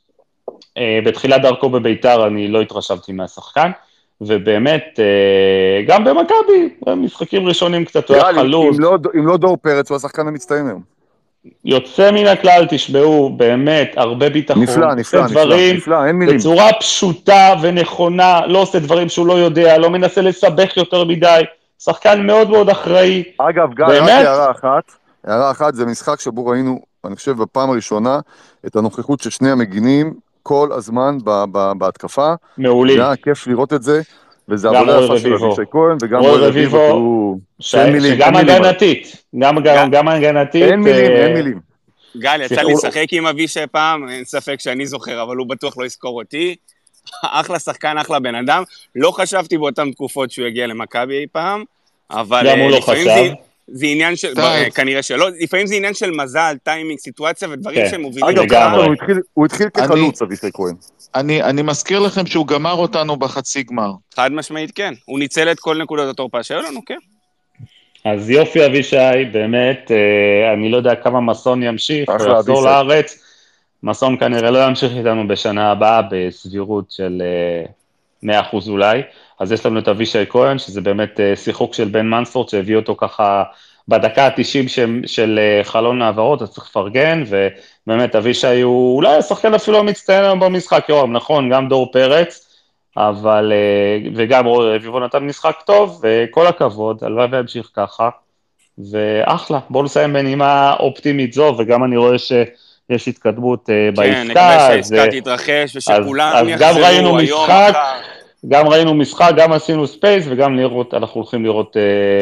בתחילת דרכו בביתר אני לא התרשמתי מהשחקן, ובאמת, גם במכבי, משחקים ראשונים קצת הוא היה חלוץ. אם לא דור פרץ, הוא השחקן המצטיין היום. יוצא מן הכלל, תשמעו, באמת, הרבה ביטחון. נפלא, אין מילים. בצורה פשוטה ונכונה, לא עושה דברים שהוא לא יודע, לא מנסה לסבך יותר מדי, שחקן מאוד מאוד אחראי. אגב, גל, רק הערה אחת, זה משחק שבו ראינו, אני חושב, בפעם הראשונה, את הנוכחות של שני המגינים, כל הזמן בהתקפה. מעולים. זה היה כיף לראות את זה, וזה עבודה יפה של אבישי כהן, וגם רוי רביבו, שגם הגנתית, גם הגנתית. אין מילים. גל, יצא לי לשחק עם אבישי פעם, אין ספק שאני זוכר, אבל הוא בטוח לא יזכור אותי. אחלה שחקן, אחלה בן אדם. לא חשבתי באותן תקופות שהוא יגיע למכבי אי פעם, אבל גם הוא לא חשב. זה עניין של, כנראה שלא, לפעמים זה עניין של מזל, טיימינג, סיטואציה ודברים שמובילים. אגב, הוא התחיל כחלוץ, אבישי כהן. אני מזכיר לכם שהוא גמר אותנו בחצי גמר. חד משמעית, כן. הוא ניצל את כל נקודות התורפה שהיו לנו, כן. אז יופי אבישי, באמת, אני לא יודע כמה מסון ימשיך, הוא יחזור לארץ. מסון כנראה לא ימשיך איתנו בשנה הבאה, בסבירות של 100% אולי. אז יש לנו את אבישי כהן, שזה באמת שיחוק של בן מנספורד, שהביא אותו ככה בדקה ה-90 של חלון העברות, אז צריך לפרגן, ובאמת אבישי הוא אולי השחקן אפילו המצטיין היום במשחק, יורם, נכון, גם דור פרץ, אבל, וגם רביבו נתן משחק טוב, וכל הכבוד, הלוואי והמשיך ככה, ואחלה, בואו נסיים בנימה אופטימית זו, וגם אני רואה שיש התקדמות בעסקה. כן, נקווה שהעסקה תתרחש, ושכולם יחזרו היום. גם ראינו משחק, גם עשינו ספייס, וגם לראות, אנחנו הולכים לראות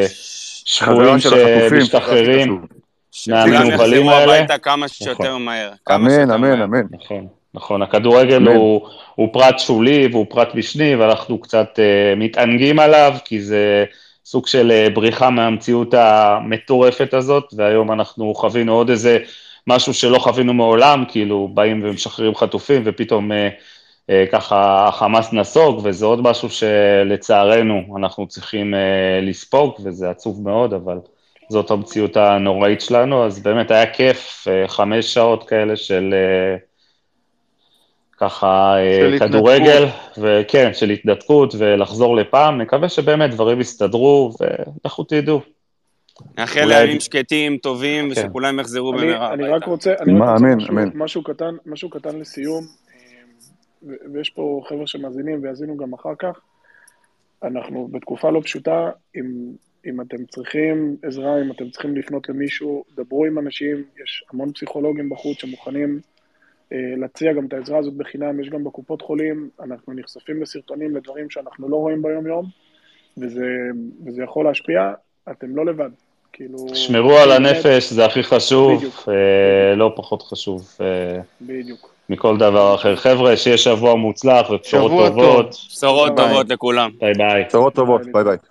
שבועים שמשתחררים מהמנוולים האלה. הביתה כמה שיותר מהר. אמן. נכון, הכדורגל הוא פרט שולי, והוא פרט משני, ואנחנו קצת מתענגים עליו, כי זה סוג של בריחה מהמציאות המטורפת הזאת, והיום אנחנו חווינו עוד איזה משהו שלא חווינו מעולם, כאילו באים ומשחררים חטופים, ופתאום ככה החמאס נסוג, וזה עוד משהו שלצערנו אנחנו צריכים לספוג, וזה עצוב מאוד, אבל זאת המציאות הנוראית שלנו, אז באמת היה כיף, 5 שעות כאלה של ככה כדורגל, וכן, של התנתקות ולחזור לפעם, נקווה שבאמת דברים יסתדרו, ולכו תדעו. נאחל לימים שקטים, טובים, ושכולם יחזרו במהרה. אני רק רוצה משהו קטן לסיום, ויש פה חבר'ה שמאזינים ויאזינו גם אחר כך. אנחנו בתקופה לא פשוטה, אם אתם צריכים עזרה, אם אתם צריכים לפנות למישהו, דברו עם אנשים, יש המון פסיכולוגים בחוץ שמוכנים להציע גם את העזרה הזאת בחינם, יש גם בקופות חולים, אנחנו נחשפים לסרטונים, לדברים שאנחנו לא רואים ביום יום, וזה יכול להשפיע, אתם לא לבד. שמרו על הנפש, זה הכי חשוב, לא פחות חשוב מכל דבר אחר. חבר'ה, שיהיה שבוע מוצלח ובשורות טובות. בשורות טובות לכולם. ביי ביי. בשורות טובות, ביי ביי.